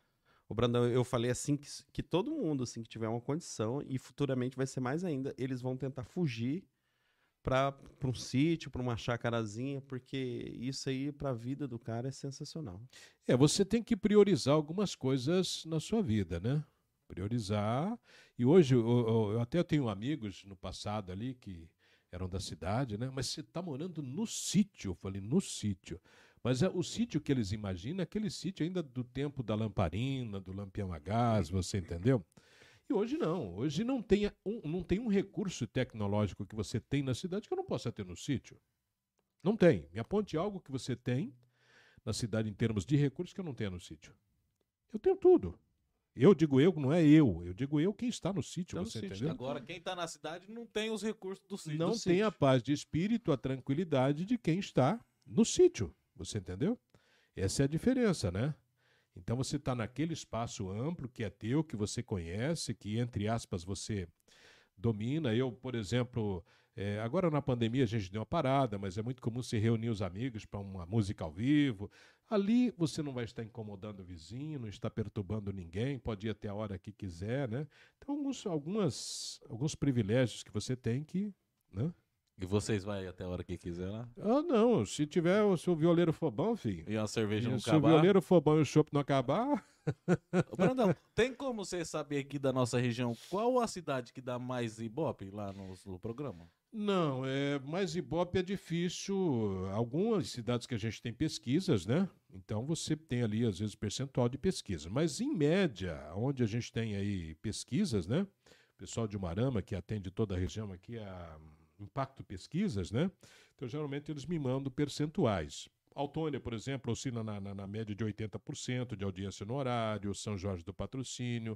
Ô, Brandão, eu falei assim que, que todo mundo, assim, que tiver uma condição, e futuramente vai ser mais ainda, eles vão tentar fugir para um sítio, para uma chacarazinha, porque isso aí, pra vida do cara, é sensacional. é, você tem que priorizar algumas coisas na sua vida, né? Priorizar. E hoje, eu, eu- eu até tenho amigos no passado ali que eram da cidade, né? Mas você está morando no sítio. Eu falei, no sítio. Mas é, o sítio que eles imaginam é aquele sítio ainda do tempo da lamparina, do lampião a gás, você entendeu? E hoje não. Hoje não tem um, não tem um recurso tecnológico que você tem na cidade que eu não possa ter no sítio. Não tem. Me aponte algo que você tem na cidade em termos de recursos que eu não tenho no sítio. Eu tenho tudo. Eu digo eu, não é eu. Eu digo eu quem está no sítio, Está no você sítio, entendeu? Agora, quem tá na cidade não tem os recursos do sítio. Não do tem sítio. a paz de espírito, a tranquilidade de quem está no sítio. Você entendeu? Essa é a diferença, né? Então você está naquele espaço amplo que é teu, que você conhece, que, entre aspas, você domina. Eu, por exemplo, é, agora na pandemia a gente deu uma parada, mas é muito comum se reunir os amigos para uma música ao vivo. Ali você não vai estar incomodando o vizinho, não está perturbando ninguém, pode ir até a hora que quiser, né? Então, alguns, algumas, alguns privilégios que você tem que, né? E vocês vão até a hora que quiser lá? Ah, não, se tiver, se o violeiro for bom, filho, E a cerveja não se o acabar? violeiro for bom e o chopp não acabar, Ô, Brandão, tem como você saber aqui da nossa região qual a cidade que dá mais ibope lá no, no programa? não, é, mas Ibope é difícil. Algumas cidades que a gente tem pesquisas, né? Então você tem ali, às vezes, percentual de pesquisa. Mas, em média, onde a gente tem aí pesquisas, né? O pessoal de Umarama, que atende toda a região aqui, a Impacto Pesquisas, né? Então, geralmente, eles me mandam percentuais. Autônia, por exemplo, oscila na, na, na média de oitenta por cento de audiência no horário, São Jorge do Patrocínio,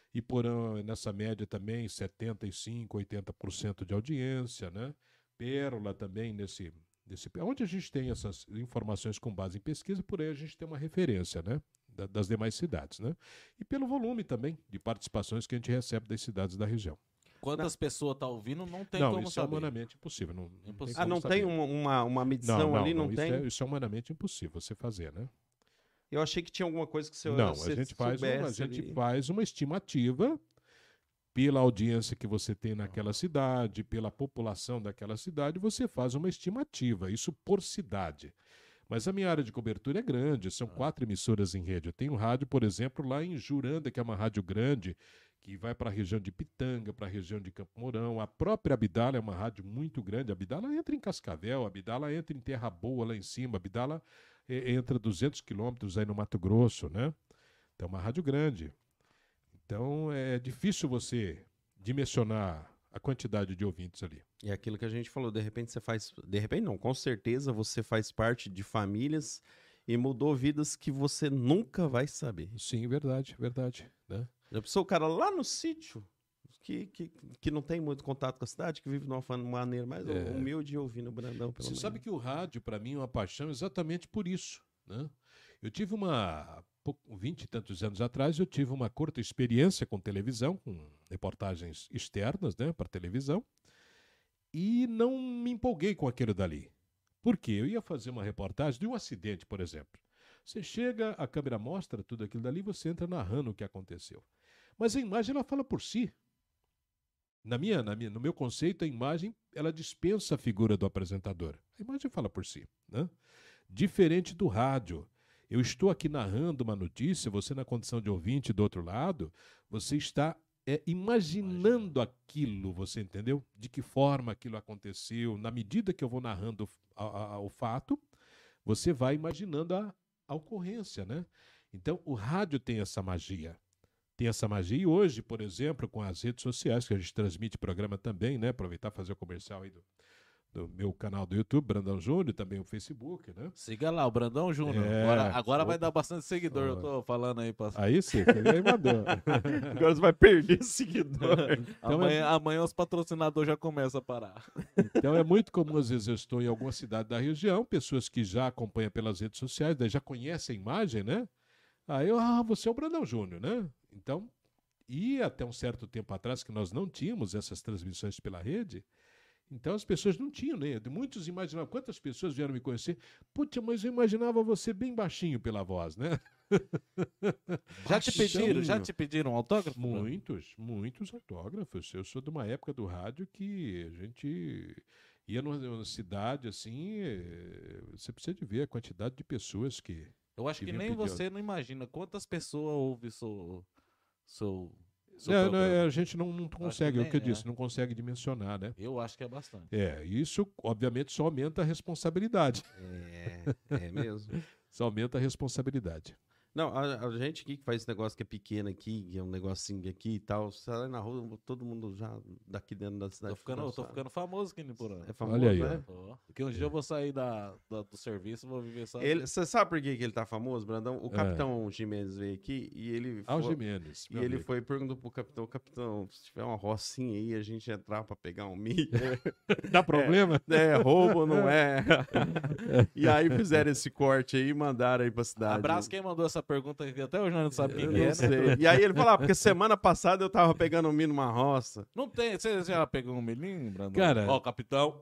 Iporã, nessa média também, setenta e cinco por cento, oitenta por cento de audiência, né? Pérola também, nesse, nesse... Onde a gente tem essas informações com base em pesquisa, por aí a gente tem uma referência, né? Da- das demais cidades, né? E pelo volume também de participações que a gente recebe das cidades da região. Quantas pessoas tá ouvindo, não tem não, como isso é saber. humanamente impossível. Não, não Impossível. Ah, como não saber. tem uma, uma, uma medição ali, não, isso tem? É, isso é humanamente impossível você fazer, né? Eu achei que tinha alguma coisa que você Não, você a gente, faz uma, a soubesse gente ali. faz uma estimativa pela audiência que você tem naquela cidade, pela população daquela cidade, você faz uma estimativa, isso por cidade. Mas a minha área de cobertura é grande, são quatro emissoras em rede. Eu tenho rádio, por exemplo, lá em Juranda, que é uma rádio grande, que vai para a região de Pitanga, para a região de Campo Mourão. A própria Abdala é uma rádio muito grande. A Abdala entra em Cascavel, a Abdala entra em Terra Boa, lá em cima. A Abdala eh, entra duzentos quilômetros aí no Mato Grosso, né? Então é uma rádio grande. Então é difícil você dimensionar a quantidade de ouvintes ali. É aquilo que a gente falou, de repente você faz... De repente não, com certeza você faz parte de famílias e mudou vidas que você nunca vai saber. Sim, verdade, verdade, né? Já pensou o cara lá no sítio, que, que, que não tem muito contato com a cidade, que vive de uma fa- maneira mais É. humilde, ouvindo o Brandão, pelo Você menos. sabe que o rádio, para mim, é uma paixão exatamente por isso, né? Eu tive uma... pouco- vinte e tantos anos atrás, eu tive uma curta experiência com televisão, com reportagens externas, né, para televisão, e não me empolguei com aquilo dali. Por quê? Eu ia fazer uma reportagem de um acidente, por exemplo. Você chega, a câmera mostra tudo aquilo dali, você entra narrando o que aconteceu. Mas a imagem, ela fala por si. Na minha, na minha, no meu conceito, a imagem, ela dispensa a figura do apresentador. A imagem fala por si, né? Diferente do rádio. Eu estou aqui narrando uma notícia, você na condição de ouvinte do outro lado, você está é, imaginando aquilo, você entendeu? De que forma aquilo aconteceu. Na medida que eu vou narrando a, a, o fato, você vai imaginando a, a ocorrência, né? Então, o rádio tem essa magia. Tem essa magia. E hoje, por exemplo, com as redes sociais, que a gente transmite programa também, né? Aproveitar e fazer o comercial aí do, do meu canal do YouTube, Brandão Júnior, e também o Facebook, né? Siga lá, o Brandão Júnior. É, agora agora opa. vai dar bastante seguidor, eu Ó. tô falando aí. Pra... Aí sim, aí mandou. Agora você vai perder seguidor. Então amanhã, é- amanhã os patrocinadores já começam a parar. Então é muito comum, às vezes eu estou em alguma cidade da região, pessoas que já acompanham pelas redes sociais, daí já conhecem a imagem, né? Aí eu, ah, você é o Brandão Júnior, né? Então, e até um certo tempo atrás, que nós não tínhamos essas transmissões pela rede, então as pessoas não tinham, né? Muitos imaginavam, quantas pessoas vieram me conhecer? Putz, mas eu imaginava você bem baixinho pela voz, né? Já te pediram, já Baixinho. te pediram autógrafo? Muitos, muitos autógrafos. Eu sou de uma época do rádio que a gente ia numa, numa cidade assim, eh, você precisa de ver a quantidade de pessoas que... Eu acho que Deviam nem pedir você não imagina quantas pessoas ouvem seu, seu, seu É, não, programa. é, a gente não, não consegue, é o nem que eu é. disse, não consegue dimensionar, né? Eu acho que é bastante. É, isso obviamente só aumenta a responsabilidade. É, é mesmo. Só aumenta a responsabilidade. Não, a, a gente aqui que faz esse negócio que é pequeno aqui, que é um negocinho aqui e tal, você sai na rua, todo mundo já daqui dentro da cidade. Tô ficando, eu tô sabe? ficando famoso aqui no Porã. É famoso, Olha aí, né? Ó, Porque um dia eu vou sair da, da- do serviço e vou viver só. Ele, você sabe por que, que ele tá famoso, Brandão? O É. Capitão Jimenez veio aqui e ele Ao foi, Jimenez. e meu ele amigo. foi e perguntou pro capitão, capitão, se tiver uma rocinha aí, a gente entrar pra pegar um milho. Dá problema? É, roubo, não é? E aí fizeram esse corte aí e mandaram aí pra cidade. Abraço quem mandou essa pergunta aqui. Até hoje nós não sabe quem Eu que é, não né? sei. E aí ele falou, ah, porque semana passada eu tava pegando um milho numa roça. Não tem. Você já pegou um milhinho, Brandão? Cara- Ó, capitão.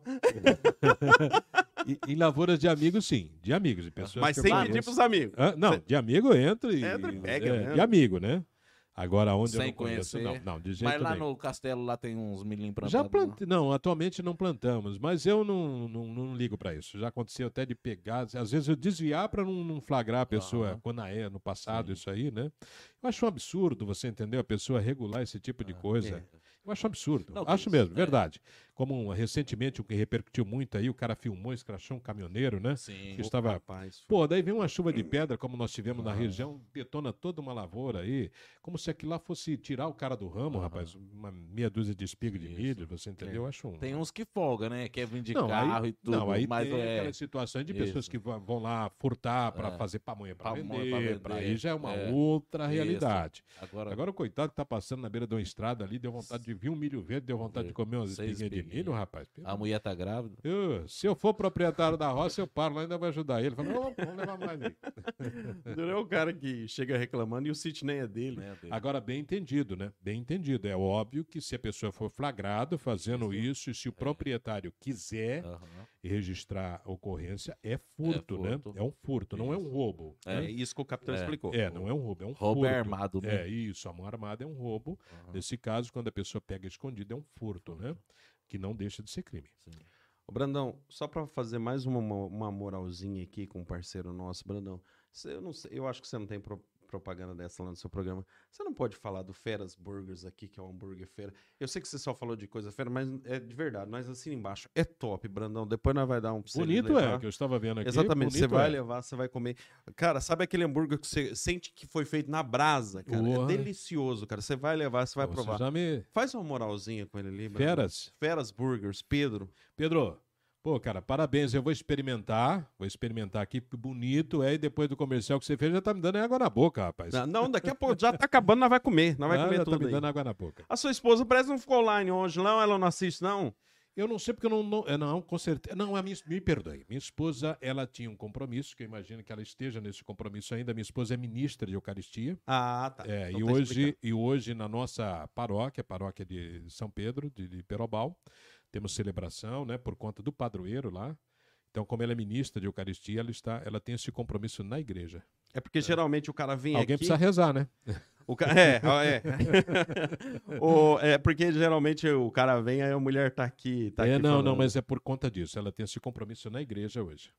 E, em lavouras de amigos, sim. De amigos, de pessoas Mas que eu sem conheço. pedir pros amigos. Hã? Não, Cê- de amigo entra e... Entra e pega é, mesmo. de amigo, né? Agora, onde eu Sem não conheço, conhecer. não. Não, de jeito Mas lá nenhum. no castelo lá tem uns milhinhos plantados. Já lá. plantei, não, atualmente não plantamos, mas eu não, não, não ligo para isso. Já aconteceu até de pegar, às vezes eu desviar para não, não flagrar a pessoa Aham. quando é no passado, Sim. isso aí, né? Eu acho um absurdo, você entendeu? A pessoa regular esse tipo de coisa. é. Eu acho um absurdo. Não, acho que- mesmo, é. verdade. Como um, recentemente o que repercutiu muito aí, o cara filmou, escrachou um caminhoneiro, né? Sim. Que estava Rapaz, foi- Pô, daí vem uma chuva de pedra, como nós tivemos na região, detona toda uma lavoura aí, como se aquilo lá fosse tirar o cara do ramo, Aham. rapaz. Uma meia dúzia de espiga de Isso. milho, você entendeu? Eu acho um... Tem uns que folga, né? Quer vir de Não, carro aí, e tudo. não, aí mas tem é... aquelas situações de pessoas Isso. que vão vão lá furtar para É. fazer pamonha para Pamonha vender, pra vender, pra aí já é uma é. outra Isso. realidade. Agora, Agora o coitado que tá passando na beira de uma estrada ali, deu vontade de vir um milho verde, deu vontade de comer umas Seis espinguinhas de menino, rapaz. A mulher tá grávida. Eu, se eu for proprietário da roça, eu paro lá e ainda vou ajudar ele. Fala, "Ô, vamos levar mais aí. Não é o cara que chega reclamando e o sítio nem é dele. Né, dele. Agora, bem entendido, né? Bem entendido. É óbvio que se a pessoa for flagrada fazendo isso, e se o proprietário quiser Aham. registrar a ocorrência, é furto, É né? furto. É um furto, não é um roubo. É né? isso que o capitão É. explicou. É, não é um roubo, é um Roubo furto. é armado, né? É, isso, a mão armada é um roubo. Aham. Nesse caso, quando a pessoa pega escondido, é um furto, né? Que não deixa de ser crime. Sim. Ô, Brandão, só pra fazer mais uma, uma, uma moralzinha aqui com um parceiro nosso, Brandão, você- eu, não sei, eu acho que você não tem pro- propaganda dessa lá no seu programa. Você não pode falar do Feras Burgers aqui, que é o hambúrguer fera. Eu sei que você só falou de coisa fera, mas é de verdade. Nós assim embaixo. É top, Brandão. Depois nós vai dar um pra você Bonito levar. é, que eu estava vendo aqui. Exatamente, você bonito vai é. levar, você vai comer. Cara, sabe aquele hambúrguer que você sente que foi feito na brasa, cara? Porra. É delicioso, cara. Você vai levar, você vai Você provar. já me... Faz uma moralzinha com ele ali, Brandão. Feras. Feras Burgers, Pedro. Pedro, pô, cara, parabéns. Eu vou experimentar. Vou experimentar aqui, porque bonito é. E depois do comercial que você fez, já tá me dando água na boca, rapaz. Não, não, daqui a pouco já tá acabando, nós vai comer. Nós vai Ah, comer já tá tudo me aí. dando água na boca. A sua esposa parece que não ficou online hoje, não? Ela não assiste, não? Eu não sei porque eu não, não, é, não, com certeza. Não, a minha, me perdoe. Minha esposa, ela tinha um compromisso, que eu imagino que ela esteja nesse compromisso ainda. Minha esposa é ministra de Eucaristia. Ah, tá. É, Então e, tá hoje, explicado. e hoje na nossa paróquia, paróquia de São Pedro, de, de Perobal, temos celebração, né, por conta do padroeiro lá. Então, como ela é ministra de Eucaristia, ela, está, ela tem esse compromisso na igreja. É porque geralmente o cara vem Alguém aqui... precisa rezar, né? O ca... É, ó, é. O- é porque geralmente o cara vem, aí a mulher tá aqui. Tá é, aqui não, não, falando. mas é por conta disso. Ela tem esse compromisso na igreja hoje.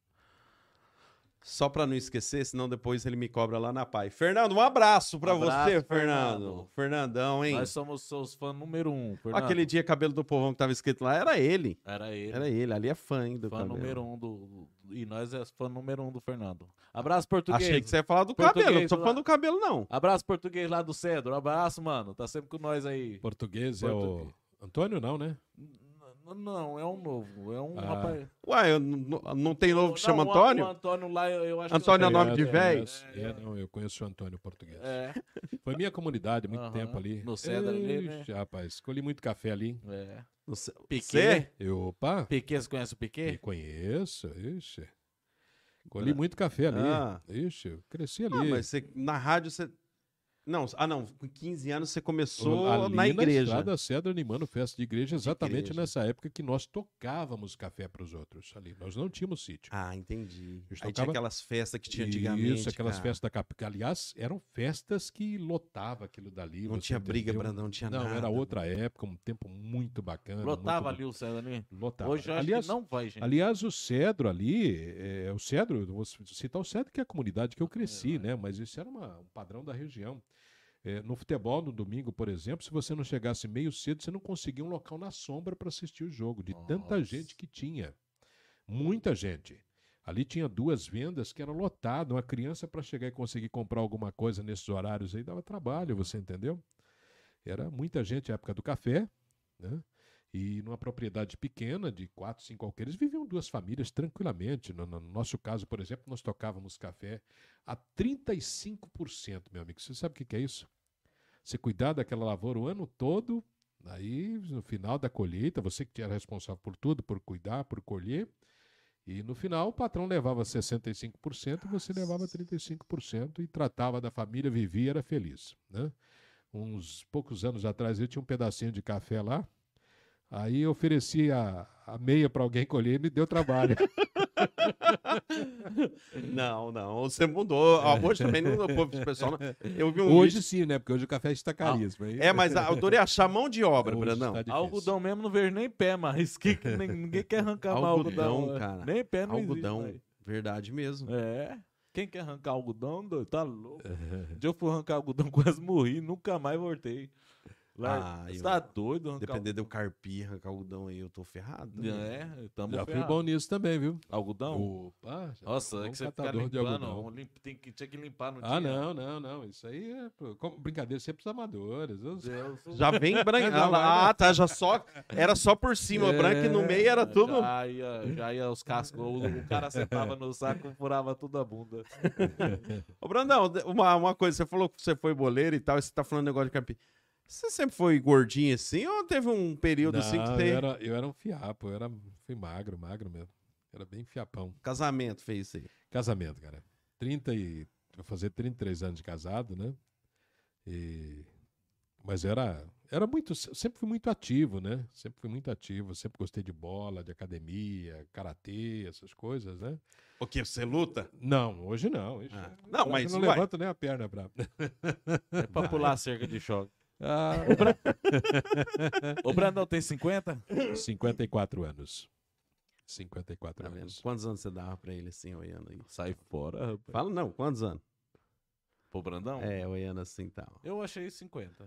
Só pra não esquecer, senão depois ele me cobra lá na Pai. Fernando, um abraço pra Abraço, você, Fernando. Fernando. Fernandão, hein? Nós somos seus fãs número um, Fernando. Aquele dia cabelo do povão que tava escrito lá, era ele. Era ele. Era ele, ali é fã, hein, do Fã cabelo. número um do, do- E nós é fã número um do Fernando. Abraço, português. Achei que você ia falar do Português cabelo, não sou lá. fã do cabelo, não. Abraço, português lá do Cedro. Abraço, mano. Tá sempre com nós aí. Português é o... Português. Antônio não, né? N- Não, é um novo. É um Ah. rapaz. Uai, eu não, não tem novo que Não, chama o- Antônio? O Antônio lá, eu, eu acho Antônio é que nome eu de sei. véio? É, é, não, eu conheço o Antônio Português. É, Foi minha comunidade, muito Aham. tempo ali. No Cedro ali, né? Ixi, rapaz, escolhi muito café ali. é. Não sei. Piquet? Você? Eu, opa, Piquet, você conhece o me Piquet? conheço, ixi. Colhi muito café ali. Ah. Ixi, eu cresci ali. Ah, mas você, na rádio você... Não, ah não, com quinze anos você começou Ali na igreja. Estrada Cedro animando festa de igreja, exatamente igreja. nessa época que nós tocávamos café para os outros ali. Nós não tínhamos sítio. Ah, entendi. A gente Aí tinha tocava- aquelas festas que tinha antigamente. Isso, aquelas cara. festas da capital. Aliás, eram festas que lotava aquilo dali. Não você tinha briga, entendeu? Brandão, não tinha Não, nada. era outra época, um tempo muito bacana. Lotava muito... ali o Cedro ali. Lotava. Hoje eu acho aliás, que não vai, gente. aliás, o Cedro ali, é, o Cedro, eu vou citar o Cedro, que é a comunidade que eu cresci, né? Mas isso era uma- um padrão da região. É, no futebol, no domingo, por exemplo, se você não chegasse meio cedo, você não conseguia um local na sombra para assistir o jogo, de tanta Nossa. gente que tinha. Muita gente. Ali tinha duas vendas que eram lotadas. Uma criança para chegar e conseguir comprar alguma coisa nesses horários aí dava trabalho, você entendeu? Era muita gente na época do café, né? E numa propriedade pequena, de quatro, cinco alqueires, viviam duas famílias tranquilamente. No, no nosso caso, por exemplo, nós tocávamos café a trinta e cinco por cento, meu amigo. Você sabe o que que é isso? Você cuidar daquela lavoura o ano todo, aí no final da colheita, você que era responsável por tudo, por cuidar, por colher, e no final o patrão levava sessenta e cinco por cento e você levava trinta e cinco por cento e tratava da família, vivia, era feliz, né? Uns poucos anos atrás eu tinha um pedacinho de café lá, aí eu ofereci a, a meia para alguém colher e me deu trabalho. Não, não, você mudou. Ah, hoje também não mudou pro pessoal. Não. Eu vi um Hoje vídeo- sim, né? Porque hoje o café está caríssimo. aí- É, mas a- eu adorei achar mão de obra, Hoje Brandão. tá difícil. Algodão mesmo não vejo nem pé, mas que, que nem- ninguém quer arrancar mais algodão. Algodão, né? cara. Nem pé não Algodão, existe, verdade mesmo. mais. É. Quem quer arrancar algodão, doido? Tá louco. Um dia eu fui arrancar algodão, quase morri, nunca mais voltei. Lá, Ah, você eu- tá doido? Arrancar Depender do carpi, arrancar algodão aí, eu tô ferrado. né? É, tamo Já fui ferrado. bom nisso também, viu? Algodão? Opa, já Nossa, fui é bom que você fica catador de limpando, algodão. limp, tem que, tinha que limpar no Ah, dia. não, não, não. Isso aí é pô, como brincadeira sempre os amadores. Os- Deus, Já vem branco. Já vai, Ah, tá, já só. Era só por cima, É. branco e no meio era tudo. Já ia, já ia os cascos. O, o cara sentava no saco e furava tudo a bunda. Ô, Brandão, uma, uma coisa, você falou que você foi boleiro e tal, e você tá falando negócio de carpi. Você sempre foi gordinho assim ou teve um período Não, assim que eu, você... era, eu era um fiapo, eu era, fui magro, magro mesmo. Era bem fiapão. Casamento fez isso aí. Casamento, cara. trinta e... Vou fazer trinta e três anos de casado, né? E... Mas era, era muito... Sempre fui muito ativo, né? Sempre fui muito ativo. Sempre gostei de bola, de academia, karatê, essas coisas, né? O que, você luta? Não, hoje não. Hoje Ah, eu- não, eu mas não vai. levanto nem a perna pra... É pra pular a cerca de choque. Ah, O Brandão tem cinquenta? cinquenta e quatro anos. cinquenta e quatro Tá vendo? anos. Quantos anos você dava pra ele assim, olhando aí? Sai fora, rapaz. Fala não, quantos anos? Pro Brandão? É, olhando assim e tal. Eu achei cinquenta.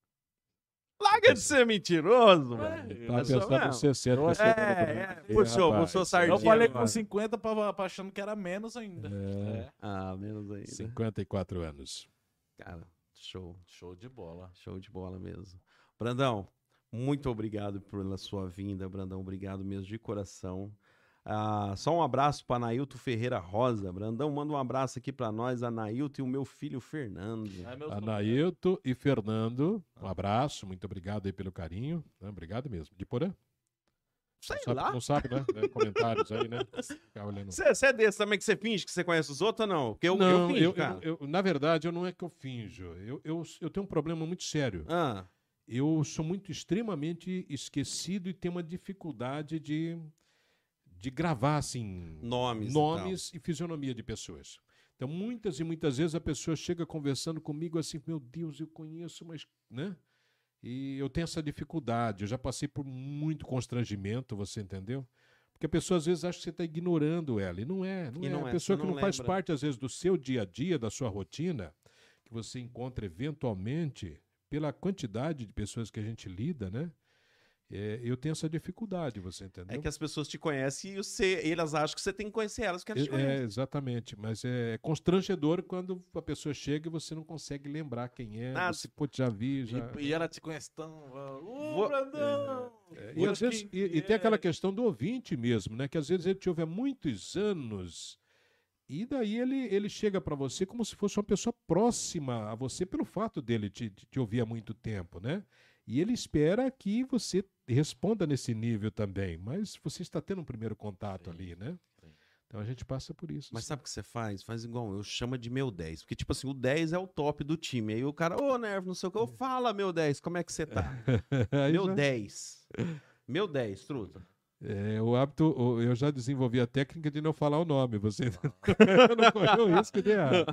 Larga de ser mentiroso, É, velho. eu Tava Mas só pensando em mesmo. sessenta. Eu que achei- eu tô É, falando. é, Ih, puxou, rapaz, puxou Eu sardinha. falei agora. com cinquenta pra, pra achando que era menos ainda. É. É. Ah, menos ainda. cinquenta e quatro anos. Cara, show. Show de bola. Show de bola mesmo. Brandão, muito obrigado pela sua vinda, Brandão. Obrigado mesmo de coração. Ah, só um abraço para Anailton Ferreira Rosa. Brandão, manda um abraço aqui para nós, Anailton e o meu filho Fernando. É meus Anailton e Fernando, um abraço, muito obrigado aí pelo carinho. Né? Obrigado mesmo. De Porã? Sei não sabe, lá. Não sabe, né? É, comentários aí, né? Ficar olhando. Você é desse também que você finge que você conhece os outros ou não? Porque eu, não, eu finjo, eu, cara. eu- eu- na verdade, eu não é que eu finjo. Eu, eu, eu tenho um problema muito sério. Ah, Eu sou muito extremamente esquecido e tenho uma dificuldade de, de gravar, assim, nomes. nomes e, fisionomia de pessoas. Então, muitas e muitas vezes a pessoa chega conversando comigo assim, meu Deus, eu conheço, mas, né? E eu tenho essa dificuldade. Eu já passei por muito constrangimento, você entendeu? Porque a pessoa às vezes acha que você está ignorando ela. E não é. Não E é. não a é, pessoa você que não não faz lembra. parte, às vezes, do seu dia a dia, da sua rotina, que você encontra eventualmente, pela quantidade de pessoas que a gente lida, né? É, eu tenho essa dificuldade, você entendeu? É que as pessoas te conhecem e você, elas acham que você tem que conhecer elas, porque elas te É, conhecem. exatamente, mas é constrangedor quando a pessoa chega e você não consegue lembrar quem é. Nada. Você, pô, já vi, já. E, e ela te conhece tão. Ô, Vou- Brandão! É, e, às vezes, e, e tem é. aquela questão do ouvinte mesmo, né? Que às vezes ele te ouve há muitos anos e daí ele, ele chega para você como se fosse uma pessoa próxima a você pelo fato dele te, te te ouvir há muito tempo, né? E ele espera que você responda nesse nível também, mas você está tendo um primeiro contato Sim, ali, né? sim. Então a gente passa por isso. Mas sim. sabe o que você faz? Faz igual eu, chama de meu dez. Porque, tipo assim, o dez é o top do time. Aí o cara, ô, Nervo, não sei o que. Eu fala, meu dez, como é que você tá? Aí meu já- dez. Meu dez, truta. É, o hábito, o- eu já desenvolvi a técnica de não falar o nome, você não correu o risco de errar.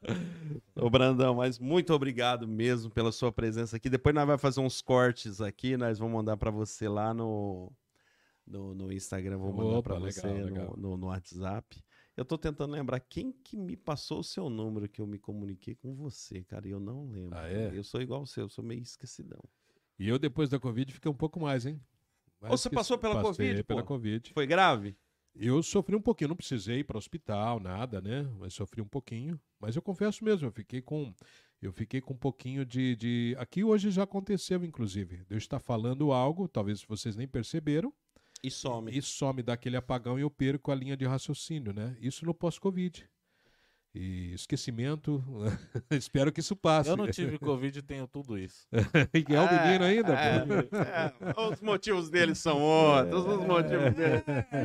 Ô, Brandão, mas muito obrigado mesmo pela sua presença aqui. Depois nós vamos fazer uns cortes aqui, nós vamos mandar pra você lá no, no, no Instagram, vou mandar Opa, pra legal, você legal. No, no, no WhatsApp. Eu tô tentando lembrar quem que me passou o seu número que eu me comuniquei com você, cara, e eu não lembro. Ah, é? Eu sou igual você, eu sou meio esquecidão. E eu, depois da Covid, fiquei um pouco mais, hein? Mais Ô, você esqueci- passou pela Passei Covid, pela pô? Covid. Foi grave? Eu sofri um pouquinho, não precisei ir para o hospital, nada, né? Mas sofri um pouquinho. Mas eu confesso mesmo, eu fiquei com, eu fiquei com um pouquinho de, de... Aqui hoje já aconteceu, inclusive. De eu estar falando algo, talvez vocês nem perceberam, E some. e some dá aquele apagão e eu perco a linha de raciocínio, né? Isso no pós-Covid. E esquecimento, espero que isso passe. Eu não tive Covid e tenho tudo isso. E é o menino ainda, é, pô. é, os motivos deles são outros, os motivos dele.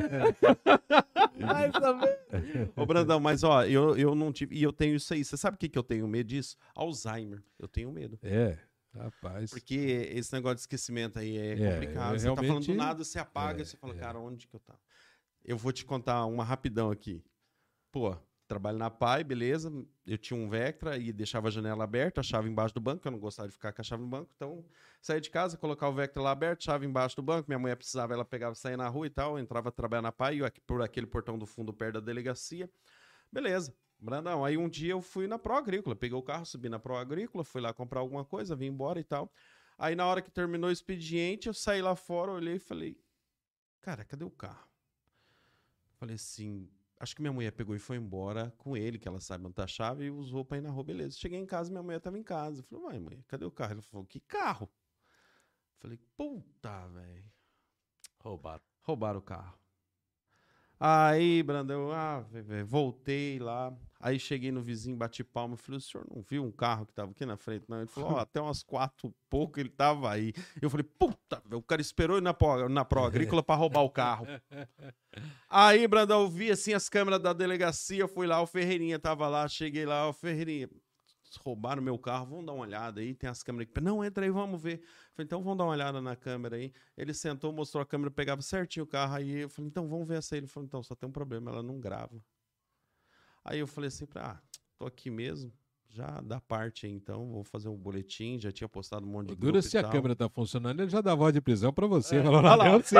Mais ou menos. Ô, Brandão, mas ó, eu, eu não tive. E eu tenho isso aí. Você sabe o que, que eu tenho medo disso? Alzheimer. Eu tenho medo. É, rapaz. Porque esse negócio de esquecimento aí é, É, complicado. é Você tá falando realmente- do nada, você apaga, é, você fala, é. cara, onde que eu tava? Eu vou te contar uma rapidão aqui. Pô, trabalho na Pai, beleza. Eu tinha um Vectra e deixava a janela aberta, a chave embaixo do banco, eu não gostava de ficar com a chave no banco. Então, saía de casa, colocava o Vectra lá aberto, chave embaixo do banco. Minha mulher precisava, ela pegava, saía na rua e tal. Eu entrava a trabalhar na Pai, eu aqui- por aquele portão do fundo perto da delegacia. Beleza. Brandão, aí um dia eu fui na Pro Agrícola, peguei o carro, subi na Pro Agrícola, fui lá comprar alguma coisa, vim embora e tal. Aí na hora que terminou o expediente, eu saí lá fora, olhei e falei, cara, cadê o carro? Falei assim, acho que minha mulher pegou e foi embora com ele, que ela sabe onde tá a chave, e usou pra ir na rua, beleza. Cheguei em casa, minha mulher tava em casa. Eu falei, uai, mãe, cadê o carro? Ela falou, que carro? Falei, puta, velho. Roubado. Roubaram o carro. Aí, Brandão, ah, vé- vé, voltei lá. Aí cheguei no vizinho, bati palma, falei, o senhor não viu um carro que tava aqui na frente? Não, ele falou, ó, até umas quatro e pouco ele tava aí. Eu falei, puta, o cara esperou ir na Pro, na Pro Agrícola pra roubar o carro. Aí, Brandão, eu vi assim as câmeras da delegacia, fui lá, o Ferreirinha tava lá, cheguei lá, o Ferreirinha, roubaram meu carro, vamos dar uma olhada aí, tem as câmeras aqui. Não, entra aí, vamos ver. Falei, então vamos dar uma olhada na câmera aí. Ele sentou, mostrou a câmera, pegava certinho o carro, aí eu falei, então vamos ver essa aí. Ele falou, então, só tem um problema, ela não grava. Aí eu falei assim, ah, tô aqui mesmo, já dá parte aí então, vou fazer um boletim, já tinha postado um monte de Dura grupo se e a tal. câmera tá funcionando, ele já dá voz de prisão pra você. É. Falou, Olha lá. não, você.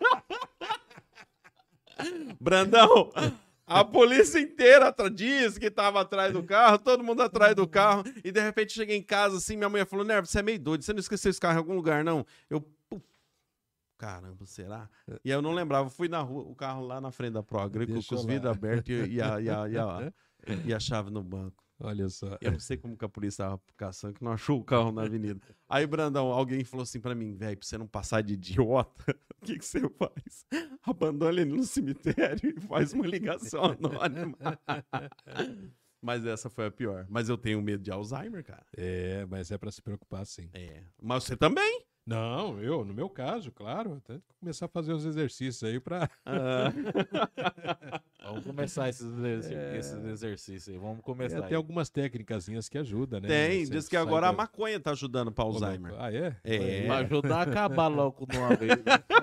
Brandão, a polícia inteira atra- disse que tava atrás do carro, todo mundo atrás do carro, e de repente cheguei em casa assim, minha mulher falou, Nervo, você é meio doido, você não esqueceu esse carro em algum lugar, não? Eu, puf, caramba, será? E aí eu não lembrava, fui na rua, o carro lá na frente da Pro Agrícola, com Deixou os lá. vidros abertos e, e a, e, a, e, a, e a chave no banco. Olha só. Eu não sei como que a polícia tava caçando, que não achou o carro na avenida. Aí, Brandão, alguém falou assim pra mim, velho, pra você não passar de idiota, o que que você faz? Abandona ele no cemitério e faz uma ligação anônima. Mas essa foi a pior. Mas eu tenho medo de Alzheimer, cara. É, mas é pra se preocupar, sim. É. Mas você também? Não, eu, no meu caso, claro, até começar a fazer os exercícios aí pra... Ah. Vamos começar esses, exerc- esses exercícios aí. Vamos começar. É, tem aí. algumas técnicazinhas que ajudam, né? Tem, Você diz que sai agora a da- maconha tá ajudando pra Alzheimer. Ah, é? É. Pra ajudar a acabar logo de uma vez.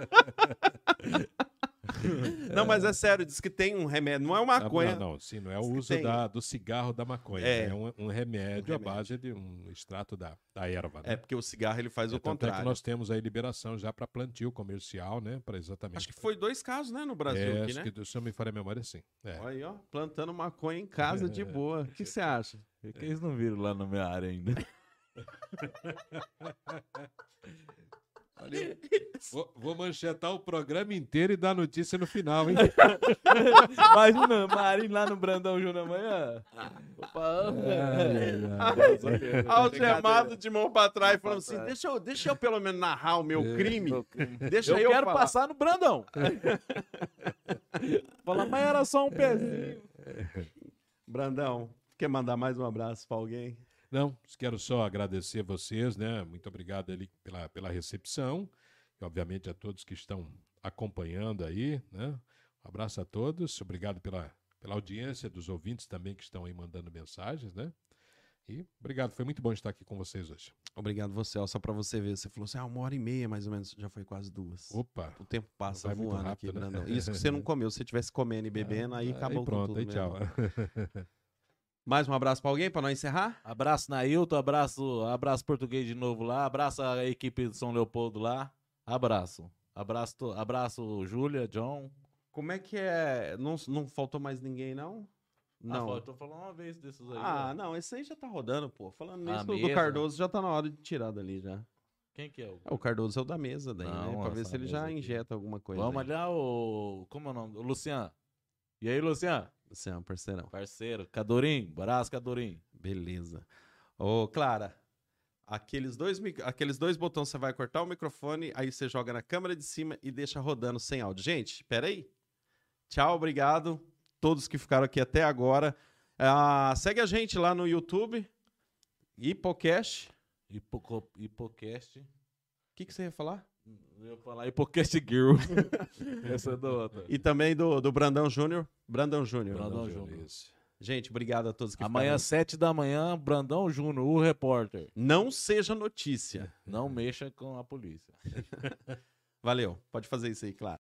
Não, mas é sério, diz que tem um remédio, não é uma Ah, maconha. Não, não, sim, não é o Diz que uso tem. da, do cigarro da maconha. É. É, um, um remédio Um à remédio. base de um extrato da, da erva. Né? É porque o cigarro ele faz É, o tanto é contrário. que nós temos aí liberação já para plantio comercial, né? Para exatamente. Acho que foi dois casos, né, no Brasil é, aqui, acho né? que, se eu me falha a memória, sim. É. Olha aí, ó, plantando maconha em casa de boa. O que você acha? Por que eles não viram lá na minha área ainda? Olha, vou, vou manchetar o programa inteiro e dar notícia no final, hein? Imagina, Marinho lá no Brandão Júnior amanhã. Opa, Algemado de mão pra trás, falando assim: trás. deixa eu, deixa eu pelo menos narrar o meu crime. Deixa eu eu, quero falar. passar no Brandão. Falar, mas era só um pezinho. Brandão, quer mandar mais um abraço pra alguém? Não, quero só agradecer vocês, né? Muito obrigado ali pela, pela recepção. E, obviamente, a todos que estão acompanhando aí, né? Um abraço a todos. Obrigado pela, pela audiência dos ouvintes também que estão aí mandando mensagens, né? E obrigado, foi muito bom estar aqui com vocês hoje. Obrigado você, ó, só pra você ver. Você falou assim: ah, uma hora e meia mais ou menos, já foi quase duas. Opa! O tempo passa Vai muito voando rápido, aqui, né? Brandão. Isso que você não comeu. Se você tivesse comendo e bebendo, aí acabou aí pronto, com tudo aí mesmo. tchau. Mais um abraço pra alguém, pra nós encerrar? Abraço Nailton, abraço, abraço português de novo lá, abraço a equipe de São Leopoldo lá. Abraço. Abraço, to- abraço Júlia, John. Como é que é? Não, não faltou mais ninguém, não? Não. Não. Ah, tô falando uma vez desses aí. Ah, ó. não, esse aí já tá rodando, pô. Falando A nisso, do- do mesa? Cardoso já tá na hora de tirar dali já. Quem que é o? É, o Cardoso é o da mesa daí, Não, né? Pra ver essa se ele já mesa aqui. injeta alguma coisa. Vamos aí. olhar o... Como é o nome? O Luciano. E aí, Luciano? Você é um parceirão. Parceiro. Cadorim. Abraço, Cadorim. Beleza. Ô, Clara, aqueles dois, mic- aqueles dois botões você vai cortar o microfone, aí você joga na câmera de cima e deixa rodando sem áudio. Gente, peraí. Tchau, obrigado. Todos que ficaram aqui até agora. Ah, segue a gente lá no YouTube. Hipocast. Hipoco... Hipocast. O que, que você ia falar? Eu ia falar Hipocast Girl. Essa é da outra. E também do, do Brandão Júnior. Brandão Júnior. Brandão Júnior, Júnior. isso. Gente, obrigado a todos que Amanhã, ficaram. sete da manhã, Brandão Júnior, o repórter. Não seja notícia. Não mexa com a polícia. Valeu. Pode fazer isso aí, claro.